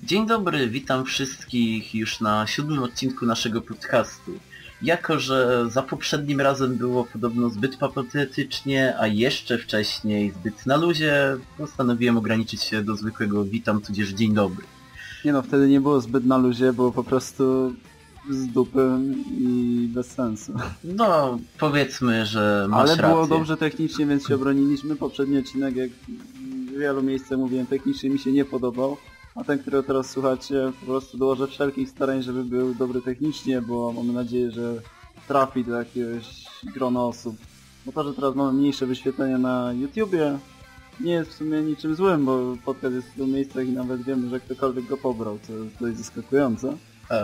Dzień dobry, witam wszystkich już na 7. odcinku naszego podcastu. Jako że za poprzednim razem było podobno zbyt patetycznie, a jeszcze wcześniej zbyt na luzie, postanowiłem ograniczyć się do zwykłego witam tudzież dzień dobry. Nie no, wtedy nie było zbyt na luzie, było po prostu z dupy i bez sensu. No, powiedzmy, że masz Ale było rację. dobrze technicznie, więc się obroniliśmy. Poprzedni odcinek, jak w wielu miejscach mówiłem, technicznie mi się nie podobał. A ten, którego teraz słuchacie, po prostu dołożę wszelkich starań, żeby był dobry technicznie, bo mamy nadzieję, że trafi do jakiegoś grona osób. Bo to, że teraz mamy mniejsze wyświetlenia na YouTubie, nie jest w sumie niczym złym, bo podcast jest w wielu miejscach i nawet wiemy, że ktokolwiek go pobrał, co jest dość zaskakujące.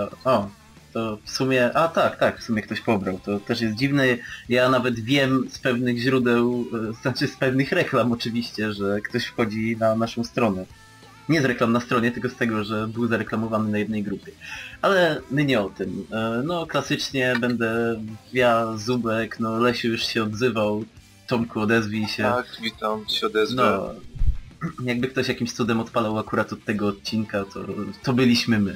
To w sumie... tak, w sumie ktoś pobrał. To też jest dziwne. Ja nawet wiem z pewnych źródeł, znaczy z pewnych reklam oczywiście, że ktoś wchodzi na naszą stronę. Nie z reklam na stronie, tylko z tego, że był zareklamowany na jednej grupie. Ale my nie o tym. No klasycznie będę ja, Zubek, no Lesiu już się odzywał. Tomku, odezwij się. Tak, witam, się odezwę. No, jakby ktoś jakimś cudem odpalał akurat od tego odcinka, to byliśmy my.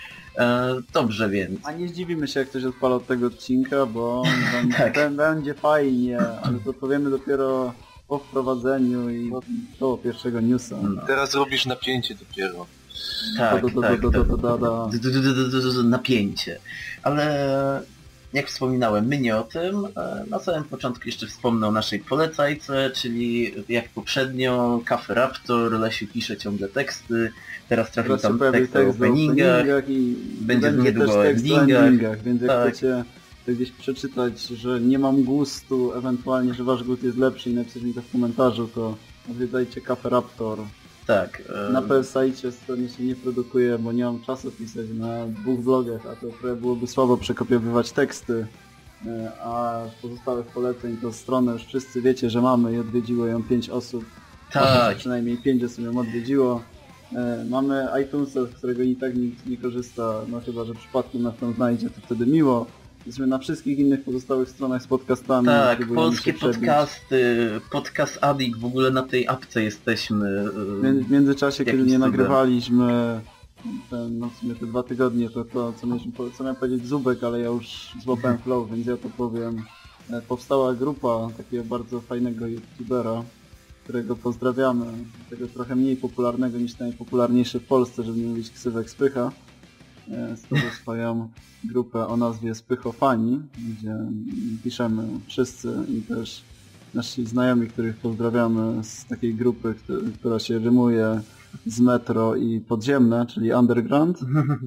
Dobrze więc. A nie zdziwimy się, jak ktoś odpala od tego odcinka, bo Tak. będzie fajnie, ale to powiemy dopiero po wprowadzeniu i do pierwszego newsa. No. Teraz robisz napięcie dopiero. Tak, tak. Da. Napięcie. Ale jak wspominałem, my nie o tym. Na samym początku jeszcze wspomnę o naszej polecajce, czyli jak poprzednio Cafe Raptor, Lesiu pisze ciągle teksty, teraz trafił Teraz się tam pojawił tekst o tekst o openingach, i będzie też niedługo o tekst o endingach. endingach, więc jak Tak. chcecie to gdzieś przeczytać, że nie mam gustu, ewentualnie, że wasz gust jest lepszy i napisać mi to w komentarzu, to odwiedzajcie Cafe Raptor. Tak. Na PSA-icie stronie się nie produkuje, bo nie mam czasu pisać na 2 vlogach, a to trochę byłoby słabo przekopiowywać teksty. A z pozostałych poleceń to stronę już wszyscy wiecie, że mamy i odwiedziło ją 5 osób. Tak. Przynajmniej 5 osób ją odwiedziło. Mamy iTunesa, z którego i tak nikt nie korzysta, no chyba, że przypadkiem nas tam znajdzie, to wtedy miło. Jesteśmy na wszystkich innych pozostałych stronach z podcastami. Tak, próbujemy polskie się przebić. podcasty, Podcast Addict, w ogóle na tej apce jesteśmy. W międzyczasie, kiedy Jakimś nie cudem. nagrywaliśmy w sumie te 2 tygodnie, to co miałem powiedzieć Zubek, ale ja już złapałem flow, więc ja to powiem. Powstała grupa takiego bardzo fajnego youtubera, którego pozdrawiamy, tego trochę mniej popularnego niż najpopularniejszy w Polsce, żeby nie mówić ksywek Spycha. Stworzył swoją grupę o nazwie Spychofani, gdzie piszemy wszyscy i też nasi znajomi, których pozdrawiamy z takiej grupy, która się rymuje z metro i podziemne, czyli underground.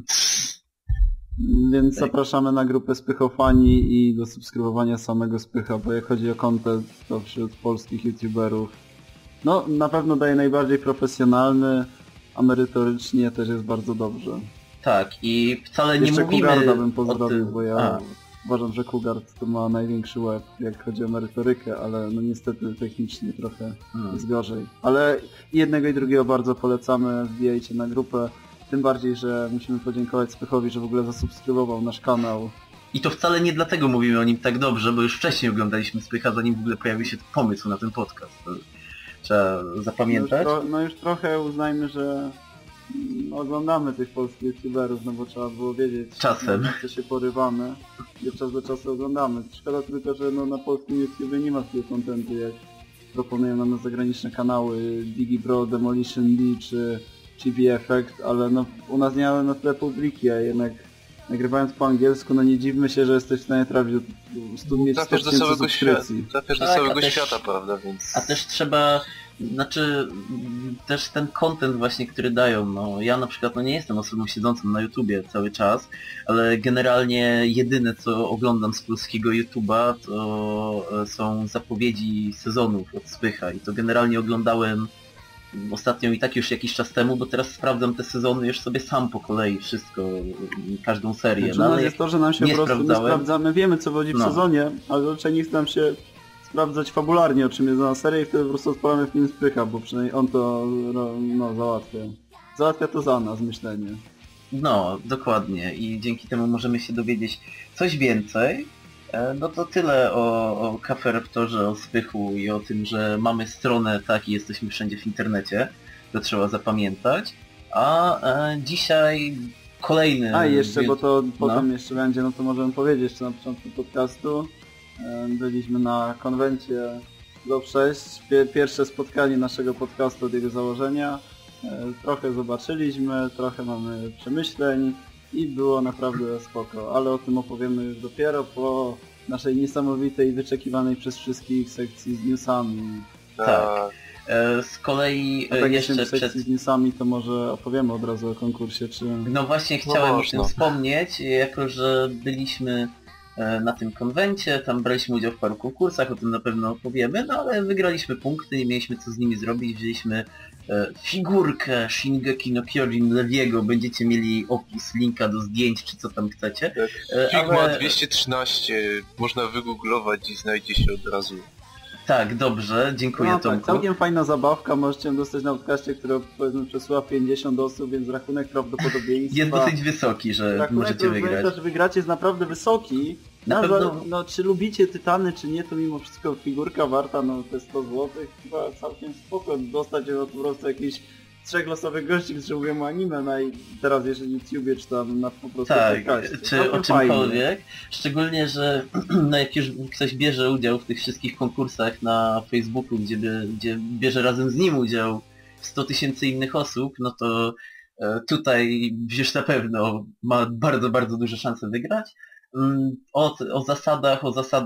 Więc zapraszamy na grupę Spychofani i do subskrybowania samego Spycha, bo jak chodzi o content, to wśród polskich youtuberów no na pewno daje najbardziej profesjonalny, a merytorycznie też jest bardzo dobrze. Tak, i wcale nie Jeszcze mówimy Kugarda bym o pozdrowił, tym... bo ja uważam, że Kugard to ma największy łeb, jak chodzi o merytorykę, ale no niestety technicznie trochę jest gorzej. Ale jednego i drugiego bardzo polecamy, wbijajcie na grupę, tym bardziej, że musimy podziękować Spychowi, że w ogóle zasubskrybował nasz kanał. I to wcale nie dlatego mówimy o nim tak dobrze, bo już wcześniej oglądaliśmy Spycha, zanim w ogóle pojawił się pomysł na ten podcast. To trzeba zapamiętać. Już trochę uznajmy, że oglądamy tych polskich youtuberów, no bo trzeba było wiedzieć, Czasem. na co się porywamy i od czasu do czasu oglądamy. Szkoda tylko, że no, na polskim YouTubie nie ma takiego kontentu, jak proponują nam na zagraniczne kanały DigiBro, Demolition D czy VFX, ale no, u nas nie mamy na tyle publiki, a jednak nagrywając po angielsku, no nie dziwmy się, że jesteś w stanie trafić do 100 Trafiasz do tysięcy całego świata, subskrypcji. trafiasz do Tak, całego a też- świata, prawda, więc... A też trzeba, znaczy też ten content właśnie, który dają, no ja na przykład no nie jestem osobą siedzącą na YouTubie cały czas, ale generalnie jedyne co oglądam z polskiego YouTuba to są zapowiedzi sezonów od Spycha i to generalnie oglądałem ostatnio i tak już jakiś czas temu, bo teraz sprawdzam te sezony już sobie sam po kolei wszystko, każdą serię. Znaczy, No, u nas ale jest to, że nam się nie po prostu nie sprawdzałem. sprawdzamy, wiemy co wchodzi w No. sezonie, ale raczej nie chce nam się sprawdzać fabularnie, o czym jest dana seria i wtedy po prostu odpalamy film Spycha, bo przynajmniej on to załatwia. Załatwia to za nas, myślenie. No, dokładnie i dzięki temu możemy się dowiedzieć coś więcej. No to tyle o Cafe Raptorze, o Spychu i o tym, że mamy stronę, tak, i jesteśmy wszędzie w internecie. To trzeba zapamiętać. A dzisiaj kolejny... A i jeszcze, bo to potem jeszcze będzie, no to możemy powiedzieć jeszcze na początku podcastu. Byliśmy na konwencie LoV 6, pierwsze spotkanie naszego podcastu od jego założenia. Trochę zobaczyliśmy, trochę mamy przemyśleń i było naprawdę spoko, ale o tym opowiemy już dopiero po naszej niesamowitej, wyczekiwanej przez wszystkich sekcji z newsami. Tak. Z kolei a tak jeszcze sekcji z newsami to może opowiemy od razu o konkursie, czy... No właśnie chciałem o tym wspomnieć, jako że byliśmy na tym konwencie, tam braliśmy udział w paru konkursach, o tym na pewno opowiemy, no ale wygraliśmy punkty, nie mieliśmy co z nimi zrobić, wzięliśmy figurkę Shingeki no Kyojin Leviego, będziecie mieli opis, linka do zdjęć, czy co tam chcecie. Figma ale... 213, można wygooglować i znajdzie się od razu. Tak, dobrze, dziękuję Tomku. Tak, całkiem fajna zabawka, możecie ją dostać na podcaście, które powiedzmy przesyła 50 osób, więc rachunek prawdopodobieństwa... Jest dosyć wysoki, że możecie wygrać. Że wygracie jest naprawdę wysoki. Na pewno... No, czy lubicie Tytany, czy nie, to mimo wszystko figurka warta no te 100 zł. Chyba całkiem spoko dostać ją po prostu jakiś 3 losowych gości, którzy mówią o anime teraz jeszcze na YouTubie, czy tam na po prostu podcaście. Czy o czymkolwiek. Szczególnie, że no jak już ktoś bierze udział w tych wszystkich konkursach na Facebooku, gdzie bierze razem z nim udział 100 000 innych osób, no to tutaj już na pewno ma bardzo, bardzo duże szanse wygrać. O zasadach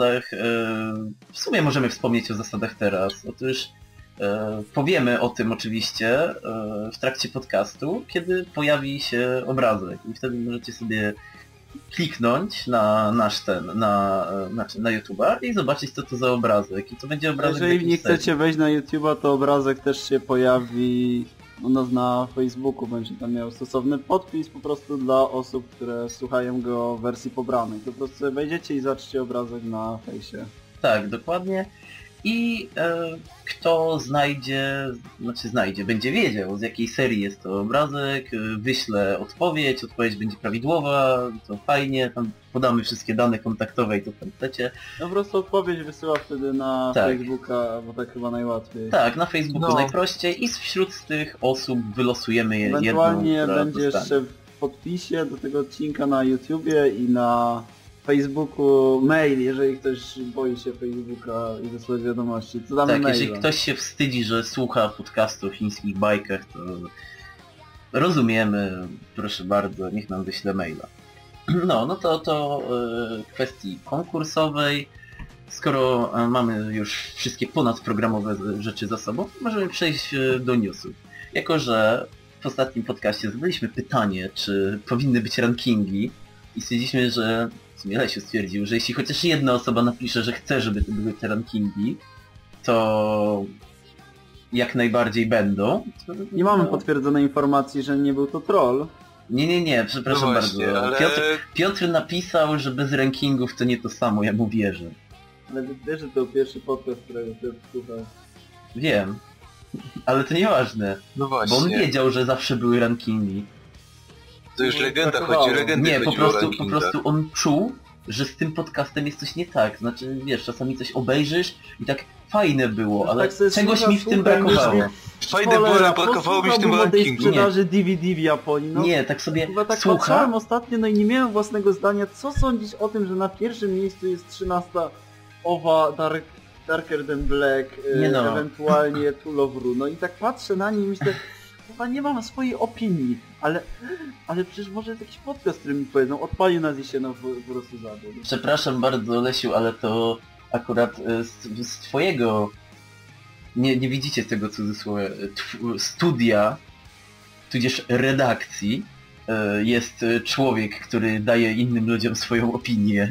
w sumie możemy wspomnieć o zasadach teraz. Otóż powiemy o tym oczywiście w trakcie podcastu, kiedy pojawi się obrazek i wtedy możecie sobie kliknąć na na YouTube'a i zobaczyć co to za obrazek i to będzie obrazek. Jeżeli nie chcecie wejść na YouTube'a, to obrazek też się pojawi u nas na Facebooku, będzie tam miał stosowny podpis po prostu dla osób, które słuchają go w wersji pobranej. To po prostu wejdziecie i zobaczycie obrazek na fejsie. Tak, dokładnie. I kto będzie wiedział z jakiej serii jest to obrazek, wyślę odpowiedź będzie prawidłowa, to fajnie, tam podamy wszystkie dane kontaktowe i to tam chcecie. No po prostu odpowiedź wysyła wtedy na Facebooka, bo tak chyba najłatwiej. Tak, na Facebooku najprościej i wśród tych osób wylosujemy jedną, ewentualnie będzie jeszcze w podpisie do tego odcinka na YouTubie i na Facebooku mail, jeżeli ktoś boi się Facebooka i wysłać wiadomości, to damy maila. Jeżeli ktoś się wstydzi, że słucha podcastu o chińskich bajkach, to rozumiemy, proszę bardzo, niech nam wyśle maila. No to kwestii konkursowej. Skoro mamy już wszystkie ponadprogramowe rzeczy za sobą, możemy przejść do newsów. Jako że w ostatnim podcaście zadaliśmy pytanie, czy powinny być rankingi i stwierdziliśmy, że Lesiu stwierdził, że jeśli chociaż jedna osoba napisze, że chce, żeby to były te rankingi, to jak najbardziej będą. Nie mamy potwierdzonej informacji, że nie był to troll. Nie, przepraszam bardzo. Ale... Piotr napisał, że bez rankingów to nie to samo, ja mu wierzę. Ale wiesz, że to pierwszy podcast, którego ty słuchasz. Wiem, ale to nieważne. No właśnie. Bo on wiedział, że zawsze były rankingi. To już legenda chodzi, nie, po prostu on czuł, że z tym podcastem jest coś nie tak. Znaczy, wiesz, czasami coś obejrzysz i tak fajne było, ale tak czegoś mi w tym brakowało. Fajne było, ale brakowało mi w tym rankingu. Sprzedaży DVD w Japonii. No, nie, tak sobie chyba tak patrzyłem ostatnio, no i nie miałem własnego zdania. Co sądzisz o tym, że na pierwszym miejscu jest 13 Owa Darker Than Black, ewentualnie Tool of Ru. No i tak patrzę na nie i myślę, chyba nie mam swojej opinii, ale przecież może jest jakiś podcast, który mi powiedzą, odpalił nas i się po prostu zabił. Przepraszam bardzo, Lesiu, ale to akurat z twojego, nie widzicie tego cudzysłowie, studia, tudzież redakcji, jest człowiek, który daje innym ludziom swoją opinię.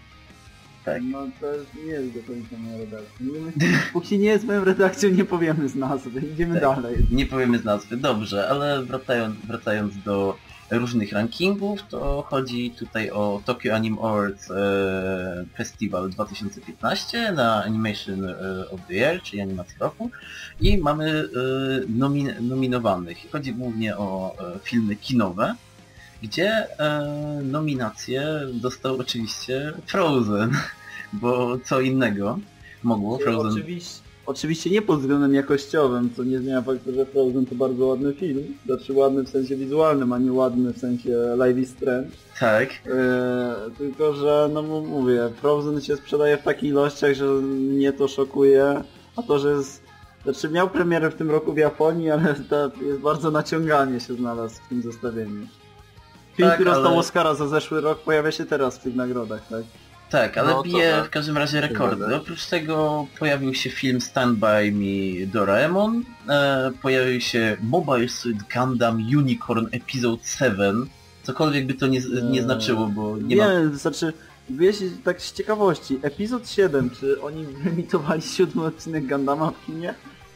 Tak. No to nie jest do końca moja redakcja. Póki nie jest moją redakcją, nie powiemy z nazwy, idziemy dalej. Nie powiemy z nazwy, dobrze, ale wracając do różnych rankingów, to chodzi tutaj o Tokyo Anime Awards Festival 2015 na Animation of the Year, czyli animacja roku i mamy nominowanych. Chodzi głównie o filmy kinowe, gdzie nominację dostał oczywiście Frozen, bo co innego mogło Frozen... Oczywiście nie pod względem jakościowym, co nie zmienia faktu, że Frozen to bardzo ładny film. Znaczy ładny w sensie wizualnym, a nie ładny w sensie Life is Strange. Tak. Tylko, że no mówię, Frozen się sprzedaje w takich ilościach, że mnie to szokuje. A to, że jest... Znaczy miał premierę w tym roku w Japonii, ale jest bardzo naciąganie się znalazł w tym zestawieniu. Film, Tak, który dostał ale... Oscara za zeszły rok, pojawia się teraz w tych nagrodach, tak? Tak, ale No, bije tak. w każdym razie rekordy. Oprócz tego pojawił się film Stand By Me Doraemon, pojawił się Mobile Suit Gundam Unicorn Episode 7, cokolwiek by to nie znaczyło, bo nie ma... Znaczy, wiesz, tak z ciekawości, epizod 7, czy oni wyemitowali 7 odcinek Gundama w kinie?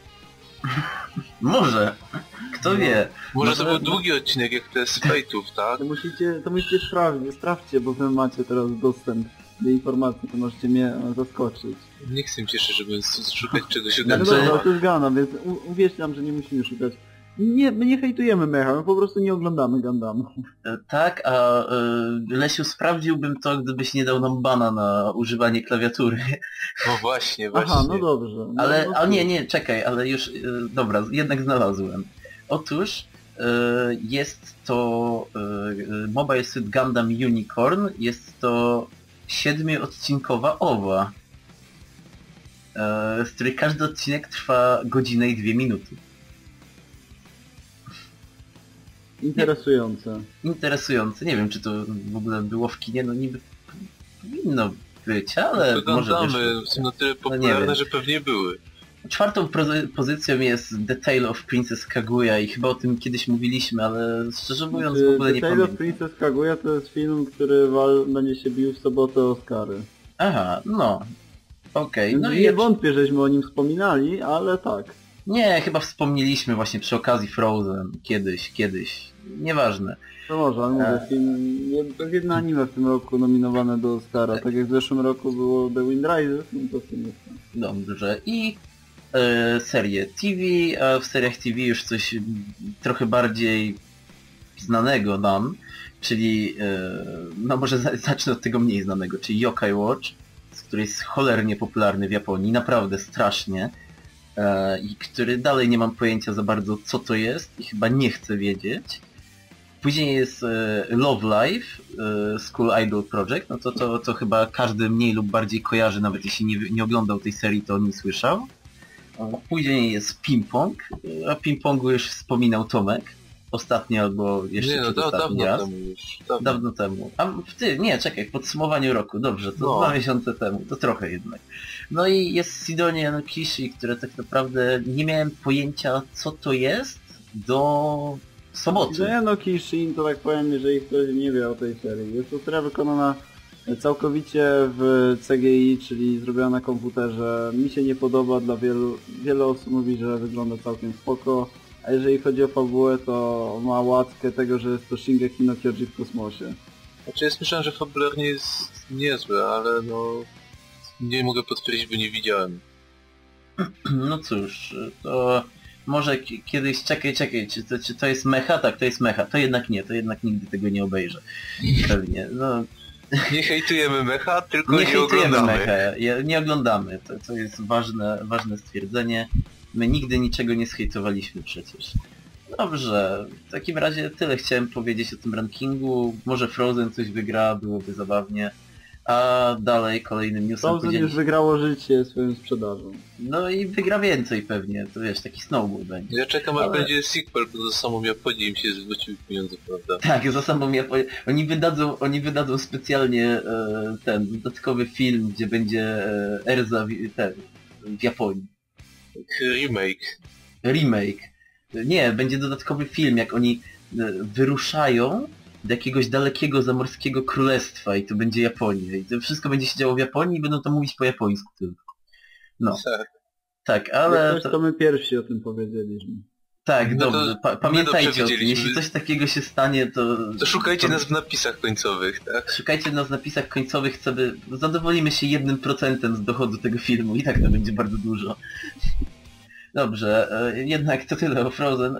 Może, kto wie. Może to był długi odcinek, jak to jest Fate'ów, tak? To musicie sprawdźcie, bo wy macie teraz dostęp do informacji, to możecie mnie zaskoczyć. Nie chcę mi się szczerze, szukać czegoś No ode dobra, to jest Gundam, więc uwierzcie nam, że nie musimy szukać. Nie, my nie hejtujemy mecha, my po prostu nie oglądamy Gundama. Tak, a Lesiu, sprawdziłbym to, gdybyś nie dał nam bana na używanie klawiatury. No właśnie. Aha, no dobrze. No, Ale, no, a nie, czekaj, ale już, dobra, jednak znalazłem. Otóż jest to Mobile Suit Gundam Unicorn, jest to 7-odcinkowa OVA, z której każdy odcinek trwa godzinę i 2 minuty. Interesujące. Interesujące, nie wiem czy to w ogóle było w kinie, no niby powinno być, ale to może Gundamy są na tyle popularne, że pewnie były. Czwartą pozycją jest The Tale of Princess Kaguya i chyba o tym kiedyś mówiliśmy, ale szczerze mówiąc w ogóle nie The Tale pamiętam. of Princess Kaguya to jest film, który będzie się bił w sobotę o Oscary. Aha, no. Okej, no i nie wątpię, żeśmy o nim wspominali, ale tak. Nie, chyba wspomnieliśmy właśnie przy okazji Frozen, kiedyś, nieważne. To może, ale mówię, film, to jest jedno anime w tym roku nominowane do Oscara, tak jak w zeszłym roku było The Wind Rises, no to w tym jest. Dobrze, i serię TV, a w seriach TV już coś trochę bardziej znanego nam, czyli, no może zacznę od tego mniej znanego, czyli Yokai Watch, który jest cholernie popularny w Japonii, naprawdę strasznie, i który dalej nie mam pojęcia za bardzo co to jest i chyba nie chcę wiedzieć. Później jest Love Live, School Idol Project, no to chyba każdy mniej lub bardziej kojarzy, nawet jeśli nie oglądał tej serii, to o nim słyszał. Później jest Ping Pong, a Ping Pongu już wspominał Tomek. Ostatnio albo jeszcze przedostatni raz. Dawno temu. A nie, czekaj, w podsumowaniu roku, dobrze, to 2 miesiące temu, to trochę jednak. No i jest Sidonia no Kishi, które tak naprawdę nie miałem pojęcia co to jest do soboty. Sidonia no Kishin, to tak powiem, jeżeli ktoś nie wie o tej serii. Jest to seria wykonana całkowicie w CGI, czyli zrobiona na komputerze. Mi się nie podoba, dla wiele osób mówi, że wygląda całkiem spoko. A jeżeli chodzi o fabułę, to ma łatkę tego, że jest to Shingeki no Kyojin w kosmosie. Znaczy ja słyszałem, że fabularnie jest niezłe, ale no... Nie mogę potwierdzić, bo nie widziałem. No cóż, to może kiedyś... Czekaj, czy to jest mecha? Tak, to jest mecha. To jednak nie, to jednak nigdy tego nie obejrzę. Pewnie, no... Nie hejtujemy mecha, tylko nie oglądamy. Mecha, nie oglądamy. To jest ważne stwierdzenie. My nigdy niczego nie zhejtowaliśmy przecież. Dobrze, w takim razie tyle chciałem powiedzieć o tym rankingu. Może Frozen coś wygra, byłoby zabawnie. A dalej kolejnym newsem Frozen już wygrało życie swoją sprzedażą. No i wygra więcej pewnie, to wiesz, taki snowball będzie. Ja czekam aż będzie sequel, bo za samą Japonię im się zwróciły pieniądze, prawda? Tak, za samą Japonię. Oni wydadzą specjalnie ten dodatkowy film, gdzie będzie Erza w Japonii. Remake. Nie, będzie dodatkowy film, jak oni wyruszają do jakiegoś dalekiego zamorskiego królestwa i to będzie Japonia. I to wszystko będzie się działo w Japonii i będą to mówić po japońsku tylko. No. Tak, ale... To my pierwsi o tym powiedzieliśmy. Tak, dobrze. Pamiętajcie o tym. Jeśli coś takiego się stanie, to... To szukajcie nas w napisach końcowych, tak? Szukajcie nas w napisach końcowych, zadowolimy się 1% z dochodu tego filmu i tak to będzie bardzo dużo. Dobrze, jednak to tyle o Frozen.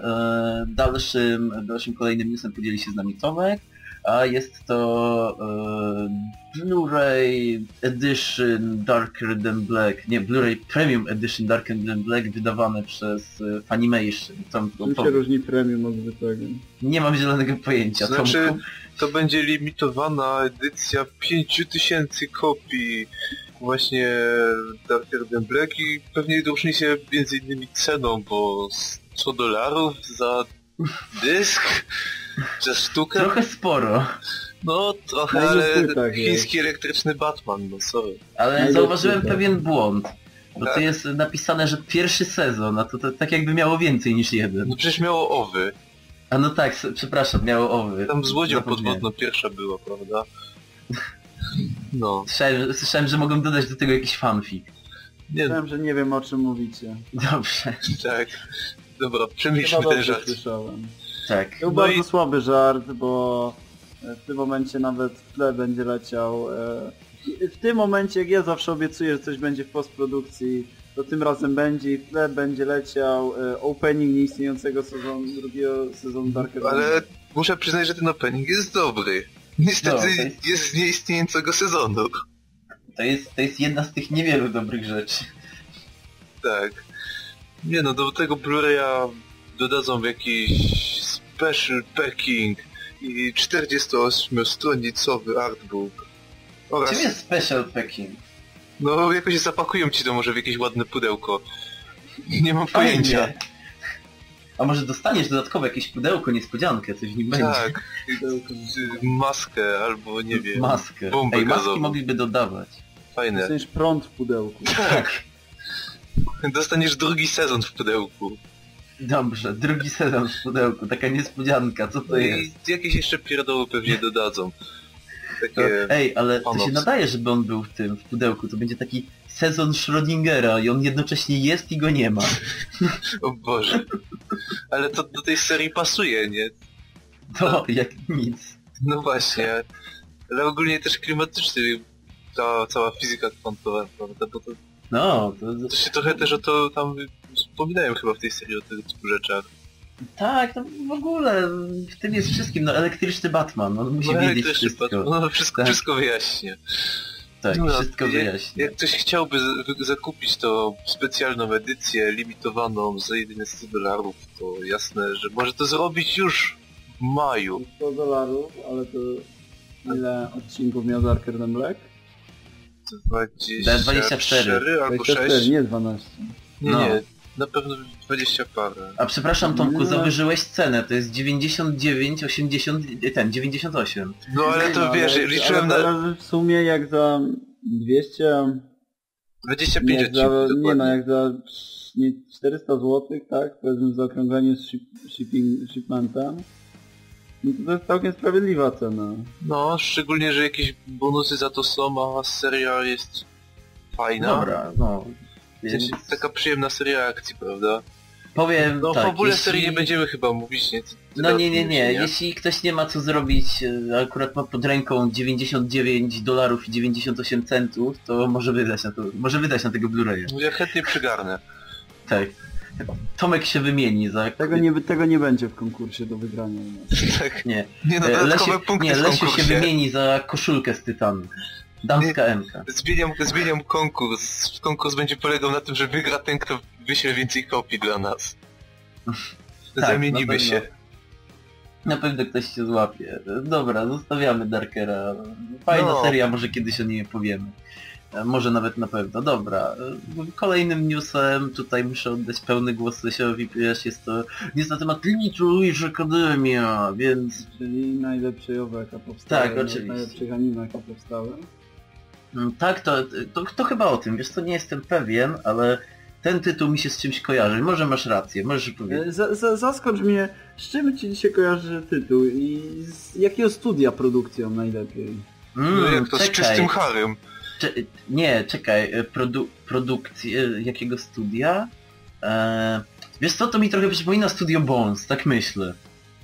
Dalszym kolejnym newsem podzieli się z nami Tomek, a jest to Blu-ray Edition Darker Than Black, nie, Blu-ray Premium Edition Darker Than Black wydawane przez Funimation. Czym się różni premium od zwykłego? Nie mam zielonego pojęcia. Znaczy, Tomku? to będzie limitowana edycja 5000 kopii właśnie Darker Than Black i pewnie różni się między innymi ceną, bo $100 za dysk? Za sztukę? Trochę sporo. No trochę, No, ale tak chiński elektryczny Batman, no sorry. Ale zauważyłem tak. pewien błąd. Bo Tak. to jest napisane, że pierwszy sezon, a to tak jakby miało więcej niż jeden. No przecież miało owy. A no tak, przepraszam, miało owy. Tam z łodzią Zapomniałem. podwodną pierwsza była, prawda? No. Słyszałem, że mogą dodać do tego jakiś fanfic. Nie, Myślałem, że nie wiem o czym mówicie. Dobrze, tak. Dobra, Chyba przemyślmy ten dobrze żart. słyszałem. tak. To był No bardzo i- słaby żart, bo w tym momencie nawet w tle będzie leciał... W tym momencie, jak ja zawsze obiecuję, że coś będzie w postprodukcji, to tym razem będzie i w tle będzie leciał opening nieistniejącego drugiego sezonu Darker Than Ale Black. muszę przyznać, że ten opening jest dobry. Niestety No, to jest- jest z nieistniejącego sezonu. To jest jedna z tych niewielu dobrych rzeczy. Tak. Nie no, do tego Blu-raya dodadzą jakiś special packing i 48-stronicowy artbook. Oraz, Czym jest special packing? no jakoś zapakują ci to może w jakieś ładne pudełko. Nie mam pojęcia. Fajnie. A może dostaniesz dodatkowe jakieś pudełko, niespodziankę, coś w nim będzie. Tak. Maskę albo nie wiem. Maskę. Bombę Ej, maski gazową. mogliby dodawać. Fajne. Dostaniesz prąd w pudełku. Tak. Dostaniesz drugi sezon w pudełku. Dobrze, drugi sezon w pudełku, taka niespodzianka, co to jest? I jakieś jeszcze pierdoły pewnie dodadzą. Takie... Ej, ale to się fanowskie. nadaje, żeby on był w pudełku, to będzie taki sezon Schrödingera i on jednocześnie jest i go nie ma. O Boże. Ale to do tej serii pasuje, nie? To jak nic. No właśnie. Ale ogólnie też klimatyczny ta cała fizyka kwantowa, prawda? Bo No, to się trochę też o to tam wspominałem chyba w tej serii o tego typu rzeczach. tak, no w ogóle w tym jest wszystkim, no elektryczny Batman, on musi wiedzieć też wszystko. No wszystko, Tak. wszystko wyjaśnię. Tak, No, wszystko wyjaśni. Jak ktoś chciałby zakupić to specjalną edycję limitowaną za jedyne $100, to jasne, że może to zrobić już w maju. $100, ale to ile odcinków miał Darker Than Black? 24 albo 24, 6. nie 12. Nie, No. nie, na pewno 20 parę. A przepraszam Tomku, No. zawyżyłeś cenę, to jest 99, 80, 98. No ale to wiesz, liczyłem na Ale w sumie jak za 200... 25 jak za, odcinków nie no, dokładnie. jak za 400 zł, tak? Powiedzmy za okrąglenie z shipmentem. No to jest całkiem sprawiedliwa cena. No, szczególnie, że jakieś bonusy za to są, a seria jest fajna. Dobra, no. W sensie taka przyjemna seria akcji, prawda? Powiem No tak, w ogóle jeśli... serii nie będziemy chyba mówić, nie? No nie. Jeśli ktoś nie ma co zrobić, akurat ma pod ręką $99 i 98 centów, to może wydać na tego Blu-raya. Ja chętnie przygarnę. Tak. Tomek się wymieni za... Tego nie będzie w konkursie do wygrania. Tak. Nie. Nie no, dodatkowe punkty w Lesiu się konkursie. wymieni za koszulkę z Tytanu. Damska M-ka. Zmieniam konkurs. Konkurs będzie polegał na tym, że wygra ten, kto wyśle więcej kopii dla nas. Tak, Zamienimy na się. Na pewno ktoś się złapie. Dobra, zostawiamy Darkera. Fajna No. seria, może kiedyś o niej opowiemy. Może nawet na pewno. Dobra. Kolejnym newsem, tutaj muszę oddać pełny głos Lesiowi, ponieważ jest to news na temat Little Witch Academia, więc Czyli najlepszej OWA, jaka powstała. Tak, oczywiście. Najlepszych anime, jakie powstały. tak, to chyba o tym, wiesz co, nie jestem pewien, ale ten tytuł mi się z czymś kojarzy. Może masz rację, możesz powiedzieć. Zaskocz mnie, z czym ci się kojarzy tytuł i z jakiego studia produkcją najlepiej? No jak to z czekaj. czystym harem. Nie, czekaj, produkcję jakiego studia? Wiesz co, to mi trochę przypomina Studio Bones, tak myślę.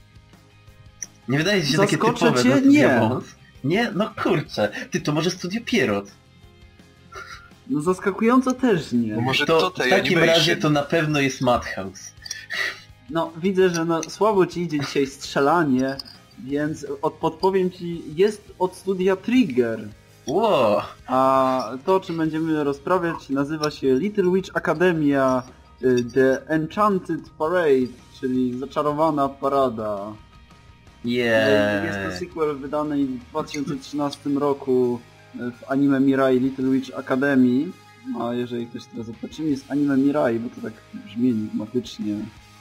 Nie wydaje ci się takie Zaskoczę typowe cię? dla Studio Nie. Bones? Nie? No kurczę, ty to może Studio Pierrot. No zaskakująco też nie. No może To Toei w takim Animation. razie to na pewno jest Madhouse. No widzę, że no, słabo ci idzie dzisiaj strzelanie, więc podpowiem ci, jest od studia Trigger. Ło! A to, o czym będziemy rozprawiać, nazywa się Little Witch Academia The Enchanted Parade, czyli Zaczarowana Parada. Jest to sequel wydany w 2013 roku w anime Mirai Little Witch Academy. A jeżeli ktoś teraz zapyta, czym jest anime Mirai, bo to tak brzmi enigmatycznie.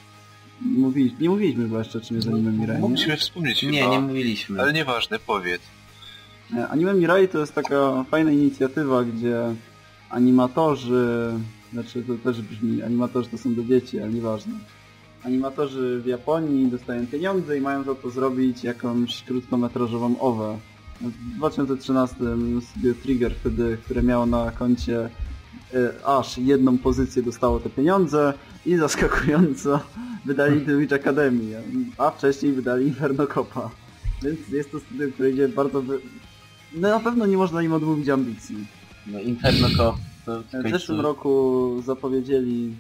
Nie mówiliśmy chyba jeszcze, czym jest anime Mirai. Musimy wspomnieć chyba. Nie mówiliśmy. Ale nieważne, powiedz. Anime Mirai to jest taka fajna inicjatywa, gdzie animatorzy, znaczy to też brzmi, animatorzy to są do dzieci, ale nieważne. Animatorzy w Japonii dostają pieniądze i mają za to zrobić jakąś krótkometrażową owę. W 2013 studio Trigger wtedy, które miało na koncie aż jedną pozycję, dostało te pieniądze i zaskakująco wydali Little Witch Academy, a wcześniej wydali Inferno Copa. Więc jest to studio, które idzie bardzo... No na pewno nie można im odmówić ambicji. No Inferno Cop to w końcu... W zeszłym roku zapowiedzieli,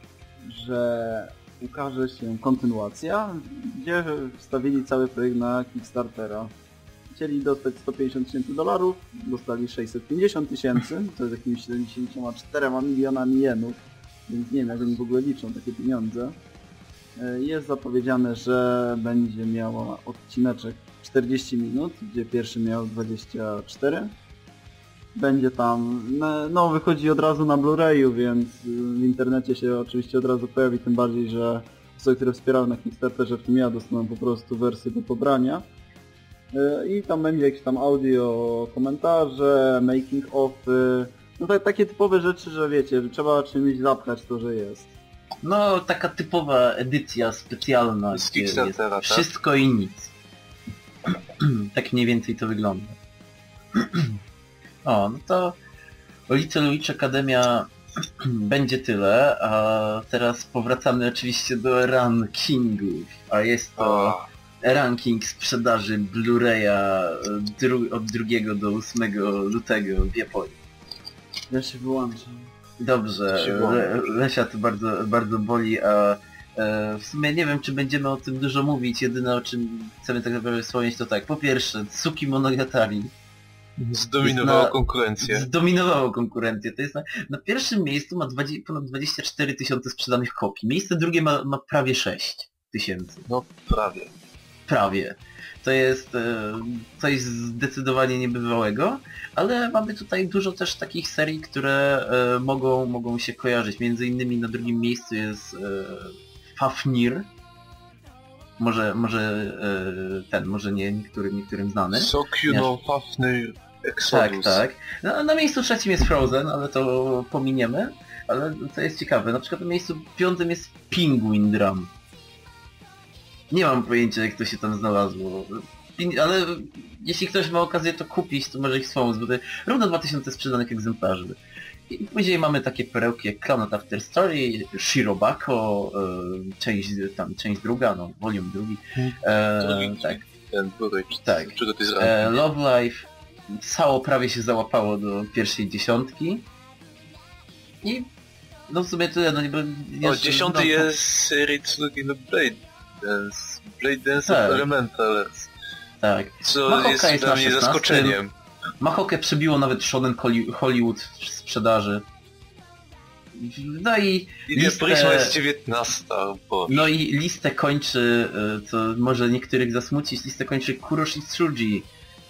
że ukaże się kontynuacja, gdzie wstawili cały projekt na Kickstartera. Chcieli dostać $150,000, dostali 650,000, to jest jakimiś 74 milionami jenów, więc nie wiem jak oni w ogóle liczą takie pieniądze. Jest zapowiedziane, że będzie miała odcineczek 40 minut, gdzie pierwszy miał 24. Będzie tam, no wychodzi od razu na Blu-rayu, więc w internecie się oczywiście od razu pojawi, tym bardziej, że osoby, które wspierały na Kickstarterze, w tym ja, dostaną po prostu wersję do pobrania. I tam będzie jakieś tam audio, komentarze, making of, no takie typowe rzeczy, że wiecie, że trzeba czymś zapchać to, że jest. No taka typowa edycja specjalna, Z gdzie jest Kickstartera, tak? wszystko i nic. Tak mniej więcej to wygląda. O, no to o Little Witch Academia będzie tyle, a teraz powracamy oczywiście do rankingów, a jest to ranking sprzedaży Blu-raya od 2 do 8 lutego w Japonii. Ja się wyłączam. Dobrze, Lesia to bardzo, bardzo boli, a w sumie nie wiem, czy będziemy o tym dużo mówić. Jedyne, o czym chcemy tak naprawdę wspomnieć, to tak, po pierwsze, Tsuki Monogatari zdominowało konkurencję. Zdominowało konkurencję. To jest na pierwszym miejscu ma ponad 24 000 sprzedanych kopii. Miejsce drugie ma prawie 6 000. No prawie. Prawie. To jest coś zdecydowanie niebywałego, ale mamy tutaj dużo też takich serii, które mogą się kojarzyć. Między innymi na drugim miejscu jest Fafnir. Może nie niektórym znany. Sokyu Fafnir Exodus. Tak. Na miejscu trzecim jest Frozen, ale to pominiemy. Ale co jest ciekawe, na przykład na miejscu 5 jest Penguin Drum. Nie mam pojęcia, jak to się tam znalazło. Ale jeśli ktoś ma okazję to kupić, to może ich wspomóc, bo to równo 2000 sprzedanych egzemplarzy. I później mamy takie perełki jak Clannad After Story, Shirobako, część druga, no volume drugi. Tak. Ten tak. Czego ty zrobisz? Love Life. Sao prawie się załapało do pierwszej 10. I no w sumie tyle, no nie... O, 10 jest Ritsugi no Blade Dance Tak. Elementals. Tak. Co Mahoka jest jest dla na mnie 16. zaskoczeniem. Mahokę przebiło nawet Shonen Hollywood w sprzedaży. No i Prisma jest 19, bo... No i listę kończy, co może niektórych zasmucić, listę kończy Kuroshi Tsuji,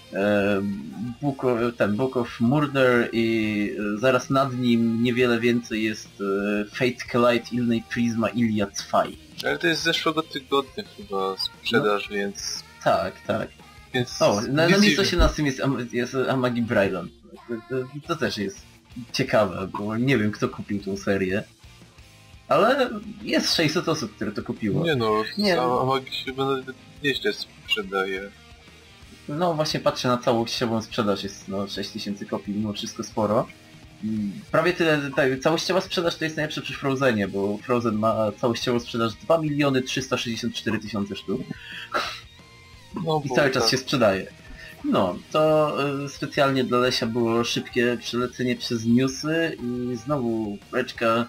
Book of Murder i zaraz nad nim niewiele więcej jest Fate Collide Ilnej Prisma Ilia 2. Ale to jest z zeszłego tygodnia chyba sprzedaż, więc... Tak. Więc O, na miejscu 18 jest Amagi Brydon. To też jest ciekawe, bo nie wiem kto kupił tą serię. Ale jest 600 osób, które to kupiło. Nie, Amagi chyba nawet nieźle sprzedaje. No właśnie patrzę na całościową sprzedaż, jest 6000 kopii, mimo wszystko sporo. Prawie tyle, całościowa sprzedaż to jest najlepsze przy Frozenie, bo Frozen ma całościową sprzedaż 2 364 000 sztuk. No, I cały czas się sprzedaje. No, to specjalnie dla Lesia było szybkie przelecenie przez newsy i znowu beczka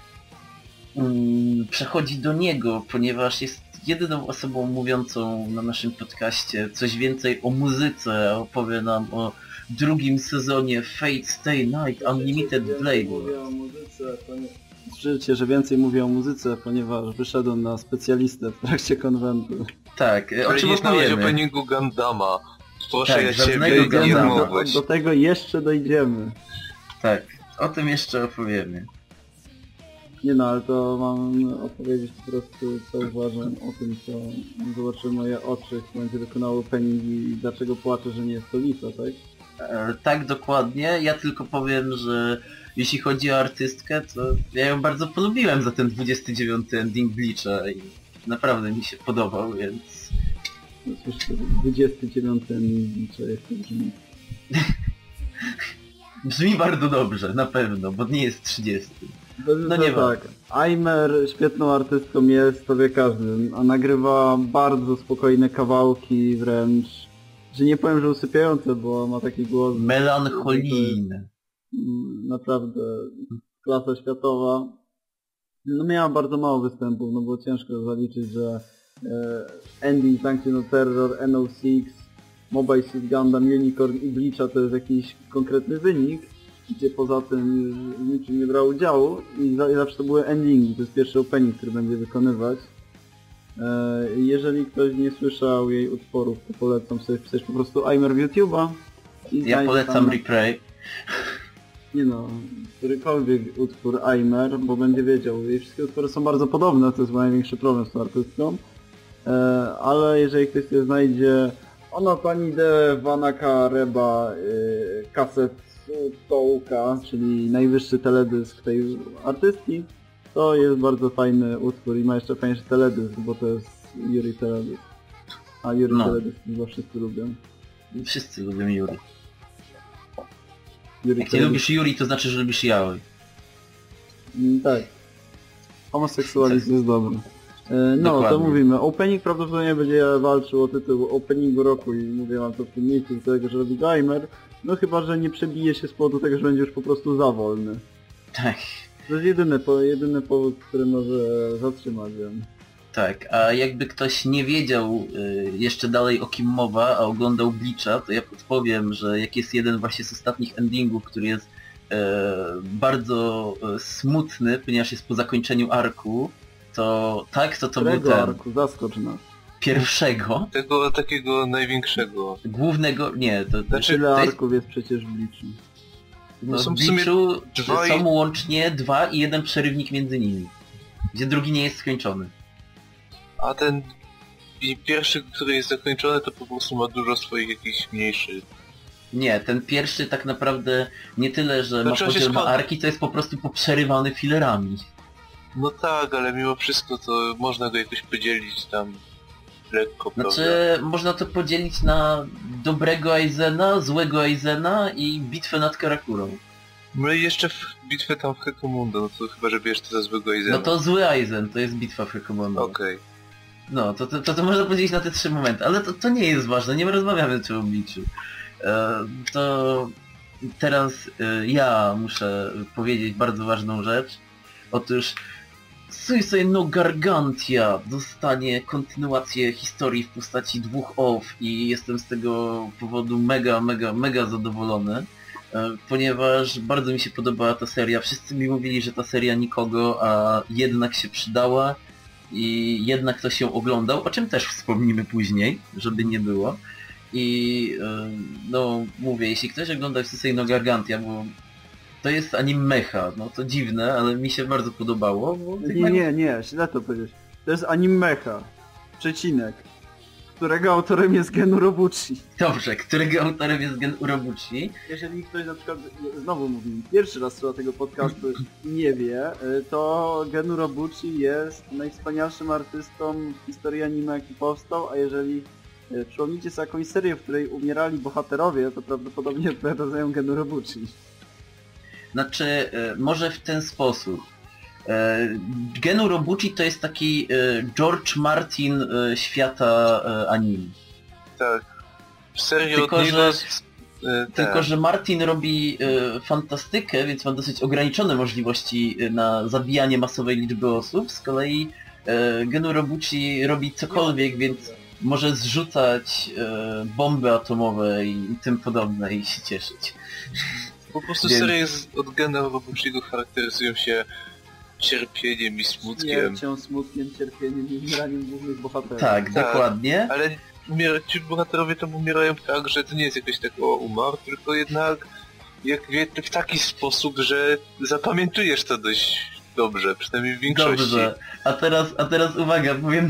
przechodzi do niego, ponieważ jest jedyną osobą mówiącą na naszym podcaście coś więcej o muzyce, opowie nam o drugim sezonie Fate Stay Night Unlimited Blade. Mówię o muzyce, słyszycie, że więcej mówię o muzyce, ponieważ wyszedłem na specjalistę w trakcie konwentu. Tak, o Ale czym nie znałeś opowiemy? openingu Gundama. Proszę Tak, ja żadnego ciebie, nie Gundama. mogłeś. Do tego jeszcze dojdziemy. Tak, o tym jeszcze opowiemy. Nie no, ale to mam opowiedzieć po prostu, co uważam o tym, co zobaczy moje oczy, kto będzie wykonał opening i dlaczego płaczę, że nie jest to Lisa, tak? Tak, dokładnie. Ja tylko powiem, że jeśli chodzi o artystkę, to ja ją bardzo polubiłem za ten 29 ending Bleacha i naprawdę mi się podobał, więc... Słyszę, 29 liczę, jak to brzmi. Brzmi bardzo dobrze, na pewno, bo nie jest 30. No nie nie tak. Aimer świetną artystką jest, to wie każdy, a nagrywa bardzo spokojne kawałki, wręcz, że nie powiem, że usypiające, bo ma taki głos... Melancholijne. Naprawdę klasa światowa. No miała bardzo mało występów, no było ciężko zaliczyć, że Ending, Sanction of Terror, NO6, Mobile Suit Gundam, Unicorn i Bleacha to jest jakiś konkretny wynik, gdzie poza tym już w niczym nie brał udziału i zawsze to były endingi, to jest pierwszy opening, który będzie wykonywać. Jeżeli ktoś nie słyszał jej utworów, to polecam sobie wpisać po prostu Aimer w YouTube'a. Ja polecam Replay. Nie no, którykolwiek utwór Aimer, bo będzie wiedział. Jej wszystkie utwory są bardzo podobne, to jest mój największy problem z tą artystką. Ale jeżeli ktoś sobie znajdzie Ona Pani de Vanaka Reba kaset Touka, czyli najwyższy teledysk tej artystki, to jest bardzo fajny utwór i ma jeszcze fajniejszy teledysk, bo to jest Yuri teledysk. A Yuri teledysk chyba wszyscy lubią. Wszyscy lubią Yuri. Yuri Jak nie lubisz Yuri, to znaczy, że lubisz Yaoi. Tak. Homoseksualizm jest dobry. No, Dokładnie. to mówimy. Opening prawdopodobnie będzie walczył o tytuł openingu roku i mówię wam to w tym miejscu, do tego, że robi Aimer. No chyba, że nie przebije się z powodu tego, że będzie już po prostu za wolny. Tak. To jest jedyny powód, który może zatrzymać ją. Tak, a jakby ktoś nie wiedział jeszcze dalej o kim mowa, a oglądał Bleacha, to ja podpowiem, że jak jest jeden właśnie z ostatnich endingów, który jest bardzo smutny, ponieważ jest po zakończeniu arku, to tak, to był ten arku? Zaskocz nas. pierwszego. Tego takiego największego. Głównego, nie, to Znaczy, Tyle to jest, arków jest przecież w Bleachu. no, są w w sumie Bleachu dwa są łącznie 2 i jeden przerywnik między nimi, gdzie drugi nie jest skończony. A ten pierwszy, który jest zakończony, to po prostu ma dużo swoich jakichś mniejszych. Nie, ten pierwszy tak naprawdę nie tyle, że Znaczy, ma on się podział na składa- arki, to jest po prostu poprzerywany filerami. No tak, ale mimo wszystko to można go jakoś podzielić tam lekko, prawda? Znaczy, można to podzielić na dobrego Aizena, złego Aizena i bitwę nad Karakurą. No i jeszcze w bitwę tam w Hekamundo, no to chyba, że bierz to za złego Aizena. No to zły Aizen, to jest bitwa w Hekomondo. Okej. No, to można podzielić na te 3 momenty, ale to nie jest ważne, nie rozmawiamy tu o Bleachu. To teraz ja muszę powiedzieć bardzo ważną rzecz. Otóż Suisei no Gargantia dostanie kontynuację historii w postaci 2 OVA i jestem z tego powodu mega zadowolony, ponieważ bardzo mi się podobała ta seria. Wszyscy mi mówili, że ta seria nikogo, a jednak się przydała i jednak ktoś ją oglądał, o czym też wspomnimy później, żeby nie było. I no mówię, jeśli ktoś ogląda Suisei no Gargantia, bo to jest anime mecha, no to dziwne, ale mi się bardzo podobało. Bo Nie, źle to powiedzieć. To jest Animecha. Przecinek. Którego autorem jest Gen Urobuchi. Dobrze, którego autorem jest Gen Urobuchi. Jeżeli ktoś na przykład, znowu mówimy, pierwszy raz słucha tego podcastu nie wie, to Gen Urobuchi jest najwspanialszym artystą w historii anime, jaki powstał, a jeżeli przypomnicie sobie jakąś serię, w której umierali bohaterowie, to prawdopodobnie odpowiada za nią Gen Urobuchi. Znaczy, może w ten sposób. Gen Urobuchi to jest taki George Martin świata anime. Tak. Serio Tylko, od niego... Tylko, że Martin robi fantastykę, więc ma dosyć ograniczone możliwości na zabijanie masowej liczby osób. Z kolei Genu Robuchi robi cokolwiek, więc może zrzucać bomby atomowe i tym podobne i się cieszyć. Po prostu serie od Gena Robuchiego charakteryzują się cierpieniem i smutkiem. Śmiercią, smutkiem, cierpieniem i umieraniem głównych bohaterów. Tak, dokładnie. Ale ci bohaterowie tam umierają tak, że to nie jest jakoś tak umarł, tylko jednak w taki sposób, że zapamiętujesz to dość dobrze, przynajmniej w większości. Dobrze, a teraz uwaga, powiem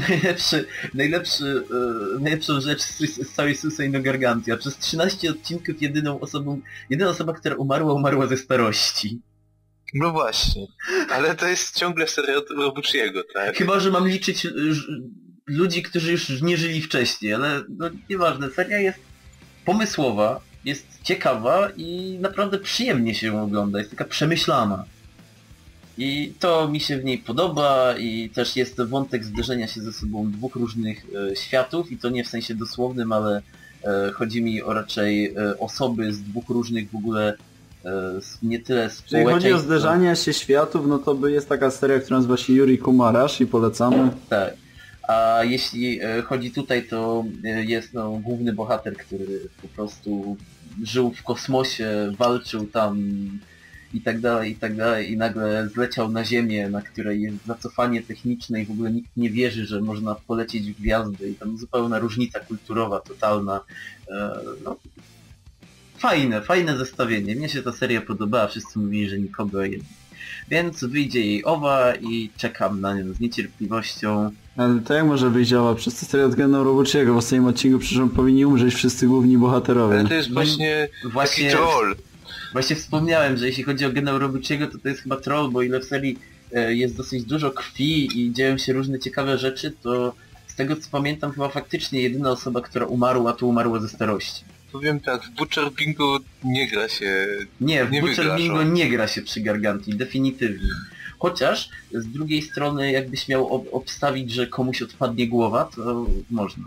najlepszą rzecz z całej Susei no Gargantia. Przez 13 odcinków jedyna osoba, która umarła ze starości. No właśnie, ale to jest ciągle seria od Robuchiego, tak? Chyba, że mam liczyć ludzi, którzy już nie żyli wcześniej, ale no nieważne, seria jest pomysłowa, jest ciekawa i naprawdę przyjemnie się ją ogląda, jest taka przemyślana. I to mi się w niej podoba i też jest to wątek zderzenia się ze sobą dwóch różnych światów i to nie w sensie dosłownym, ale chodzi mi o raczej osoby z dwóch różnych w ogóle nie tyle społeczeństw. Jeżeli chodzi o zderzanie się światów, no to jest taka seria, która nazywa się Yuri Kumarash i polecamy. Tak. A jeśli chodzi tutaj, to jest główny bohater, który po prostu żył w kosmosie, walczył tam i tak dalej i nagle zleciał na Ziemię, na której jest zacofanie techniczne i w ogóle nikt nie wierzy, że można polecieć w gwiazdy i tam zupełna różnica kulturowa, totalna. No, fajne zestawienie. Mnie się ta seria podobała, wszyscy mówili, że nikogo jej. Więc wyjdzie jej OVA i czekam na nią z niecierpliwością. Ale to jak może wyjść OVA? Przez tę serię od Gena Robuchiego w ostatnim odcinku przyszłym powinni umrzeć wszyscy główni bohaterowie. Ale to jest właśnie taki troll. Właśnie wspomniałem, że jeśli chodzi o Gena Robuchiego, to jest chyba troll, bo ile w serii jest dosyć dużo krwi i dzieją się różne ciekawe rzeczy, to z tego co pamiętam chyba faktycznie jedyna osoba, która umarła, to umarła ze starości. Powiem tak, w Butcher Bingo nie gra się... Nie, w Butcher Bingo nie gra się przy Gargantii, definitywnie. Chociaż z drugiej strony jakbyś miał obstawić, że komuś odpadnie głowa, to można.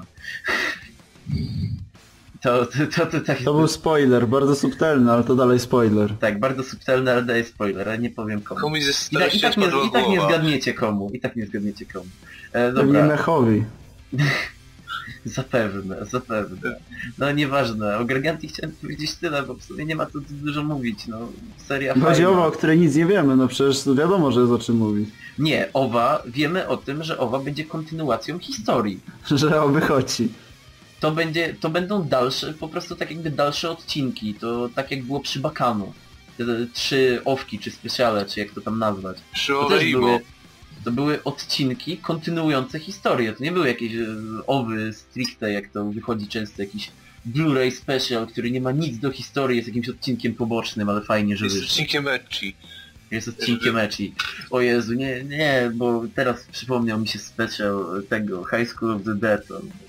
To był spoiler, bardzo subtelny, ale to dalej spoiler. Tak, bardzo subtelny, ale daje spoiler, ale nie powiem komu. Komuś ze starości I tak nie zgadniecie komu. Pewnie Dobra. Mechowi. Zapewne. No nieważne, o Gargantii chciałem powiedzieć tyle, bo w sumie nie ma tu dużo mówić, no seria fajna. Chodzi o której nic nie wiemy, no przecież wiadomo, że jest o czym mówić. Nie, OVA, wiemy o tym, że OVA będzie kontynuacją historii. Że o wychodzi. To będą dalsze, po prostu tak jakby dalsze odcinki, to tak jak było przy Bakanu. Te 3 owki, czy specjale, czy jak to tam nazwać. To były odcinki kontynuujące historię, to nie były jakieś owy stricte, jak to wychodzi często, jakiś Blu-ray special, który nie ma nic do historii, jest jakimś odcinkiem pobocznym, ale fajnie, że jest odcinkiem ecchi. Jest odcinkiem ecchi. O Jezu, nie, bo teraz przypomniał mi się special tego High School of the Dead,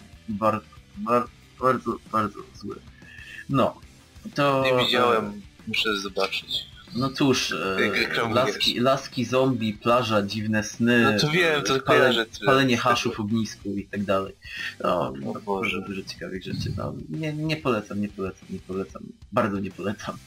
bardzo zły. No, to... Nie widziałem, muszę zobaczyć. No cóż, laski zombie, plaża, dziwne sny, no to wiem, to palenie haszu w ognisku i tak dalej. No, dużo ciekawych rzeczy. No, nie polecam. Bardzo nie polecam.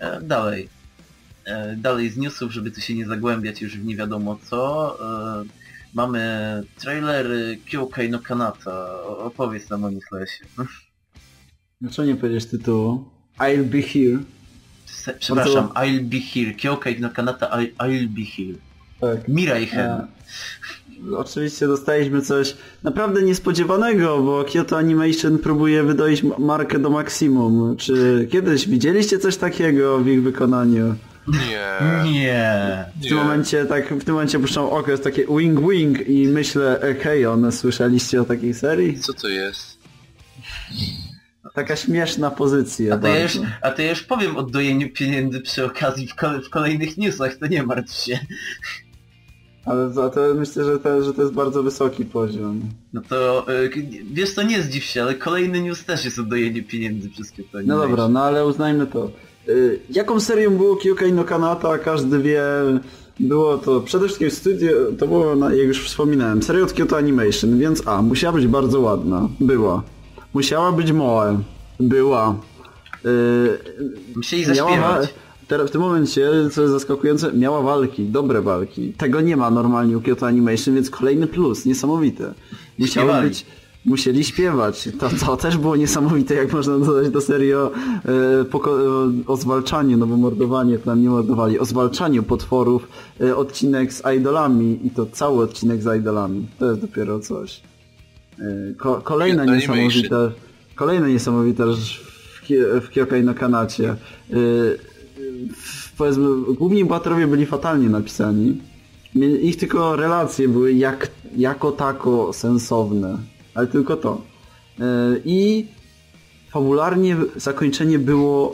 Dalej z newsów, żeby tu się nie zagłębiać już w nie wiadomo co. Mamy trailer Kyokai no Kanata. Opowiedz nam o nich, Lesie. Dlaczego nie powiedziesz tytułu? I'll be here. Przepraszam, I'll be here. Kyokai no Kanata, I'll be here. Tak. Mirai Hen. Oczywiście dostaliśmy coś naprawdę niespodziewanego, bo Kyoto Animation próbuje wydoić markę do maksimum. Czy kiedyś widzieliście coś takiego w ich wykonaniu? Nie. W tym momencie puszczam oko, jest takie wing i myślę, hej, słyszeliście o takiej serii? Co to jest? Taka śmieszna pozycja. A to ja już powiem o dojeniu pieniędzy przy okazji w kolejnych newsach, to nie martw się. Ale to myślę, że to jest bardzo wysoki poziom. No to, wiesz co, nie zdziw się, ale kolejny news też jest o dojeniu pieniędzy przez Kyoto Animation. No dobra, no ale uznajmy to. Jaką serią było Kyokai no Kanata, każdy wie, było to przede wszystkim studio, to było, jak już wspominałem, seria od Kyoto Animation, więc musiała być bardzo ładna, była. Musiała być moe, Była. Musieli zaśpiewać. Teraz w tym momencie, co jest zaskakujące, miała walki, dobre walki. Tego nie ma normalnie u Kyoto Animation, więc kolejny plus, niesamowite. Musieli śpiewać. To też było niesamowite, jak można dodać do serii o zwalczaniu, no bo mordowanie to nam nie mordowali, o zwalczaniu potworów, odcinek z idolami i to cały odcinek z idolami. To jest dopiero coś. Kolejne niesamowite rzecz w Kyokai no Kanacie. Powiedzmy, główni bohaterowie byli fatalnie napisani. Ich tylko relacje były jako tako sensowne. Ale tylko to. I fabularnie zakończenie było...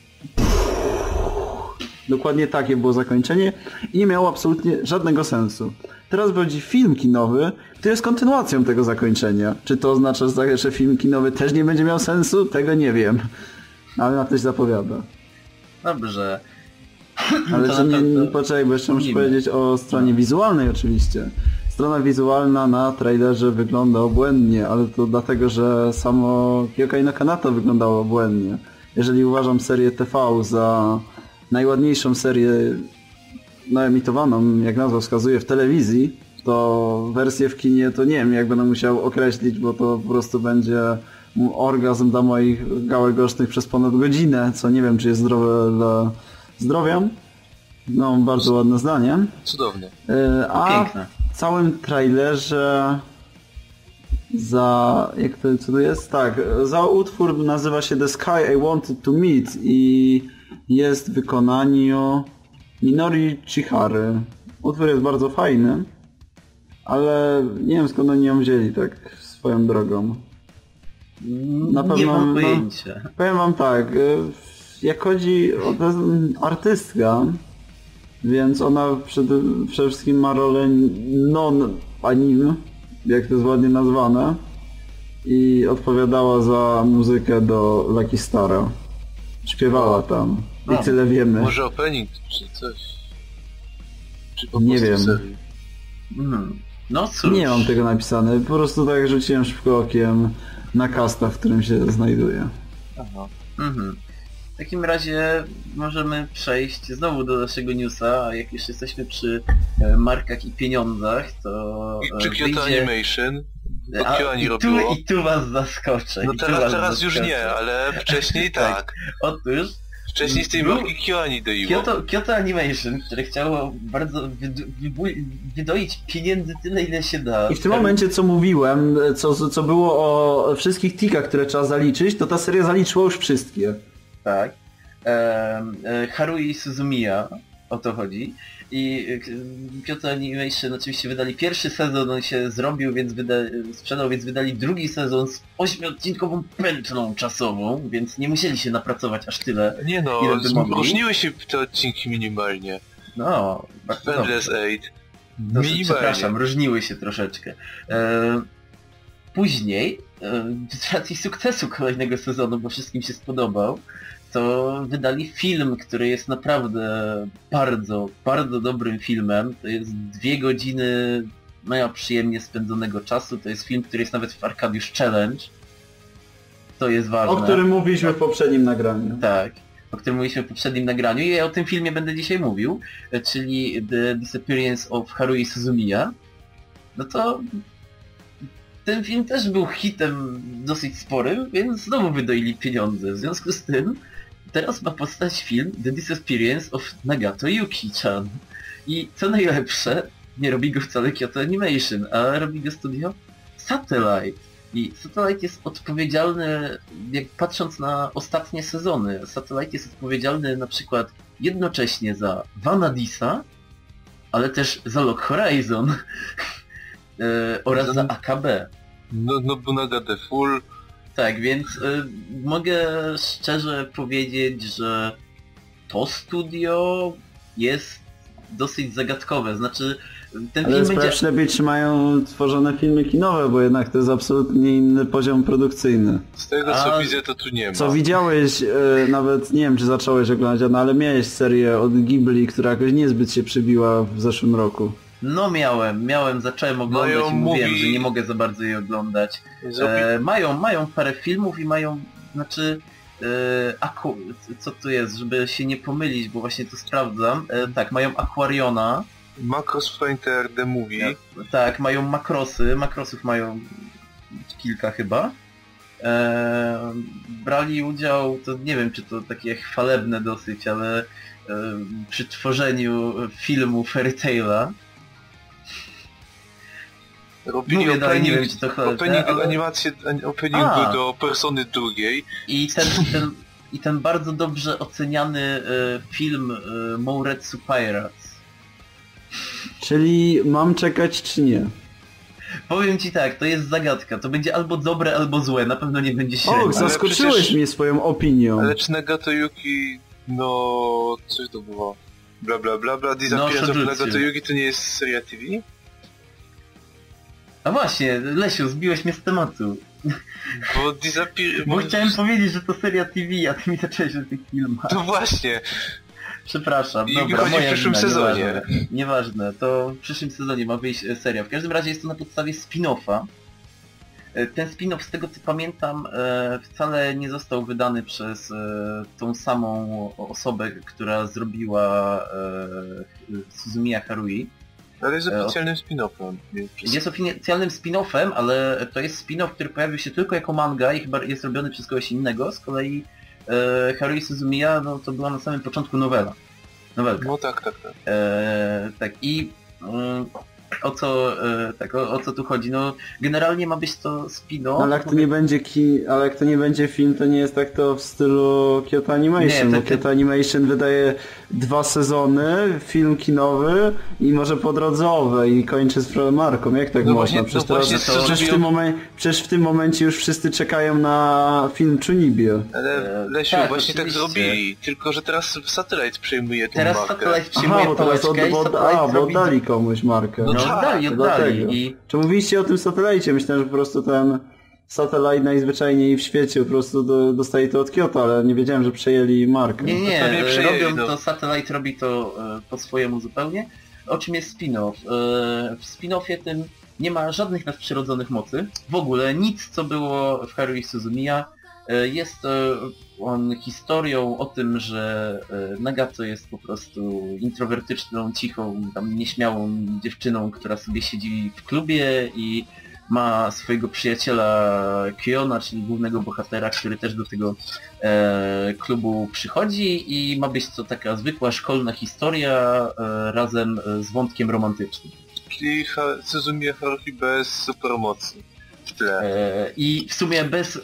Dokładnie takie było zakończenie i nie miało absolutnie żadnego sensu. Teraz będzie film kinowy, który jest kontynuacją tego zakończenia. Czy to oznacza, że film kinowy też nie będzie miał sensu? Tego nie wiem. Ale na to się zapowiada. Dobrze. Ale to nie poczekaj, bo jeszcze muszę powiedzieć o stronie wizualnej oczywiście. Strona wizualna na trailerze wygląda obłędnie, ale to dlatego, że samo Kyokai no Kanata wyglądało obłędnie. Jeżeli uważam serię TV za najładniejszą serię emitowaną, jak nazwa wskazuje, w telewizji, to wersję w kinie to nie wiem, jak będę musiał określić, bo to po prostu będzie orgazm dla moich gałek ocznych przez ponad godzinę, co nie wiem, czy jest zdrowe dla zdrowia. No, bardzo ładne zdanie. Cudowne. Piękne. W całym trailerze co to jest? Tak, za utwór nazywa się The Sky I Wanted to Meet i jest w wykonaniu Minori Chihary. Utwór jest bardzo fajny, ale nie wiem, skąd oni ją wzięli tak swoją drogą. Na pewno, nie mam pojęcia. Powiem wam tak, jak chodzi o tę artystkę, więc ona przede wszystkim ma rolę non-anime, jak to jest ładnie nazwane, i odpowiadała za muzykę do Lucky Stara. Śpiewała tam i tyle wiemy. Może opening czy coś? Czy po nie wiem. Serii? No cóż. Nie mam tego napisane, po prostu tak rzuciłem szybko okiem na casta, w którym się znajduje. Aha. W takim razie możemy przejść znowu do naszego newsa, a jak już jesteśmy przy markach i pieniądzach, to czy Kyoto Animation? I tu was zaskoczę. No teraz już nie, ale wcześniej tak. Otóż wcześniej z tej marki KyoAni doiło. Kyoto Animation, które chciało bardzo wydoić pieniędzy tyle, ile się da. I w tym momencie, co mówiłem, co było o wszystkich tikach, które trzeba zaliczyć, to ta seria zaliczyła już wszystkie. Tak. Harui Suzumiya, o to chodzi. I Kyoto Animation oczywiście wydali pierwszy sezon, on się zrobił, więc sprzedał, więc wydali drugi sezon z 8-odcinkową pętlą czasową, więc nie musieli się napracować aż tyle. Nie no, różniły się te odcinki minimalnie. No, bardzo Endless Eight. Przepraszam, różniły się troszeczkę. Później, z racji sukcesu kolejnego sezonu, bo wszystkim się spodobał, to wydali film, który jest naprawdę bardzo, bardzo dobrym filmem. To jest 2 godziny mega przyjemnie spędzonego czasu. To jest film, który jest nawet w Arcadiusz Challenge. To jest ważne. O którym mówiliśmy w poprzednim nagraniu. Tak, o którym mówiliśmy w poprzednim nagraniu i ja o tym filmie będę dzisiaj mówił, czyli The Disappearance of Harui Suzumiya. No to ten film też był hitem dosyć sporym, więc znowu wydoili pieniądze. W związku z tym teraz ma powstać film The Disappearance of Nagato Yuki-chan. I co najlepsze, nie robi go wcale Kyoto Animation, a robi go studio Satellite. I Satellite jest odpowiedzialny, jak patrząc na ostatnie sezony, Satellite jest odpowiedzialny na przykład jednocześnie za Vanadisa, ale też za Log Horizon oraz za AKB. Nobunaga The Full. Tak, więc mogę szczerze powiedzieć, że to studio jest dosyć zagadkowe, znaczy ten ale film będzie... lepiej trzymają tworzone filmy kinowe, bo jednak to jest absolutnie inny poziom produkcyjny. Z tego co widzę, to tu nie ma. Co widziałeś, nawet nie wiem czy zacząłeś oglądać, ale miałeś serię od Ghibli, która jakoś niezbyt się przybiła w zeszłym roku. No zacząłem oglądać i mówiłem, że nie mogę za bardzo jej oglądać. Mają parę filmów i mają znaczy... co tu jest, żeby się nie pomylić, bo właśnie to sprawdzam. Tak, mają Aquariona. Macross Painter The Movie. Tak, mają makrosów mają kilka chyba. Brali udział, to nie wiem czy to takie chwalebne dosyć, ale przy tworzeniu filmu Fairy Tail'a. Robili Mówię dalej, nie opening, wiem czy to chwalebne, opening ale... animację, openingu do Persony drugiej. I ten bardzo dobrze oceniany film Mouretsu Pirates. Czyli mam czekać czy nie? Powiem ci tak, to jest zagadka. To będzie albo dobre, albo złe. Na pewno nie będzie O, średnie. zaskoczyłeś przecież- mnie swoją opinią. Ale czy Nagato Yuki, no... coś to było? Bla bla bla bla, Disappearance of Shojutsu. Nagato Yuki to nie jest seria TV? A właśnie, Lesiu, zbiłeś mnie z tematu. Bo Disappearance... Bo chciałem powiedzieć, że to seria TV, a ty mi zacząłeś o tych filmach. To właśnie! Przepraszam, I dobra, wychodzi w moja przyszłym wina, sezonie. Nieważne, to w przyszłym sezonie ma wyjść seria. W każdym razie jest to na podstawie spin-offa. Ten spin-off, z tego co pamiętam, wcale nie został wydany przez tą samą osobę, która zrobiła Suzumiya Harui. Ale jest oficjalnym spin-offem. Jest oficjalnym spin-offem, ale to jest spin-off, który pojawił się tylko jako manga i chyba jest robiony przez kogoś innego. Z kolei Harui Suzumiya, no to była na samym początku nowelka. No tak. Tak i o co tu chodzi? No generalnie ma być to spin-off. Ale jak to nie będzie film, to nie jest tak to w stylu Kyoto Animation, Nie, bo Kyoto Animation wydaje 2 sezony, film kinowy i może podrodzowe i kończy z marką. Jak tak No można? właśnie, Przecież w tym momencie już wszyscy czekają na film Chunibyo. Ale Lesiu, tak, właśnie tak oczywiście. zrobili, tylko że teraz Satellite przejmuje tą Teraz markę. Satellite przyjmuje Bo teraz pałeczkę i Satellite bo robi... oddali komuś markę. No No tak, oddali dlatego. i... Czy mówiliście o tym Satellite? Myślałem, że po prostu ten Satellite najzwyczajniej w świecie po prostu dostaje to od Kyoto, ale nie wiedziałem, że przejęli markę. Nie, pewnie przejęli, robią no. to, Satellite robi to po swojemu zupełnie. O czym jest spin-off? W spin-offie tym nie ma żadnych nadprzyrodzonych mocy. W ogóle nic, co było w Harui Suzumiya. Jest on historią o tym, że Nagato jest po prostu introwertyczną, cichą, tam nieśmiałą dziewczyną, która sobie siedzi w klubie i ma swojego przyjaciela Kiona, czyli głównego bohatera, który też do tego klubu przychodzi i ma być to taka zwykła szkolna historia razem z wątkiem romantycznym. Czyli Suzumiya Haruhi bez supermocy w tle. I w sumie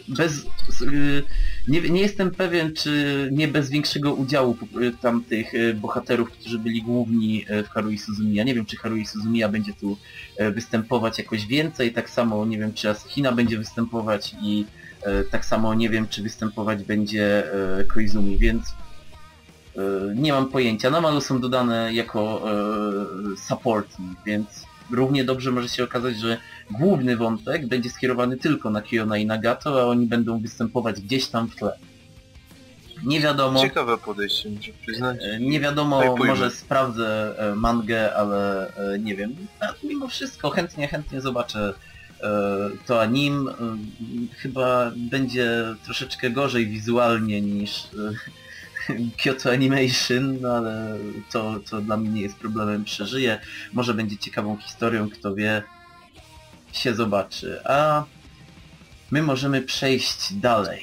nie jestem pewien, czy nie bez większego udziału tamtych bohaterów, którzy byli główni w Harui Suzumiya. Nie wiem, czy Harui Suzumiya będzie tu występować jakoś więcej, tak samo nie wiem, czy Asahina będzie występować i tak samo nie wiem, czy występować będzie Koizumi, więc nie mam pojęcia. Na malu są dodane jako supporting, więc równie dobrze może się okazać, że główny wątek będzie skierowany tylko na Kiona i Nagato, a oni będą występować gdzieś tam w tle. Nie wiadomo. Ciekawe podejście, muszę przyznać. Nie wiadomo, Hypujmy. może sprawdzę mangę, ale nie wiem. A mimo wszystko chętnie zobaczę to anim. Chyba będzie troszeczkę gorzej wizualnie niż Kyoto Animation, no ale to dla mnie nie jest problemem, przeżyję. Może będzie ciekawą historią, kto wie, się zobaczy. A my możemy przejść dalej.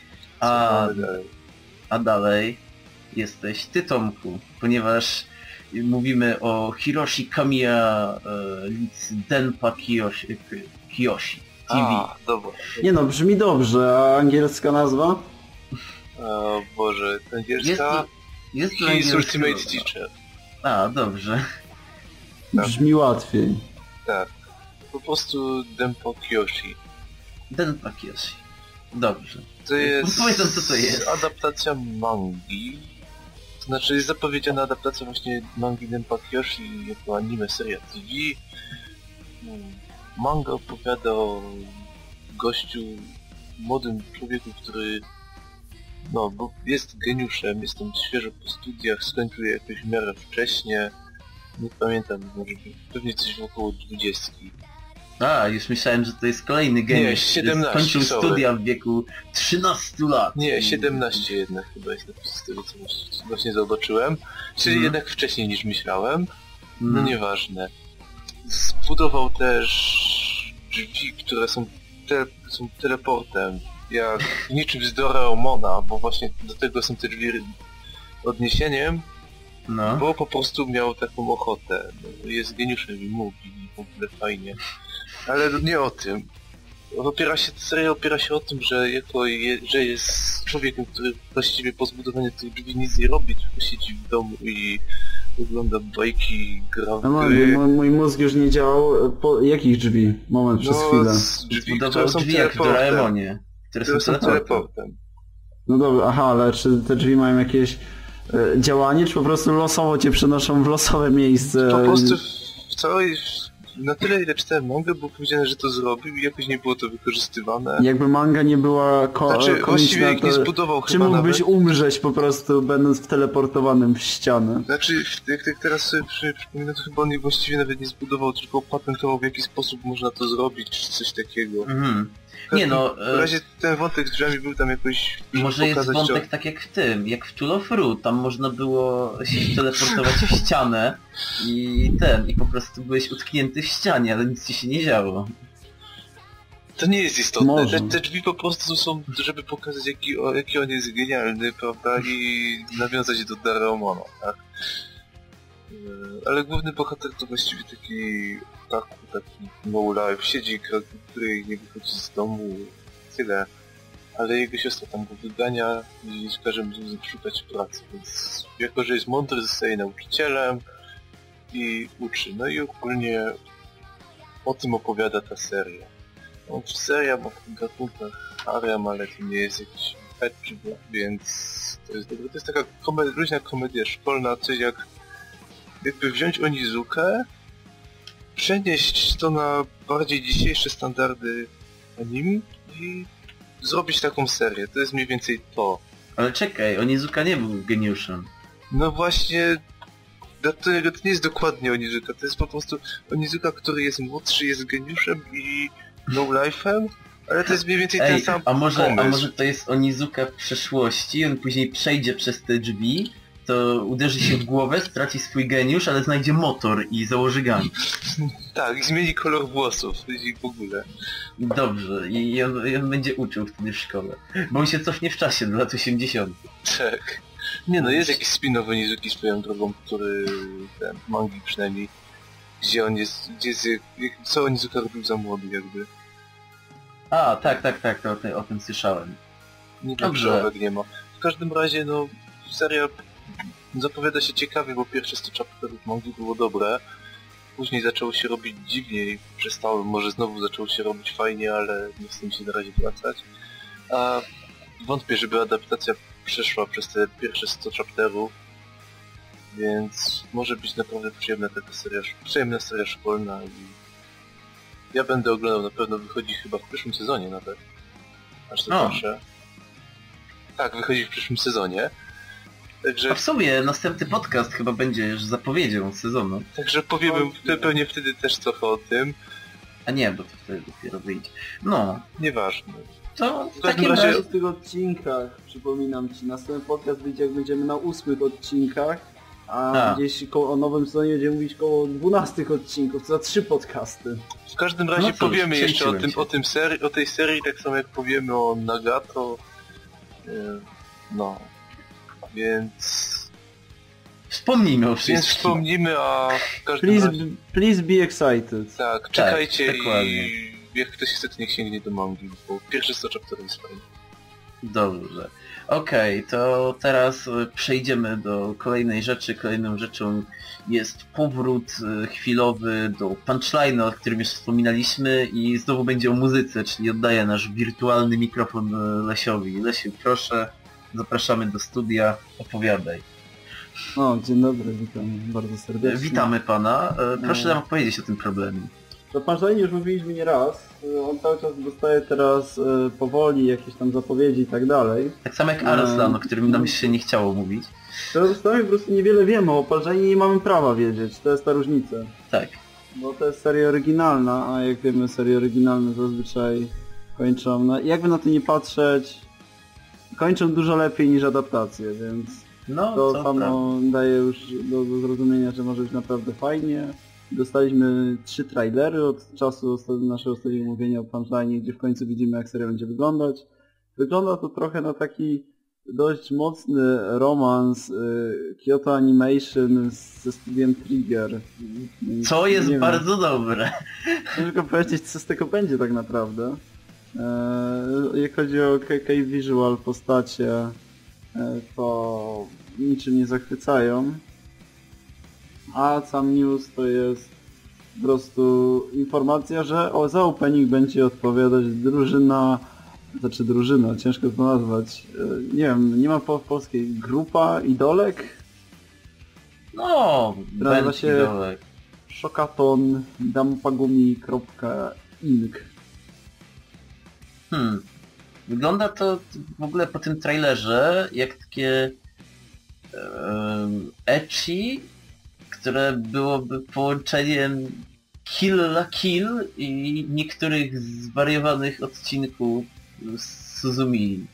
A dalej jesteś ty, Tomku, ponieważ mówimy o Hiroshi Kamiya lic Denpa Kiyoshi TV. A, dobra. Nie no, brzmi dobrze, a angielska nazwa? O Boże, angielska... Jest to He is angielska Ultimate nazwa. Teacher. A, dobrze. Tak. Brzmi łatwiej. Tak. Po prostu Denpo Kiyoshi. Denpa Kiyoshi. Dobrze. To jest... Powiedzmy, co to jest. Adaptacja mangi. To znaczy jest zapowiedziana adaptacja właśnie mangi Denpa Kiyoshi jako anime seria TV. Manga opowiada o gościu, młodym człowieku, który no, bo jest geniuszem, jest tam świeżo po studiach, skończył je jakoś w miarę wcześnie. Nie pamiętam, może pewnie coś około 20. A, już myślałem, że to jest kolejny geniusz. Nie, 17, skończył sorry. studia w wieku 13 lat. Nie, 17 jednak chyba jest napis z tego, co właśnie zobaczyłem. Czyli jednak wcześniej niż myślałem. No nieważne. Zbudował też drzwi, które są teleportem. Jak niczym z Doraemona, bo właśnie do tego są te drzwi odniesieniem. No. Bo po prostu miał taką ochotę. No, jest geniuszem i mówi w ogóle fajnie. Ale nie o tym. Seria opiera się o tym, że że jest człowiekiem, który właściwie po zbudowaniu tych drzwi nic nie robi, tylko siedzi w domu i ogląda bajki, gra w gry. Mój mózg już nie działał. Po jakich drzwi? Moment, przez chwilę. Drzwi, Zbudował które są drzwi jak w Doraemonie, które są teleportem. No dobra, aha, ale czy te drzwi mają jakieś działanie, czy po prostu losowo cię przenoszą w losowe miejsce? Po prostu na tyle ile czytałem mangę, było powiedziane, że to zrobił i jakoś nie było to wykorzystywane. Jakby manga nie była właściwie jak to nie zbudował czy chyba mógłbyś nawet umrzeć po prostu będąc wteleportowanym w ścianę? Znaczy, jak teraz sobie przypominam, to chyba on właściwie nawet nie zbudował, tylko opatentował w jaki sposób można to zrobić, czy coś takiego. Nie no... W razie ten wątek z drzwiami był tam jakoś... Może jest wątek tak jak w tym, jak w Tool of Root, tam można było się teleportować w ścianę i po prostu byłeś utknięty w ścianie, ale nic ci się nie działo. To nie jest istotne, Może. te drzwi po prostu są, żeby pokazać jaki on jest genialny, prawda, i nawiązać do Doraemona, tak? Ale główny bohater to właściwie taki no life, siedzi, który nie wychodzi z domu, tyle. Ale jego siostra tam go wygania i każe mu szukać pracy, więc jako, że jest mądry, zostaje nauczycielem i uczy. No i ogólnie o tym opowiada ta seria. No, seria ma w gatunkach harem, ale to nie jest jakiś fetch, więc to jest dobre. To jest taka luźna komedia szkolna, coś jakby wziąć Onizukę, przenieść to na bardziej dzisiejsze standardy anime i zrobić taką serię. To jest mniej więcej to. Ale czekaj, Onizuka nie był geniuszem. No właśnie, to nie jest dokładnie Onizuka, to jest po prostu Onizuka, który jest młodszy, jest geniuszem i no-life'em, ale to jest mniej więcej ten sam pomysł. A może to jest Onizuka w przeszłości, on później przejdzie przez te drzwi, to uderzy się w głowę, straci swój geniusz, ale znajdzie motor i założy gang. Tak, i zmieni kolor włosów i w ogóle. Dobrze, i on będzie uczył wtedy w szkole. Bo on się cofnie w czasie do lat 80. Tak. Nie no, jest jakiś spin-off Onizuki swoją drogą, który ten mangi przynajmniej, gdzie on jest, co Onizuka robił za młody jakby. A, tak, o tym słyszałem. Nie wiem, czy Owek nie ma. W każdym razie, no, seria zapowiada się ciekawie, bo pierwsze 100 chapterów mangi było dobre. Później zaczęło się robić dziwniej, przestało, może znowu zaczęło się robić fajnie, ale nie chcę mi się na razie wracać. A wątpię, żeby adaptacja przeszła przez te pierwsze 100 chapterów, więc może być naprawdę przyjemna seria szkolna i ja będę oglądał, na pewno wychodzi chyba w przyszłym sezonie nawet. Aż to proszę. Tak, wychodzi w przyszłym sezonie. Także... A w sumie następny podcast chyba będzie już zapowiedzią sezonu. Także powiemy pewnie wtedy też trochę o tym. A nie, bo to wtedy dopiero wyjdzie. No. Nieważne. To w takim razie w tych odcinkach, przypominam ci, następny podcast wyjdzie jak będziemy na 8 odcinkach, a gdzieś o nowym sezonie będziemy mówić koło 12 odcinków, to za 3 podcasty. W każdym razie powiemy jeszcze o tej serii, tak samo jak powiemy o Nagato. No. Więc... Wspomnijmy o wszystkim. Więc wspomnimy, a w każdym razie... Please be excited. Tak, czekajcie i jak ktoś chce, to niech sięgnie do mangi, bo pierwszy 100 chapter jest fajny. Dobrze. Okej, to teraz przejdziemy do kolejnej rzeczy. Kolejną rzeczą jest powrót chwilowy do punchline'u, o którym już wspominaliśmy i znowu będzie o muzyce, czyli oddaję nasz wirtualny mikrofon Lesiowi. Lesiu, proszę, zapraszamy do studia, opowiadaj. O, dzień dobry, witam bardzo serdecznie. Witamy pana. Proszę nam opowiedzieć o tym problemie. To punchline już mówiliśmy nie raz. On cały czas dostaje teraz powoli jakieś tam zapowiedzi i tak dalej. Tak samo jak Arslan, o którym nam się nie chciało mówić. To dostajemy po prostu niewiele wiemy o punchline i nie mamy prawa wiedzieć. To jest ta różnica. Tak. Bo to jest seria oryginalna, a jak wiemy serie oryginalne zazwyczaj kończą, no jakby na to nie patrzeć, kończą dużo lepiej niż adaptacje, więc No, to co samo prawda. daje już do zrozumienia, że może być naprawdę fajnie. Dostaliśmy 3 trailery od czasu naszego ostatniego mówienia o Punchline, gdzie w końcu widzimy, jak seria będzie wyglądać. Wygląda to trochę na taki dość mocny romans Kyoto Animation ze studiem Trigger. Co jest Nie wiem. bardzo dobre. Ciężko powiedzieć, co z tego będzie tak naprawdę. Jak chodzi o K-Visual postacie, to niczym nie zachwycają. A sam news to jest po prostu informacja, że za opening będzie odpowiadać drużyna, ciężko to nazwać. Nie wiem, nie ma polskiej grupa idolek? No, Nazywa będzie się dołek. Shokaton dampagumi.inc. Wygląda to w ogóle po tym trailerze jak takie ecchi, które byłoby połączeniem Kill la Kill i niektórych zwariowanych odcinków z Suzumi.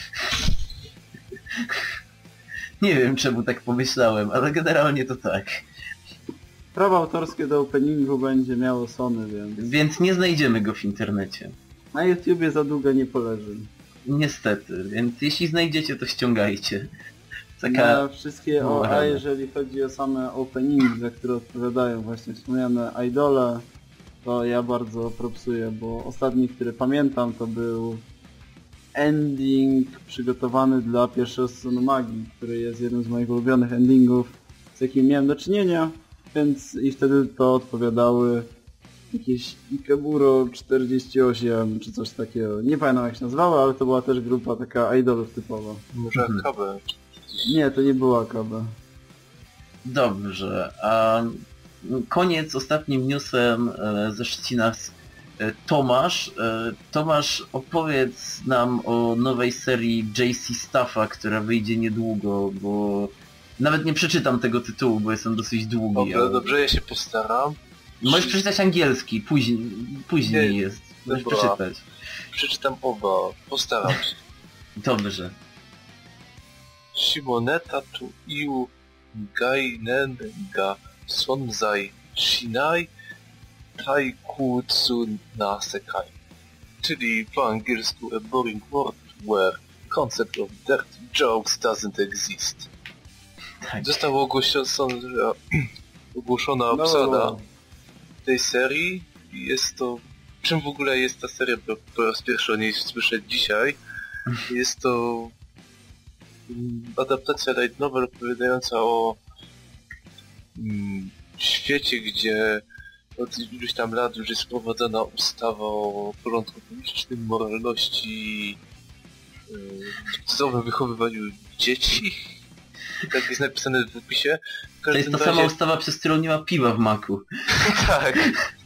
Nie wiem czemu tak pomyślałem, ale generalnie to tak. Prawa autorskie do openingu będzie miało Sony, Więc nie znajdziemy go w internecie. na YouTubie za długo nie poleży. Niestety, więc jeśli znajdziecie, to ściągajcie. Na wszystkie a rada. jeżeli chodzi o same openingi, za które odpowiadają właśnie wspomniane idole, to ja bardzo propsuję, bo ostatni, który pamiętam, to był ending przygotowany dla pierwszego sezonu Magii, który jest jednym z moich ulubionych endingów, z jakim miałem do czynienia, więc i wtedy to odpowiadały jakieś Ikeburo 48 czy coś takiego. Nie pamiętam jak się nazywało, ale to była też grupa taka idolów typowa. Może KB. Nie, to nie była KB. Dobrze, a koniec ostatnim newsem ze Szczecina. Tomasz. Tomasz, opowiedz nam o nowej serii JC Staffa, która wyjdzie niedługo, bo nawet nie przeczytam tego tytułu, bo jestem dosyć długi. Dobra, ale... dobrze, ja się postaram. Możesz przeczytać angielski, później Nie, jest. Możesz dobra. przeczytać. Przeczytam oba, postaram się. Dobrze. Shimoneta tu iu gainen ga sonzai shinai taikutsu na sekai. Czyli po angielsku a boring world where concept of dirty jokes doesn't exist. Tak. Została ogłoszona obsada tej serii. Jest to... Czym w ogóle jest ta seria? Bo po raz pierwszy o niej słyszę dzisiaj. Jest to adaptacja light novel opowiadająca o świecie, gdzie od iluś tam lat już jest wprowadzona ustawa o porządku publicznym, moralności, zdrowym wychowywaniu dzieci. Tak jest napisane w opisie. W To jest każdym ta sama razie... ustawa, przez którą nie ma piwa w maku. Tak.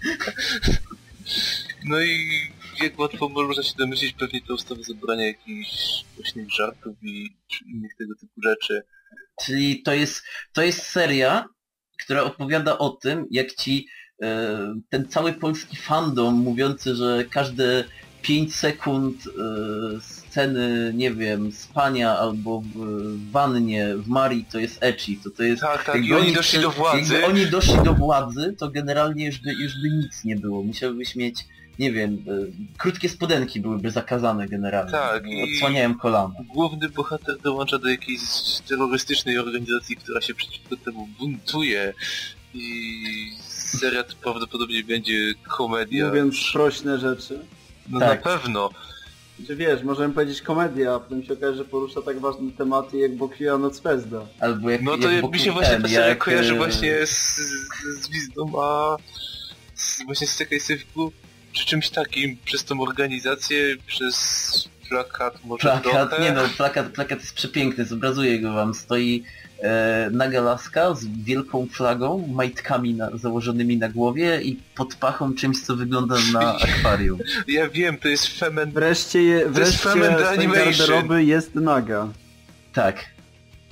No i jak łatwo można się domyślić, pewnie to ustawa zabrania jakichś właśnie żartów i innych tego typu rzeczy. Czyli to jest seria, która opowiada o tym, jak ci ten cały polski fandom mówiący, że każde 5 sekund sceny, nie wiem, spania albo w wannie, w Marii to jest ecchi, to jest... Tak, tak, jakby i oni doszli do władzy. Jakby oni doszli do władzy, to generalnie już by nic nie było. Musiałbyś mieć, nie wiem, krótkie spodenki byłyby zakazane generalnie. Tak, i- Odsłaniałem kolana. Główny bohater dołącza do jakiejś terrorystycznej organizacji, która się przeciwko temu buntuje. I seria to prawdopodobnie będzie komedia. Mówiąc sprośne rzeczy. No Tak. na pewno. Czy wiesz, możemy powiedzieć komedia, a potem się okaże, że porusza tak ważne tematy jak Bokuya no Tsubasa. Albo jak, No to jak mi się właśnie ta seria jak, kojarzy właśnie z Wizdą, a właśnie z Sekai Seifu, czy czymś takim, przez tą organizację, przez plakat, może Plakat, trochę. nie no, plakat jest przepiękny, zobrazuję go wam. Stoi naga laska z wielką flagą, majtkami założonymi na głowie i pod pachą czymś, co wygląda na akwarium. Ja wiem, to jest femen... Wreszcie To jest z tej Femen garderoby jest naga. Tak.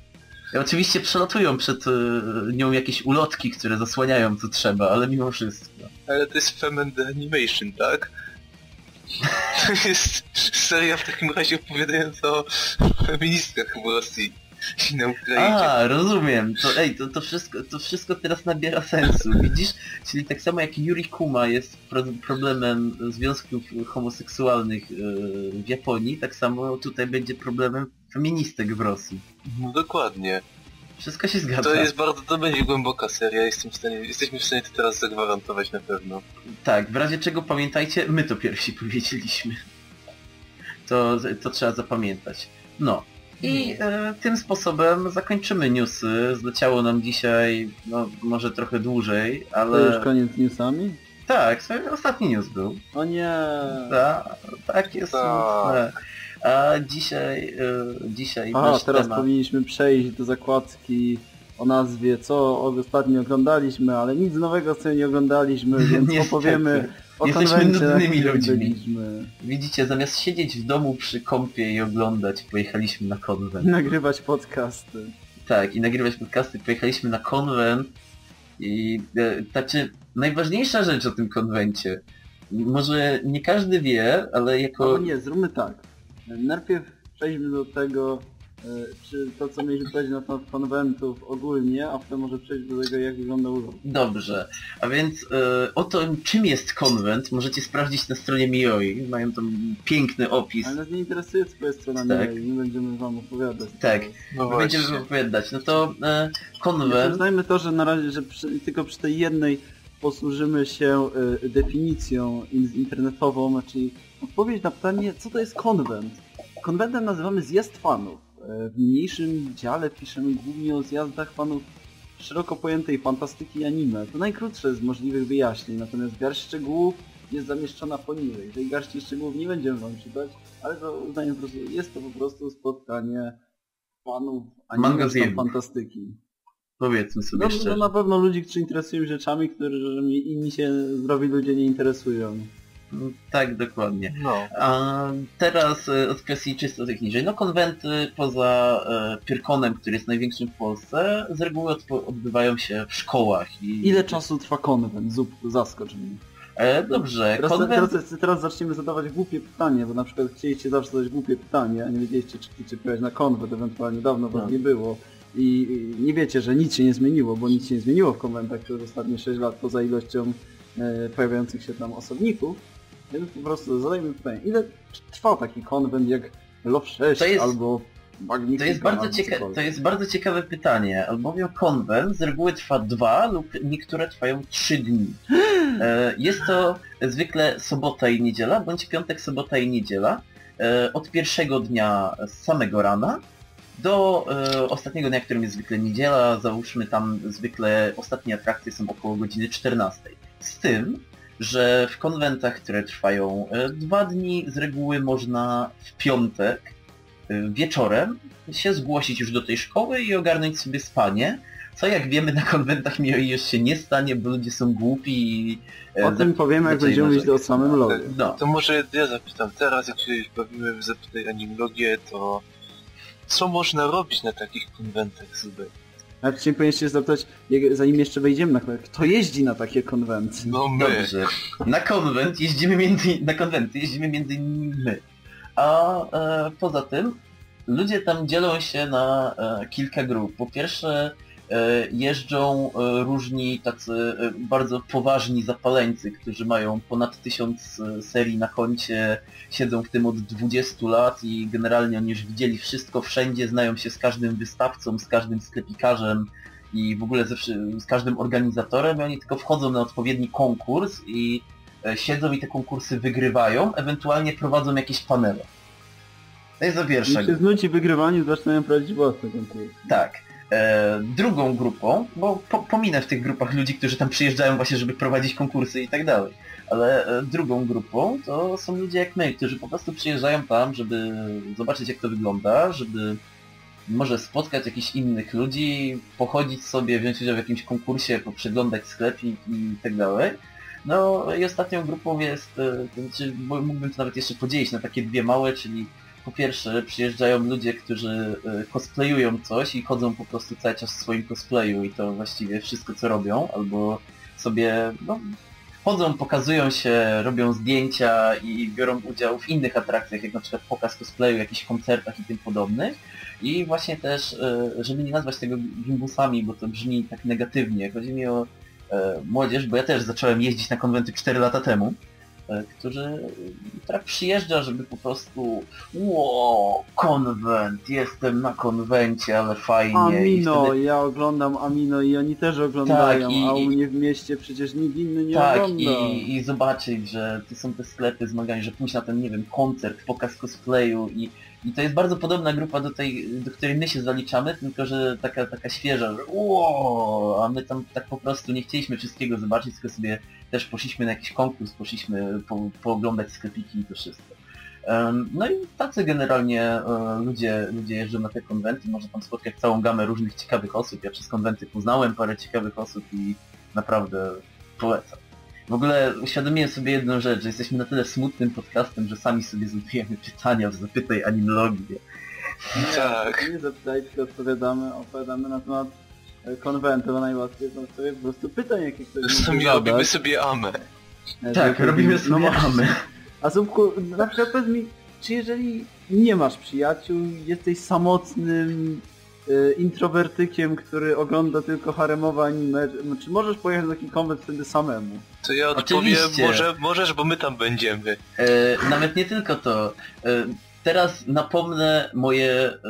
Oczywiście przelatują przed nią jakieś ulotki, które zasłaniają co trzeba, ale mimo wszystko. Ale to jest Fem and the Animation, tak? To jest seria w takim razie opowiadająca o feministkach w Rosji i na Ukrainie. A, rozumiem. To wszystko teraz nabiera sensu, widzisz? Czyli tak samo jak Yuri Kuma jest problemem związków homoseksualnych w Japonii, tak samo tutaj będzie problemem feministek w Rosji. No dokładnie. Wszystko się zgadza. To będzie głęboka seria, jesteśmy w stanie to teraz zagwarantować na pewno. Tak, w razie czego pamiętajcie, my to pierwsi powiedzieliśmy. To trzeba zapamiętać. No. I tym sposobem zakończymy newsy. Zleciało nam dzisiaj, no może trochę dłużej, ale... To już koniec newsami? Tak, ostatni news był. O nie! Tak jest smutne. A dzisiaj nasz teraz temat... powinniśmy przejść do zakładki o nazwie co ostatnio oglądaliśmy, ale nic nowego sobie nie oglądaliśmy, więc opowiemy o jesteśmy nudnymi ludźmi. byliśmy. Widzicie, zamiast siedzieć w domu przy kąpie i oglądać, pojechaliśmy na konwent. I nagrywać podcasty. Tak, i nagrywać podcasty, pojechaliśmy na konwent i najważniejsza rzecz o tym konwencie, może nie każdy wie, ale jako... No nie, zróbmy tak. Najpierw przejdźmy do tego, czy to co mieliśmy powiedzieć na temat konwentów ogólnie, a potem może przejść do tego, jak wygląda urlop. Dobrze, a więc o to czym jest konwent możecie sprawdzić na stronie Mioi, mają tam piękny opis. Ale nas nie interesuje twoja strona Tak. Mioi, nie będziemy wam opowiadać. Tak, No będziemy właśnie. opowiadać. No to konwent... Znajmy to, że na razie, że tylko przy tej jednej posłużymy się definicją internetową, czyli odpowiedź na pytanie, co to jest konwent. Konwentem nazywamy zjazd fanów. W mniejszym dziale piszemy głównie o zjazdach fanów szeroko pojętej fantastyki i anime. To najkrótsze z możliwych wyjaśnień, natomiast garść szczegółów jest zamieszczona poniżej. Tej garści szczegółów nie będziemy wam czytać, ale to uznajmy po prostu, jest to po prostu spotkanie fanów anime czy tam fantastyki. Powiedzmy sobie szczerze. No na pewno ludzi, którzy interesują się rzeczami, którymi inni się zdrowi ludzie nie interesują. Tak, dokładnie. No. A teraz od kwestii czysto technicznej. No konwenty poza Pyrkonem, który jest największym w Polsce, z reguły konwenty się w szkołach. Ile czasu trwa konwent? Zupku, zaskocz mnie. Dobrze, teraz zaczniemy zadawać głupie pytanie, bo na przykład chcieliście zawsze zadać głupie pytanie, a nie wiedzieliście, czy chcecie pojechać na konwent, ewentualnie dawno was nie było. I nie wiecie, że nic się nie zmieniło, bo nic się nie zmieniło w konwentach przez ostatnie 6 lat poza ilością pojawiających się tam osobników. Więc po prostu zadajmy pytanie, ile trwa taki konwent jak Love 6 albo Magnifica? To jest bardzo ciekawe pytanie, albowiem konwent z reguły trwa 2 lub niektóre trwają 3 dni. Jest to zwykle sobota i niedziela, bądź piątek, sobota i niedziela. Od pierwszego dnia z samego rana do ostatniego dnia, którym jest zwykle niedziela, załóżmy tam zwykle ostatnie atrakcje są około godziny 14. Z tym, że w konwentach, które trwają 2 dni, z reguły można w piątek wieczorem się zgłosić już do tej szkoły i ogarnąć sobie spanie, co jak wiemy na konwentach już się nie stanie, bo ludzie są głupi i... O tym powiemy, jak będziemy mówić o samym logie. No. To może ja zapytam teraz, jak się już bawimy w Zapytaj Animologię, to co można robić na takich konwentach, Zubek? A wcześniej powinniście zapytać, zanim jeszcze wejdziemy na konwent, kto jeździ na takie konwenty? No my. Dobrze. Na konwenty jeździmy między innymi my. A poza tym ludzie tam dzielą się na kilka grup. Po pierwsze jeżdżą różni tacy bardzo poważni zapaleńcy, którzy mają ponad 1000 serii na koncie, siedzą w tym od 20 lat i generalnie oni już widzieli wszystko wszędzie, znają się z każdym wystawcą, z każdym sklepikarzem i w ogóle z każdym organizatorem i oni tylko wchodzą na odpowiedni konkurs i siedzą i te konkursy wygrywają, ewentualnie prowadzą jakieś panele. To jest to pierwsza grupa. Jak się znudzi wygrywaniu, zaczynają prowadzić własne konkursy. Tak. Drugą grupą, bo pominę w tych grupach ludzi, którzy tam przyjeżdżają właśnie, żeby prowadzić konkursy i tak dalej, ale drugą grupą to są ludzie jak my, którzy po prostu przyjeżdżają tam, żeby zobaczyć jak to wygląda, żeby może spotkać jakichś innych ludzi, pochodzić sobie, wziąć udział w jakimś konkursie, przeglądać sklepik i tak dalej. No i ostatnią grupą jest, mógłbym to nawet jeszcze podzielić na takie dwie małe, czyli po pierwsze przyjeżdżają ludzie, którzy cosplayują coś i chodzą po prostu cały czas w swoim cosplayu i to właściwie wszystko co robią, albo sobie no, chodzą, pokazują się, robią zdjęcia i biorą udział w innych atrakcjach, jak na przykład pokaz cosplayu, jakichś koncertach i tym podobnych. I właśnie też, żeby nie nazwać tego gimbusami, bo to brzmi tak negatywnie, chodzi mi o młodzież, bo ja też zacząłem jeździć na konwenty 4 lata temu, która przyjeżdża, żeby po prostu konwent, jestem na konwencie, ale fajnie. Amino, wtedy... ja oglądam Amino i oni też oglądają, tak, a u mnie w mieście przecież nikt inny nie tak, ogląda. i zobaczyć, że tu są te sklepy zmagań, że pójść na ten, nie wiem, koncert, pokaz cosplayu i to jest bardzo podobna grupa do tej, do której my się zaliczamy, tylko że taka świeża, że a my tam tak po prostu nie chcieliśmy wszystkiego zobaczyć, tylko sobie też poszliśmy na jakiś konkurs, poszliśmy pooglądać sklepiki i to wszystko. No i tacy generalnie ludzie jeżdżą na te konwenty, można tam spotkać całą gamę różnych ciekawych osób. Ja przez konwenty poznałem parę ciekawych osób i naprawdę polecam. W ogóle uświadomiłem sobie jedną rzecz, że jesteśmy na tyle smutnym podcastem, że sami sobie zadajemy pytania w Zapytaj Animologię. Tak. Nie zapytaj, tylko opowiadamy na temat konwentu, bo najłatwiej są sobie po prostu pytań, jakie ktoś Czasami robimy sobie amę. Tak, robimy sobie mamy. A Zupku, na przykład powiedz mi, czy jeżeli nie masz przyjaciół, jesteś samotnym introwertykiem, który ogląda tylko haremowe anime, czy możesz pojechać na taki konwent wtedy samemu? To ja odpowiem, możesz, bo my tam będziemy. Nawet nie tylko to. Teraz napomnę mój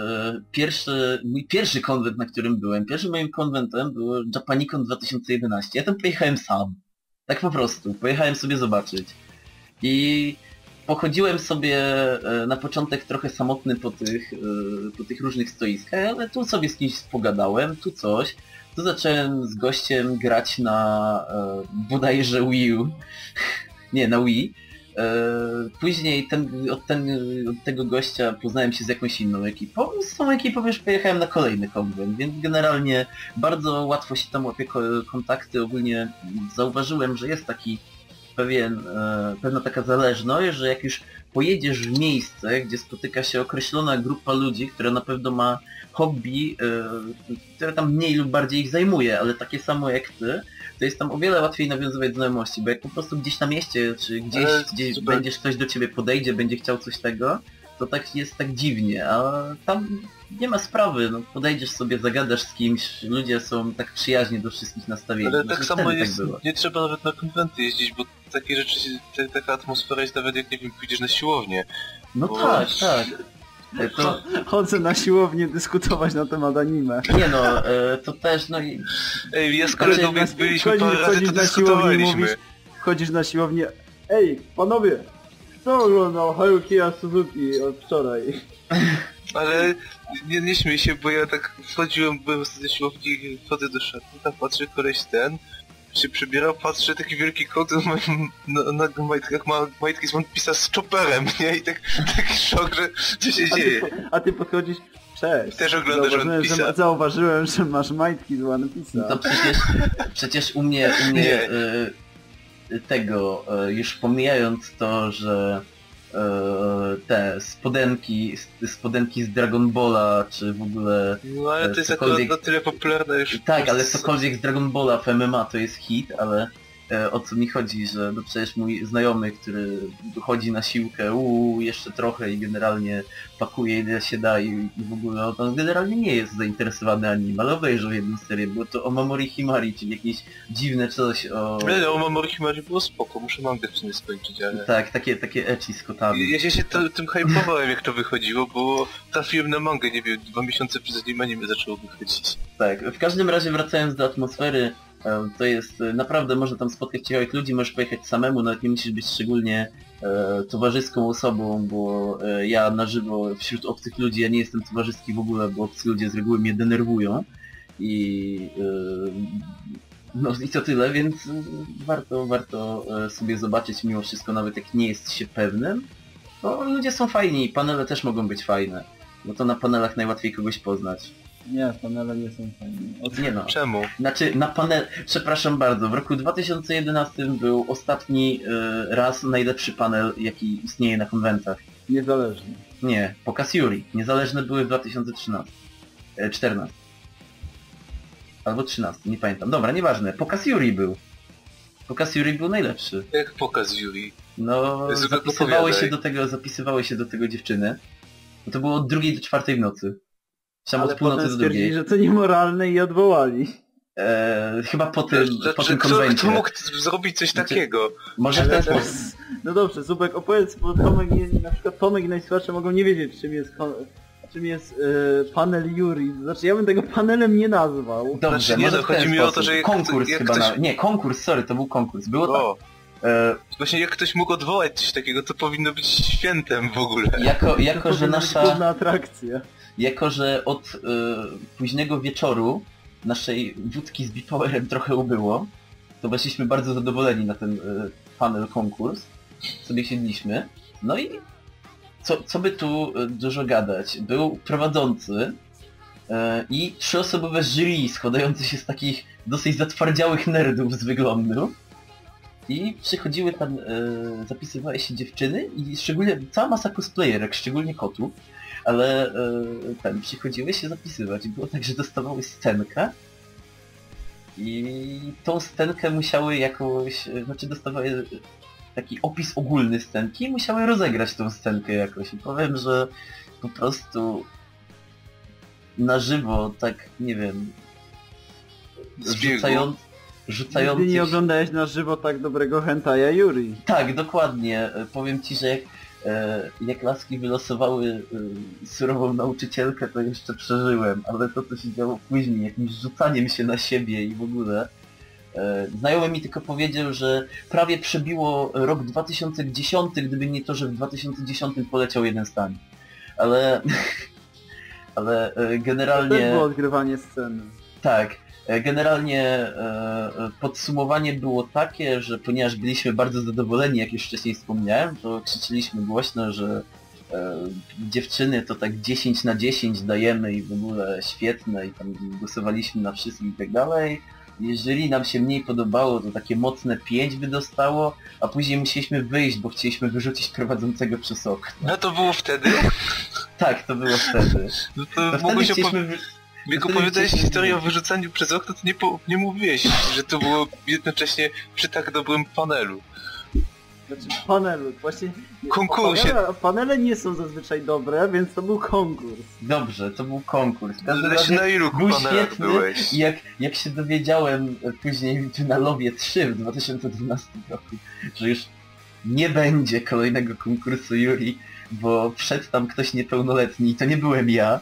pierwszy konwent, na którym byłem. Pierwszym moim konwentem był Japanicon 2011. Ja tam pojechałem sam. Tak po prostu. Pojechałem sobie zobaczyć. I pochodziłem sobie na początek trochę samotny po tych różnych stoiskach, ale tu sobie z kimś pogadałem, tu coś. Tu zacząłem z gościem grać na bodajże Wii U. Nie, na Wii. Później od tego gościa poznałem się z jakąś inną ekipą i z tą ekipą już pojechałem na kolejny konwent, więc generalnie bardzo łatwo się tam łapie kontakty. Ogólnie zauważyłem, że jest taki pewna taka zależność, że jak już pojedziesz w miejsce, gdzie spotyka się określona grupa ludzi, która na pewno ma hobby, które tam mniej lub bardziej ich zajmuje, ale takie samo jak ty, to jest tam o wiele łatwiej nawiązywać znajomości, bo jak po prostu gdzieś na mieście, czy gdzieś będziesz, ktoś do ciebie podejdzie, będzie chciał coś tego, to tak jest tak dziwnie, a tam nie ma sprawy, no podejdziesz sobie, zagadasz z kimś, ludzie są tak przyjaźnie do wszystkich nastawieni. Ale tak samo jest, tak nie trzeba nawet na konwenty jeździć, bo takie rzeczy, taka atmosfera jest nawet jak, nie wiem, pójdziesz na siłownię. No bo... tak. To... Chodzę na siłownię dyskutować na temat anime. Nie no, to też no i... Ej, ja z kolegą byliśmy parę razy, to dyskutowaliśmy. Wchodzisz na siłownię, ej, panowie, kto oglądał Harukiya Suzuki od wczoraj? Ale nie śmiej się, bo ja tak wchodziłem, byłem ze siłowni, wchodzę do szatni, tam patrzę, koleś się przebierał, patrzę, taki wielki kot na majtkach ma majtki z One Piece'a z chopperem, nie? I taki szok, że co się dzieje. A ty podchodzisz, cześć. Też oglądasz One Piece'a. Zauważyłem, że masz majtki z One Piece'a. To przecież u mnie tego, już pomijając to, że te spodenki z Dragon Balla, czy w ogóle... No ale to jest akurat na tyle popularne już. Tak, ale cokolwiek z Dragon Balla w MMA to jest hit, ale o co mi chodzi, że no przecież mój znajomy, który chodzi na siłkę, jeszcze trochę i generalnie pakuje ile się da i w ogóle on generalnie nie jest zainteresowany anime, ale obejrzał jedną serię, było to o Mamori Himari, czyli jakieś dziwne coś o... Nie, o Mamori Himari było spoko, muszę mangę w sumie skończyć, ale... Tak, takie ecchi z kotami. Ja się tym hypowałem jak to wychodziło, bo trafiłem na mangę, nie wiem, 2 miesiące przed zanim anime zaczęło wychodzić. Tak, w każdym razie wracając do atmosfery, to jest naprawdę, można tam spotkać ciekawych ludzi, możesz pojechać samemu, nawet nie musisz być szczególnie towarzyską osobą, bo ja na żywo wśród obcych ludzi, ja nie jestem towarzyski w ogóle, bo obcy ludzie z reguły mnie denerwują i no i to tyle, więc warto sobie zobaczyć mimo wszystko, nawet jak nie jest się pewnym, bo ludzie są fajni, panele też mogą być fajne, bo to na panelach najłatwiej kogoś poznać. Nie, panele nie są fajne. Nie no. Czemu? Znaczy na panel... Przepraszam bardzo, w roku 2011 był ostatni raz najlepszy panel, jaki istnieje na konwentach. Niezależnie. Nie, Pokaz Yuri. Niezależne były w 2013. 14. Albo 13, nie pamiętam. Dobra, nieważne. Pokaz Yuri był. Pokaz Yuri był najlepszy. Jak Pokaz Yuri? No, zapisywały się do tego dziewczyny. No to było od 2 do 4 w nocy. Tam Ale od północy potem do 2. stwierdzili, że to niemoralne i odwołali. Chyba po tym konwencie. Kto mógł zrobić coś takiego? Może w ten sposób. No dobrze, Zubek, opowiedz, bo na przykład Tomek i najsłuchacze mogą nie wiedzieć, czym jest panel Yuri. Znaczy ja bym tego panelem nie nazwał. Dobrze, znaczy, nie, może chodzi mi o to, że konkurs jak chyba ktoś... Nie, konkurs, sorry, to był konkurs. Było tak. Właśnie jak ktoś mógł odwołać coś takiego, to powinno być świętem w ogóle. Jako że nasza... główna atrakcja. Jako że od późnego wieczoru naszej wódki z B-Powerem trochę ubyło, to weszliśmy bardzo zadowoleni na ten panel konkurs. Sobie siedliśmy. No i co by tu dużo gadać? Był prowadzący i 3-osobowe jury składające się z takich dosyć zatwardziałych nerdów z wyglądu. I przychodziły tam, zapisywały się dziewczyny i szczególnie cała masa cosplayerek, szczególnie kotów, ale tam przychodziły się zapisywać. Było tak, że dostawały scenkę i tą scenkę musiały jakoś, znaczy dostawały taki opis ogólny scenki i musiały rozegrać tą scenkę jakoś. I powiem, że po prostu na żywo, tak nie wiem, rzucający... Nigdy nie oglądałeś na żywo tak dobrego hentaja Yuri. Tak, dokładnie. Powiem ci, że jak laski wylosowały surową nauczycielkę, to jeszcze przeżyłem, ale to, co się działo później, jakimś rzucaniem się na siebie i w ogóle... Znajomy mi tylko powiedział, że prawie przebiło rok 2010, gdyby nie to, że w 2010 poleciał jeden stan. Ale... ale generalnie... To też było odgrywanie sceny. Tak. Generalnie podsumowanie było takie, że ponieważ byliśmy bardzo zadowoleni, jak już wcześniej wspomniałem, to krzyczeliśmy głośno, że dziewczyny to tak 10 na 10 dajemy i w ogóle świetne i tam głosowaliśmy na wszystkich i tak dalej. Jeżeli nam się mniej podobało, to takie mocne 5 by dostało, a później musieliśmy wyjść, bo chcieliśmy wyrzucić prowadzącego przez okno. No to było wtedy? Tak, to było wtedy. No to mogłeś jak opowiadałeś historię o wyrzucaniu przez okno, to nie mówiłeś, że to było jednocześnie przy tak dobrym panelu. Znaczy panelu, właśnie... Konkursie. Panele nie są zazwyczaj dobre, więc to był konkurs. Dobrze, to był konkurs. Na ilu był panelach świetny byłeś? I jak się dowiedziałem później w Finalowie 3 w 2012 roku, że już nie będzie kolejnego konkursu Yuri, bo wszedł tam ktoś niepełnoletni i to nie byłem ja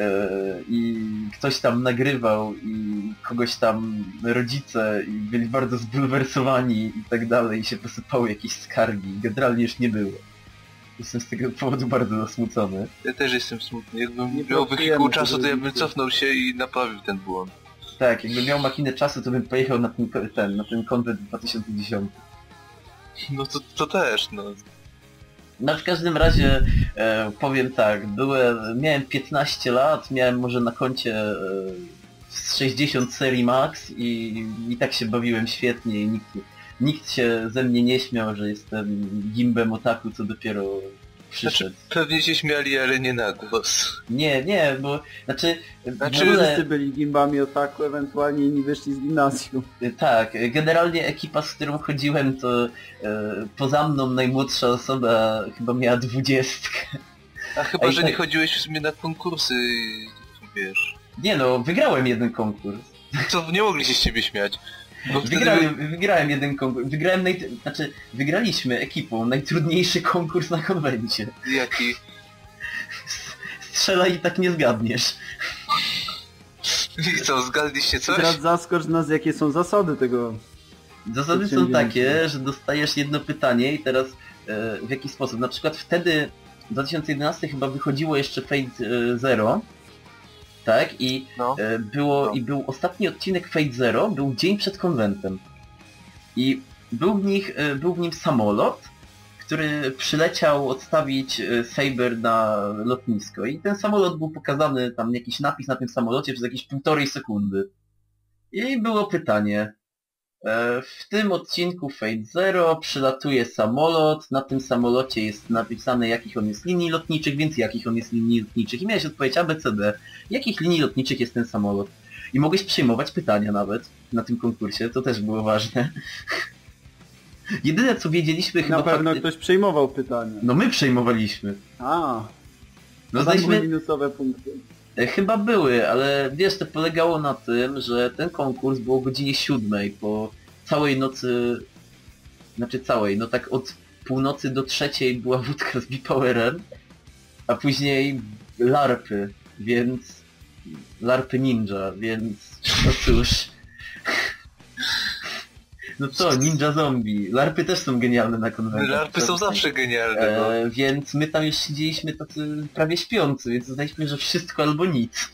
i ktoś tam nagrywał i kogoś tam rodzice i byli bardzo zbulwersowani i tak dalej i się posypały jakieś skargi i generalnie już nie było. Jestem z tego powodu bardzo zasmucony. Ja też jestem smutny. Jakbym miał wehikuł czasu, to ja bym cofnął się i naprawił ten błąd. Tak, jakbym miał makinę czasu, to bym pojechał na ten konwent 2010. No to też, no. No w każdym razie powiem tak, miałem 15 lat, miałem może na koncie 60 serii max i tak się bawiłem świetnie i nikt się ze mnie nie śmiał, że jestem gimbem otaku, co dopiero przyszedł. Znaczy, pewnie się śmiali, ale nie na głos. Nie, bo znaczy wszyscy byli gimbami otaku, ewentualnie inni wyszli z gimnazjum. Tak, generalnie ekipa, z którą chodziłem, to poza mną najmłodsza osoba chyba miała 20. A chyba, że nie chodziłeś w sumie na konkursy, wiesz. Nie no, wygrałem jeden konkurs. To nie mogli się z ciebie śmiać. Wygrałem jeden konkurs. Wygraliśmy ekipą najtrudniejszy konkurs na konwencie. Jaki? Strzelaj i tak nie zgadniesz. I co, zgadliście coś? Teraz zaskocz nas, jakie są zasady tego. Zasady są takie, że dostajesz jedno pytanie i teraz w jaki sposób. Na przykład wtedy, w 2011 chyba wychodziło jeszcze Fate Zero. Tak? I był ostatni odcinek Fate Zero, był dzień przed konwentem. I był w nim samolot, który przyleciał odstawić Saber na lotnisko. I ten samolot był pokazany, tam jakiś napis na tym samolocie przez jakieś 1,5 sekundy. I było pytanie, W tym odcinku Fate Zero przylatuje samolot, na tym samolocie jest napisane jakich on jest linii lotniczych, więc jakich on jest linii lotniczych. I miałeś odpowiedź ABCD, jakich linii lotniczych jest ten samolot. I mogłeś przyjmować pytania nawet na tym konkursie, to też było ważne. Jedyne co wiedzieliśmy chyba... Na pewno ktoś przejmował pytania. No my przejmowaliśmy. No były minusowe punkty. Chyba były, ale wiesz, to polegało na tym, że ten konkurs był o godzinie 7 po całej nocy, znaczy całej, no tak od północy do 3 była wódka z Bipowerem, a później larpy, więc... larpy ninja, więc... no cóż... No co, ninja zombie. Larpy też są genialne na konwencji. Larpy są zawsze genialne, no. Więc my tam już siedzieliśmy tacy prawie śpiący, więc uznaliśmy, że wszystko albo nic.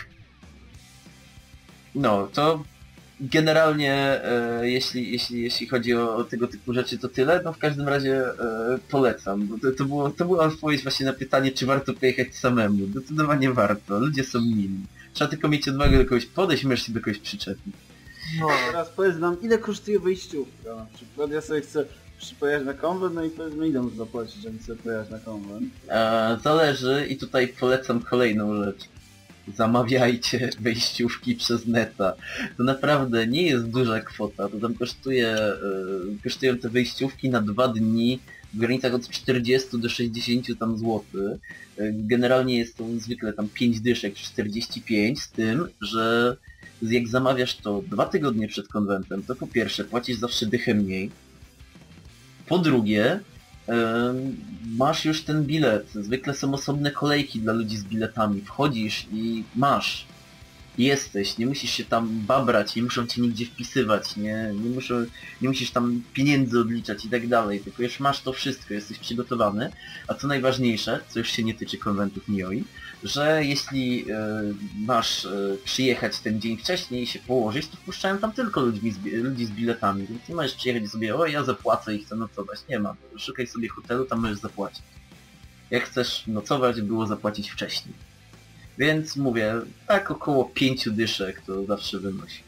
No, to generalnie jeśli chodzi o tego typu rzeczy, to tyle. No w każdym razie polecam. Bo to była odpowiedź właśnie na pytanie, czy warto pojechać samemu. Zdecydowanie warto. Ludzie są mili. Trzeba tylko mieć odwagę do kogoś podejść, możesz się do kogoś przyczepić. No. Teraz powiedz nam, ile kosztuje wejściówka. Na przykład ja sobie chcę pojechać na konwent, no i powiedzmy ile muszę zapłacić, żeby sobie pojechać na konwent. Zależy i tutaj polecam kolejną rzecz. Zamawiajcie wejściówki przez neta. To naprawdę nie jest duża kwota, to tam kosztują te wejściówki na 2 dni w granicach od 40 do 60 tam złotych. Generalnie jest to zwykle tam 5 dyszek, 45, z tym, że jak zamawiasz to 2 tygodnie przed konwentem, to po pierwsze płacisz zawsze dychę mniej, po drugie masz już ten bilet, zwykle są osobne kolejki dla ludzi z biletami, wchodzisz i masz, jesteś, nie musisz się tam babrać, nie muszą cię nigdzie wpisywać, nie musisz tam pieniędzy odliczać i tak dalej, tylko już masz to wszystko, jesteś przygotowany, a co najważniejsze, co już się nie tyczy konwentów Nioi, że jeśli masz przyjechać ten dzień wcześniej i się położyć, to wpuszczają tam tylko ludzi z biletami, więc nie możesz przyjechać sobie, o ja zapłacę i chcę nocować, nie ma, szukaj sobie hotelu, tam możesz zapłacić. Jak chcesz nocować, było zapłacić wcześniej. Więc mówię, tak około 5 dyszek to zawsze wynosi.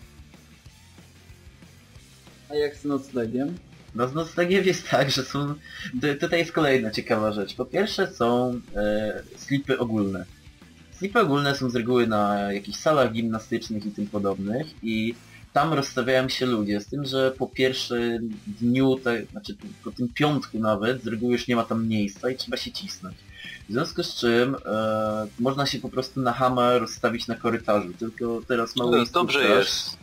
A jak z noclegiem? No z noclegiem jest tak, że są... Tutaj jest kolejna ciekawa rzecz. Po pierwsze są slipy ogólne. Slipy ogólne są z reguły na jakichś salach gimnastycznych i tym podobnych i tam rozstawiają się ludzie, z tym, że po pierwszym dniu, znaczy po tym piątku nawet, z reguły już nie ma tam miejsca i trzeba się cisnąć. W związku z czym można się po prostu na hama rozstawić na korytarzu, tylko teraz mało No, dobrze jest.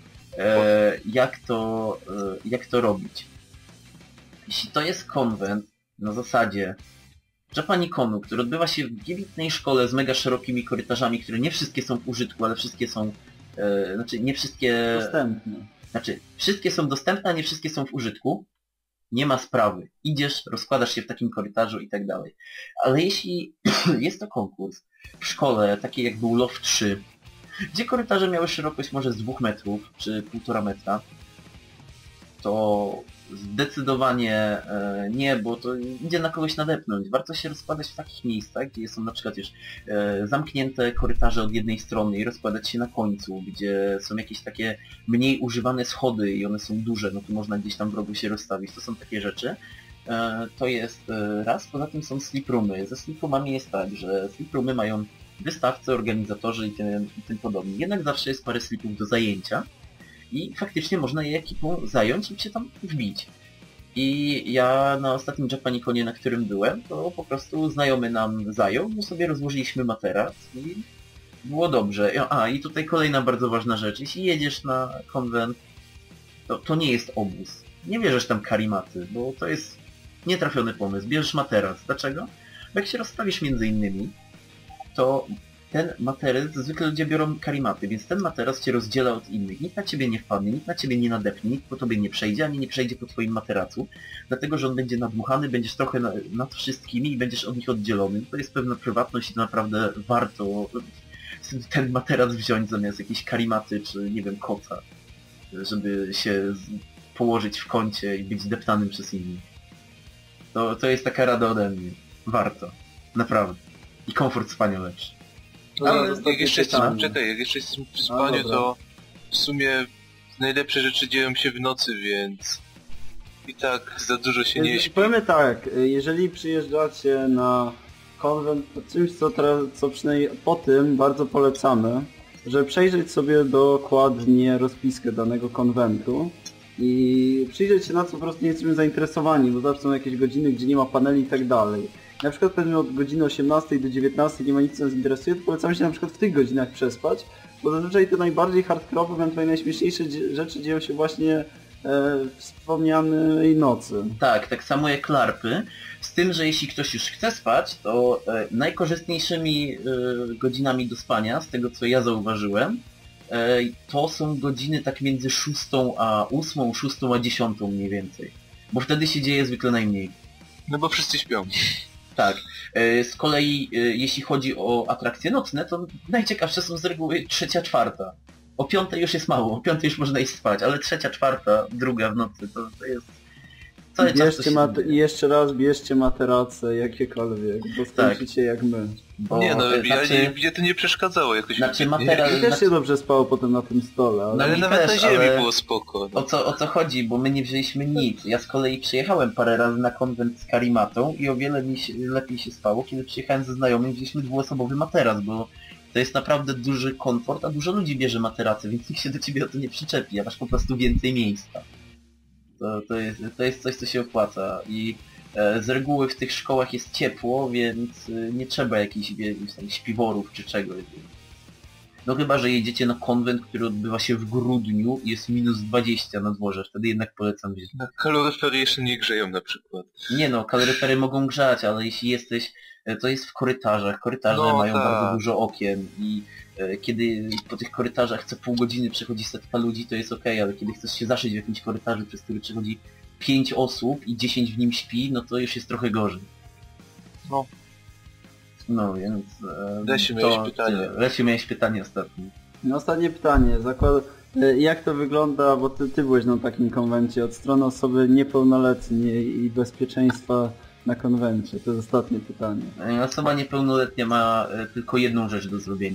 Jak to robić. Jeśli to jest konwent na zasadzie Japaniconu, który odbywa się w wybitnej szkole z mega szerokimi korytarzami, które nie wszystkie są w użytku, ale wszystkie są... znaczy nie wszystkie... Dostępne. Znaczy wszystkie są dostępne, a nie wszystkie są w użytku. Nie ma sprawy. Idziesz, rozkładasz się w takim korytarzu i tak dalej. Ale jeśli jest to konkurs w szkole, takiej jak był LOW 3, gdzie korytarze miały szerokość może z 2 metrów czy 1,5 metra, to zdecydowanie nie, bo to idzie na kogoś nadepnąć. Warto się rozkładać w takich miejscach, gdzie są na przykład już zamknięte korytarze od jednej strony i rozkładać się na końcu, gdzie są jakieś takie mniej używane schody i one są duże, no to można gdzieś tam w rogu się rozstawić. To są takie rzeczy. To jest raz, poza tym są sleep roomy. Ze sleep roomami jest tak, że sleep roomy mają wystawcy, organizatorzy i tym podobnie. Jednak zawsze jest parę sleepów do zajęcia. I faktycznie można je ekipą zająć i się tam wbić. I ja na ostatnim Japaniconie, na którym byłem, to po prostu znajomy nam zajął, my sobie rozłożyliśmy materac i było dobrze. I tutaj kolejna bardzo ważna rzecz. Jeśli jedziesz na konwent, to nie jest obóz. Nie bierzesz tam karimaty, bo to jest nietrafiony pomysł. Bierzesz materac. Dlaczego? Bo jak się rozstawisz między innymi, to ten materac, zwykle ludzie biorą karimaty, więc ten materac cię rozdziela od innych. Nikt na ciebie nie wpadnie, nikt na ciebie nie nadepnie, nikt po tobie nie przejdzie, ani nie przejdzie po twoim materacu, dlatego że on będzie nadmuchany, będziesz trochę nad wszystkimi i będziesz od nich oddzielony. To jest pewna prywatność i to naprawdę warto ten materac wziąć zamiast jakiejś karimaty, czy nie wiem, koca, żeby się położyć w kącie i być deptanym przez innych. To jest taka rada ode mnie. Warto. Naprawdę. I komfort spania lepszy. Ale jak jeszcze jesteśmy przy spaniu, to w sumie najlepsze rzeczy dzieją się w nocy, więc i tak za dużo się nie śpi. Powiemy tak, jeżeli przyjeżdżacie na konwent, to czymś co przynajmniej po tym bardzo polecamy, żeby przejrzeć sobie dokładnie rozpiskę danego konwentu i przyjrzeć się na co po prostu nie jesteśmy zainteresowani, bo zawsze są jakieś godziny, gdzie nie ma paneli i tak dalej. Na przykład powiedzmy od godziny 18 do 19 nie ma nic co nas interesuje, to polecamy się na przykład w tych godzinach przespać, bo zazwyczaj te najbardziej hardkorowe, ewentualnie najśmieszniejsze rzeczy dzieją się właśnie w wspomnianej nocy. Tak, tak samo jak larpy, z tym, że jeśli ktoś już chce spać, to najkorzystniejszymi godzinami do spania, z tego co ja zauważyłem, to są godziny tak między 6 a 8, 6 a 10 mniej więcej. Bo wtedy się dzieje zwykle najmniej. No bo wszyscy śpią. Tak. Z kolei jeśli chodzi o atrakcje nocne, to najciekawsze są z reguły 3, 4. O 5 już jest mało, o 5 już można iść spać, ale 3, 4, 2 w nocy to jest... Cały czas I jeszcze raz bierzcie materace jakiekolwiek, bo skończycie jak my. Bo, nie no, mnie to nie przeszkadzało jakoś. Znaczy Mi też się dobrze spało potem na tym stole. Ale nawet też, na ziemi było spoko. No. O co chodzi, bo my nie wzięliśmy nic. Ja z kolei przyjechałem parę razy na konwent z Karimatą i o wiele lepiej się spało, kiedy przyjechałem ze znajomym, wzięliśmy dwuosobowy materac, bo to jest naprawdę duży komfort, a dużo ludzi bierze materace, więc nikt się do ciebie o to nie przyczepi, a masz po prostu więcej miejsca. To jest coś, co się opłaca i z reguły w tych szkołach jest ciepło, więc nie trzeba jakichś śpiworów czy czegoś. No chyba, że jedziecie na konwent, który odbywa się w grudniu i jest minus 20 na dworze, wtedy jednak polecam wziąć. No, kaloryfery jeszcze nie grzeją na przykład. Nie no, kaloryfery mogą grzać, ale jeśli jesteś, to jest w korytarzach. Korytarze mają bardzo dużo okien i kiedy po tych korytarzach co pół godziny przechodzi setka ludzi, to jest okej, ale kiedy chcesz się zaszyć w jakimś korytarzu, przez który przechodzi 5 osób i 10 w nim śpi, no to już jest trochę gorzej. No więc... Lesiu, miałeś pytanie ostatnie. No ostatnie pytanie. Jak to wygląda, bo ty byłeś na takim konwencie, od strony osoby niepełnoletniej i bezpieczeństwa na konwencie? To jest ostatnie pytanie. Osoba niepełnoletnia ma tylko jedną rzecz do zrobienia.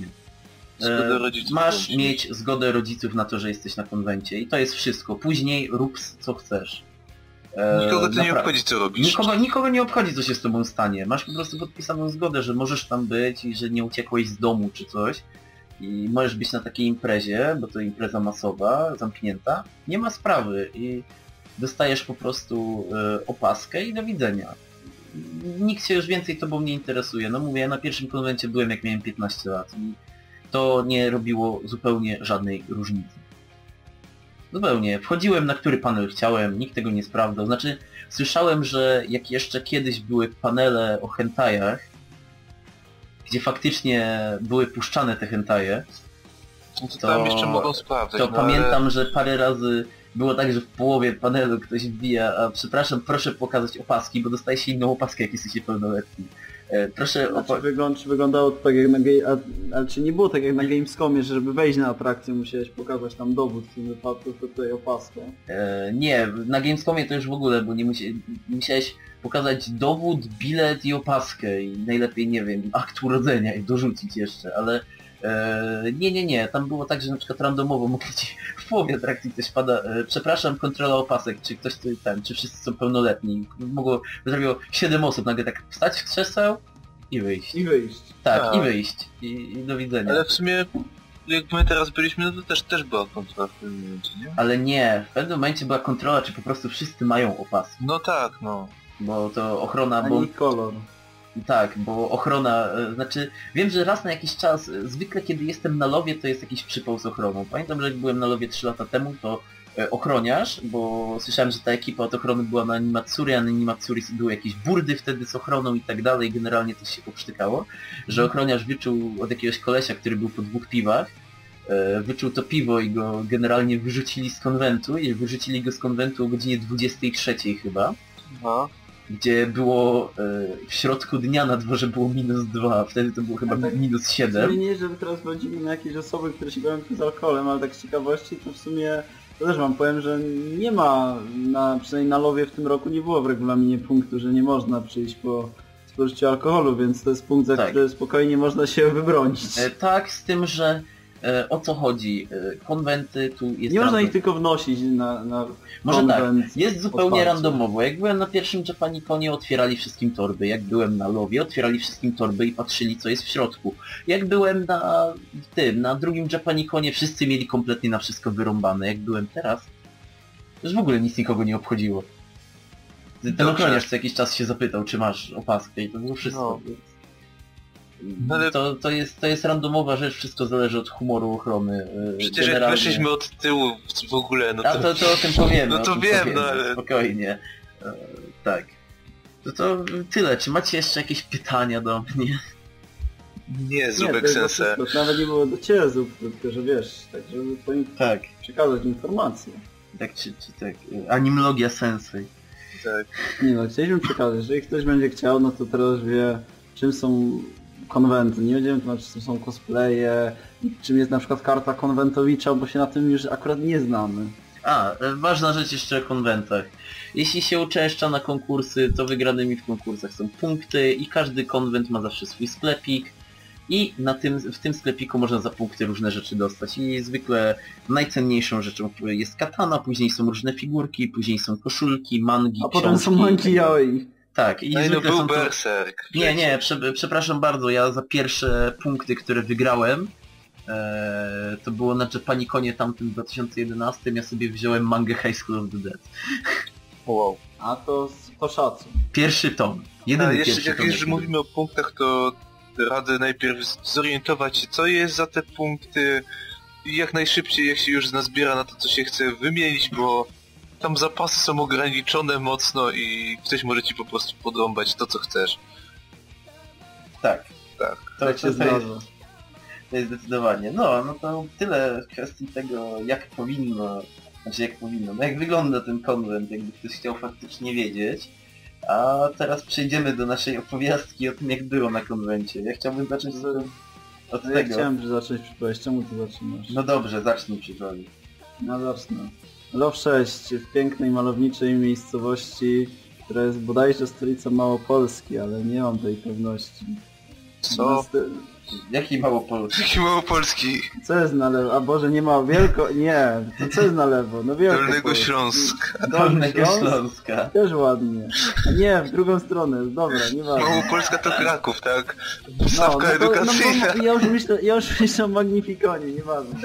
Masz mieć zgodę rodziców na to, że jesteś na konwencie i to jest wszystko. Później rób co chcesz. Nikogo to nie obchodzi, co robisz. Nikogo nie obchodzi, co się z tobą stanie. Masz po prostu podpisaną zgodę, że możesz tam być i że nie uciekłeś z domu czy coś. I możesz być na takiej imprezie, bo to impreza masowa, zamknięta. Nie ma sprawy i dostajesz po prostu opaskę i do widzenia. Nikt się już więcej tobą nie interesuje. No mówię, ja na pierwszym konwencie byłem jak miałem 15 lat i to nie robiło zupełnie żadnej różnicy. Zupełnie. Wchodziłem na który panel chciałem, nikt tego nie sprawdzał. Znaczy, słyszałem, że jak jeszcze kiedyś były panele o hentajach, gdzie faktycznie były puszczane te hentaje, to tam jeszcze mogą sprawdzać. To pamiętam, że parę razy było tak, że w połowie panelu ktoś wbija, a przepraszam, proszę pokazać opaski, bo dostaje się inną opaskę, jak jesteście pełnoletni. Proszę... Czy wyglądało to tak jak na ale czy nie było tak jak na Gamescomie, że żeby wejść na atrakcję musiałeś pokazać tam dowód, w tym wypadku to tutaj opaskę? Nie, na Gamescomie to już w ogóle, bo nie musiałeś pokazać dowód, bilet i opaskę i najlepiej, nie wiem, akt urodzenia i dorzucić jeszcze, ale nie, tam było tak, że na przykład randomowo mogli ci w połowie atrakcji ktoś pada, przepraszam, kontrola opasek, czy ktoś tu ten, czy wszyscy są pełnoletni. Zrobiło 7 osób, nagle tak wstać w krzeseł i wyjść. Tak, i wyjść. I do widzenia. Ale w sumie, jak my teraz byliśmy, no to też była kontrola w pewnym momencie, nie? Ale nie, w pewnym momencie była kontrola, czy po prostu wszyscy mają opaski. No tak, no. Bo to ochrona... Ani kolor. Tak, bo ochrona, znaczy wiem, że raz na jakiś czas, zwykle kiedy jestem na LoWie, to jest jakiś przypał z ochroną. Pamiętam, że jak byłem na LoWie 3 lata temu, to ochroniarz, bo słyszałem, że ta ekipa od ochrony była na Animatsuri, a na Animatsuri były jakieś burdy wtedy z ochroną i tak dalej, generalnie coś się poprztykało, że ochroniarz wyczuł od jakiegoś kolesia, który był po 2 piwach, wyczuł to piwo i go generalnie wyrzucili z konwentu i wyrzucili go z konwentu o godzinie 23 chyba. No. Gdzie było w środku dnia na dworze było -2, wtedy to było chyba -7. Nie, żeby teraz wchodzimy na jakieś osoby, które się bawią z alkoholem, ale tak z ciekawości to w sumie, to też wam powiem, że nie ma, przynajmniej na LoWie w tym roku nie było w regulaminie punktu, że nie można przyjść po spożyciu alkoholu, więc to jest punkt, za który spokojnie można się wybronić. Tak, z tym, że O co chodzi? Konwenty, tu jest... Nie można ich tylko wnosić na Może tak, konwent jest zupełnie otwarcie. randomowo. Jak byłem na pierwszym Japanikonie, otwierali wszystkim torby. Jak byłem na LoWie, otwierali wszystkim torby i patrzyli, co jest w środku. Jak byłem na drugim Japanikonie, wszyscy mieli kompletnie na wszystko wyrąbane. Jak byłem teraz, już w ogóle nic nikogo nie obchodziło. Ten Dobrze. ochroniarz co jakiś czas się zapytał, czy masz opaskę i to było wszystko. No. Ale To jest randomowa rzecz, wszystko zależy od humoru ochrony. przecież jak Generalnie- weszliśmy od tyłu w ogóle, no A to... to o tym powiemy. No to o tym wiem, powiemy, no ale- spokojnie. Tak. To tyle. Czy macie jeszcze jakieś pytania do mnie? Nie, Zubek to Sensei. wszystko. Nawet nie było do ciebie Zub, tylko że wiesz, tak żeby twoim Tak. przekazać informacje. Tak czy tak. Animologia Sensei. Tak. Nie no, chcieliśmy przekazać, jeżeli ktoś będzie chciał, no to teraz wie czym są konwenty. Nie będziemy tłumaczyć czym są cosplaye, czym jest na przykład karta konwentowicza, bo się na tym już akurat nie znamy. Ważna rzecz jeszcze o konwentach. Jeśli się uczęszcza na konkursy, to wygranymi w konkursach są punkty i każdy konwent ma zawsze swój sklepik. I w tym sklepiku można za punkty różne rzeczy dostać. I zwykle najcenniejszą rzeczą jest katana, później są różne figurki, później są koszulki, mangi, A potem są mangi yaoi. Tak, i No i no zwykle był są to... Berserk. Nie, przepraszam bardzo, ja za pierwsze punkty, które wygrałem, to było na Japanikonie tamtym w 2011, ja sobie wziąłem mangę High School of the Dead. Wow. A to szacun. Pierwszy tom. Jedyny Jeszcze pierwszy jak tom. już mówimy o punktach, to radzę najpierw zorientować się, co jest za te punkty i jak najszybciej, jak się już nazbiera na to, co się chce wymienić, bo tam zapasy są ograniczone mocno i ktoś może ci po prostu podrąbać to, co chcesz. Tak. Tak. Tak się zdarza. To jest zdecydowanie. No to tyle w kwestii tego, jak powinno, no jak wygląda ten konwent, jakby ktoś chciał faktycznie wiedzieć. A teraz przejdziemy do naszej opowiastki o tym, jak było na konwencie. Ja chciałbym zacząć od Ja tego. chciałem zacząć przypowieść, czemu ty zaczynasz? No dobrze, zacznij przypowieść. No zacznę. LoW 6 w pięknej, malowniczej miejscowości, która jest bodajże stolicą Małopolski, ale nie mam tej pewności. Co? Jaki Małopolski? Taki małopolski. Co jest na lewo? A Boże, nie ma Wielko... Nie, to co jest na lewo? No Wielkopolski. Dolnego Śląska. Dolnego Śląska. Też ładnie. A nie, w drugą stronę, dobra, nieważne. Małopolska to Kraków, tak? No, Stawka edukacyjna. ja już myślę o Magnifikonie, nieważne.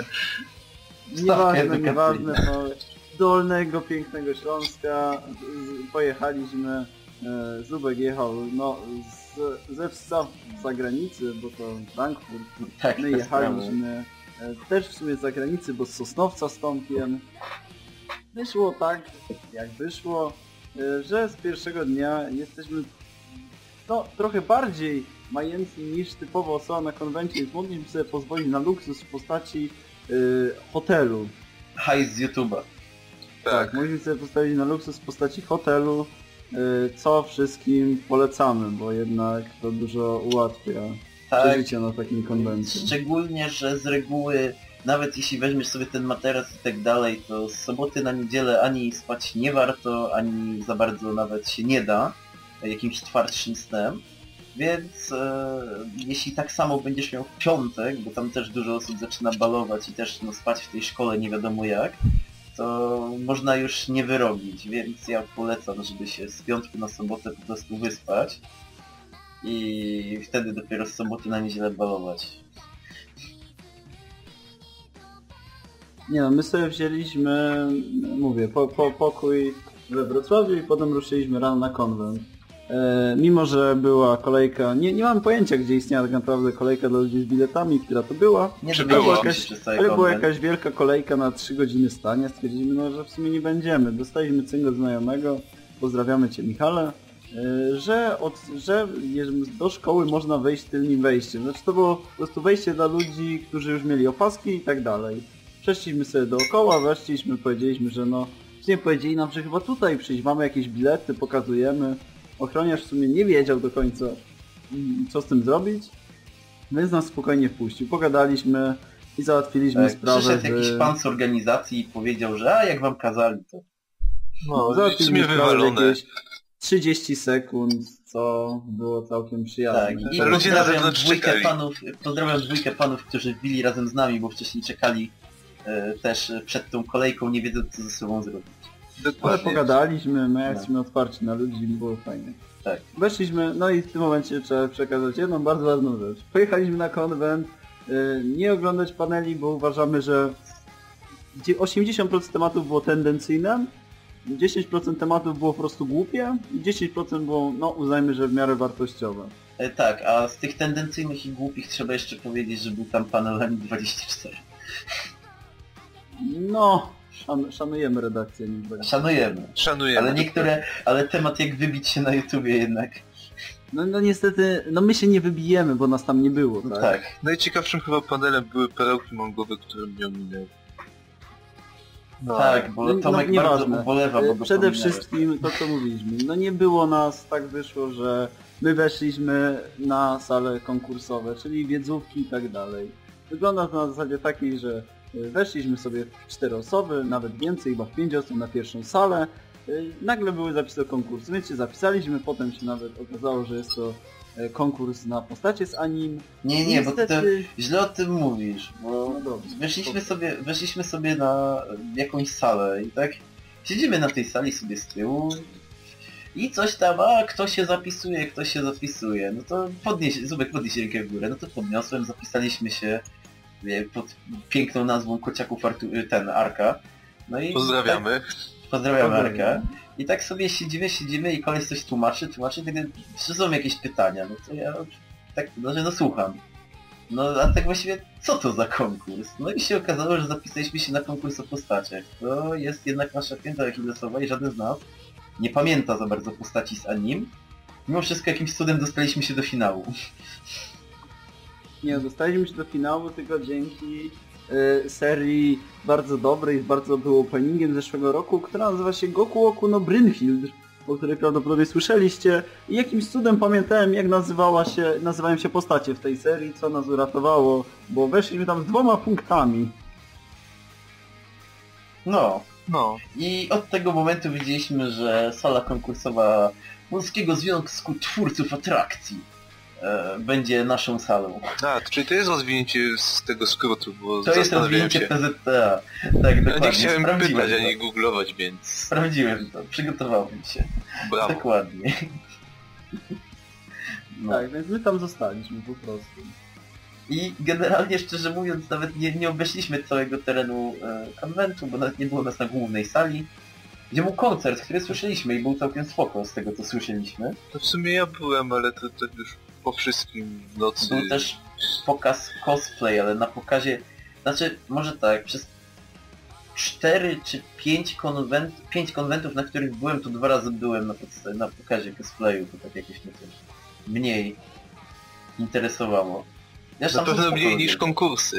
Nieważne, no, Dolnego, pięknego Śląska, pojechaliśmy, Zubek jechał, no, z zagranicy, bo to Frankfurt, Tak, my tak jechaliśmy też w sumie z zagranicy, bo z Sosnowca z Tomkiem. Wyszło tak, jak wyszło, że z pierwszego dnia jesteśmy no, trochę bardziej majętni niż typowo osoba na konwencie, więc mogliśmy sobie pozwolić na luksus w postaci hotelu. Hajs z YouTube'a. Tak. Mogliśmy sobie postawić na luksus w postaci hotelu, co wszystkim polecamy, bo jednak to dużo ułatwia przeżycie na takim konwencie. Szczególnie, że z reguły, nawet jeśli weźmiesz sobie ten materac i tak dalej, to z soboty na niedzielę ani spać nie warto, ani za bardzo nawet się nie da jakimś twardszym snem. Więc jeśli tak samo będziesz miał w piątek, bo tam też dużo osób zaczyna balować i też no, spać w tej szkole nie wiadomo jak, to można już nie wyrobić, więc ja polecam, żeby się z piątku na sobotę po prostu wyspać i wtedy dopiero z soboty na niedzielę balować. Nie no, my sobie wzięliśmy, mówię, pokój we Wrocławiu i potem ruszyliśmy rano na konwent. Mimo, że była kolejka, nie mam pojęcia, gdzie istniała tak naprawdę kolejka dla ludzi z biletami, która to była. Nie Czy dodało było mi się przez cały Ale była konwent. jakaś wielka kolejka na 3 godziny stania, stwierdziliśmy, no, że w sumie nie będziemy. Dostaliśmy cyngo znajomego, pozdrawiamy Cię Michale, że do szkoły można wejść tylnym wejściem. Znaczy to było po prostu wejście dla ludzi, którzy już mieli opaski i tak dalej. Przeszliśmy sobie dookoła, weszliśmy, powiedzieliśmy, że no, nie powiedzieli nam, że chyba tutaj przyjść, mamy jakieś bilety, pokazujemy. Ochroniarz w sumie nie wiedział do końca, co z tym zrobić, więc nas spokojnie wpuścił. Pogadaliśmy i załatwiliśmy sprawę. Przyszedł jakiś pan z organizacji i powiedział, że jak wam kazali to... No, w Załatwiliśmy sumie sprawę w wywalone. jakieś 30 sekund, co było całkiem przyjemne. Tak, i Ludzie na zewnątrz czekali. pozdrawiam dwójkę panów, którzy wbili razem z nami, bo wcześniej czekali też przed tą kolejką, nie wiedząc co ze sobą zrobić. Ale Dokładnie. pogadaliśmy, my jesteśmy otwarci na ludzi, było fajnie. Tak. Weszliśmy, no i w tym momencie trzeba przekazać jedną bardzo ważną rzecz. Pojechaliśmy na konwent, nie oglądać paneli, bo uważamy, że 80% tematów było tendencyjne, 10% tematów było po prostu głupie i 10% było, no uznajmy, że w miarę wartościowe. Tak, a z tych tendencyjnych i głupich trzeba jeszcze powiedzieć, że był tam panel M24. No, szanujemy redakcję. Nie będzie. Szanujemy. Ale temat jak wybić się na YouTubie jednak. No niestety, no my się nie wybijemy, bo nas tam nie było, tak? Tak. Najciekawszym chyba panelem były perełki mangowe, które mnie ominęły. No. Tak, bo Tomek bardzo ubolewa, bo go przede pominąłeś. wszystkim to, co mówiliśmy. No nie było nas, tak wyszło, że my weszliśmy na sale konkursowe, czyli wiedzówki i tak dalej. Wygląda to na zasadzie takiej, że weszliśmy sobie 4 osoby, nawet więcej, chyba 5 osób na pierwszą salę. Nagle były zapisy do konkursu, więc się zapisaliśmy, potem się nawet okazało, że jest to konkurs na postacie z anim. Nie, niestety... bo ty źle o tym mówisz, bo No dobrze. weszliśmy sobie na jakąś salę i tak siedzimy na tej sali sobie z tyłu i coś tam, kto się zapisuje, no to Zubek podnieś rękę w górę, no to podniosłem, zapisaliśmy się pod piękną nazwą Kociaków Arka. No i Pozdrawiamy. Pozdrawiamy Arka. I tak sobie siedzimy i koleś coś tłumaczy, czy są jakieś pytania, no to ja tak, no słucham. No a tak właściwie, co to za konkurs? No i się okazało, że zapisaliśmy się na konkurs o postaciach. To jest jednak nasza pięta achillesowa i żaden z nas nie pamięta za bardzo postaci z anim. Mimo wszystko jakimś cudem dostaliśmy się do finału. Nie, dostaliśmy się do finału tylko dzięki serii bardzo dobrej, bardzo był openingiem zeszłego roku, która nazywa się Goku Oku no Brynhild, o której prawdopodobnie słyszeliście. I jakimś cudem pamiętałem, jak nazywają się postacie w tej serii, co nas uratowało, bo weszliśmy tam z 2 punktami. No. I I od tego momentu widzieliśmy, że sala konkursowa Polskiego Związku Twórców Atrakcji będzie naszą salą. czyli to jest rozwinięcie z tego skrótu, bo To jest zastanawiałem rozwinięcie się. PZTA. Tak, Ja dokładnie. nie chciałem Sprawdziłem pytać, to. ani googlować, więc Sprawdziłem to, przygotowałem się. brawo. Dokładnie. No. Tak, więc my tam zostaliśmy po prostu. I generalnie, szczerze mówiąc, nawet nie obeszliśmy całego terenu konwentu, bo nawet nie było nas na głównej sali, gdzie był koncert, który słyszeliśmy i był całkiem spoko z tego, co słyszeliśmy. To w sumie ja byłem, ale to już po wszystkim w nocy. Był też pokaz cosplay, ale na pokazie... Znaczy, może tak, przez 4 czy 5 konwentów, na których byłem, to 2 razy byłem na pokazie cosplayu, to tak jakoś mnie też mniej interesowało. Na pewno mniej niż konkursy.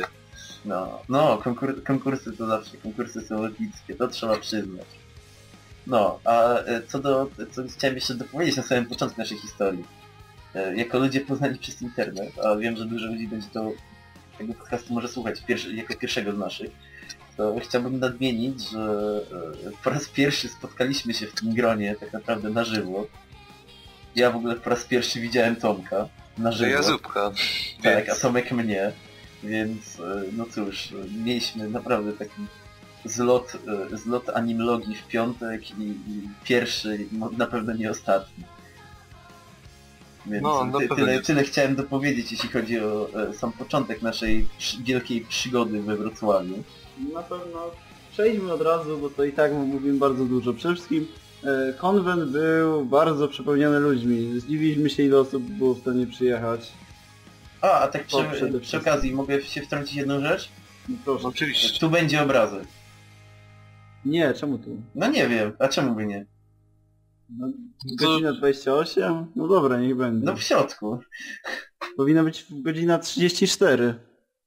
Konkursy to zawsze, konkursy są epickie, to trzeba przyznać. No, a co chciałem jeszcze dopowiedzieć na samym początku naszej historii. Jako ludzie poznani przez internet, a wiem, że dużo ludzi będzie tego podcastu może słuchać jako pierwszego z naszych, to chciałbym nadmienić, że po raz pierwszy spotkaliśmy się w tym gronie tak naprawdę na żywo. Ja w ogóle po raz pierwszy widziałem Tomka na żywo. Ja Zupka. Tak, a Tomek mnie, więc no cóż, mieliśmy naprawdę taki zlot animologii w piątek i pierwszy, na pewno nie ostatni. Więc tyle chciałem dopowiedzieć, jeśli chodzi o sam początek naszej wielkiej przygody we Wrocławiu. Na pewno przejdźmy od razu, bo to i tak mówimy bardzo dużo. Przede wszystkim konwent był bardzo przepełniony ludźmi. Zdziwiliśmy się, ile osób było w stanie przyjechać. A tak przy okazji, mogę się wtrącić jedną rzecz? No proszę. Oczywiście. Tu będzie obrazek. Nie, czemu tu? No nie wiem, a czemu by nie? No, godzina 28? No dobra, niech będzie. No w środku. Powinna być godzina 34.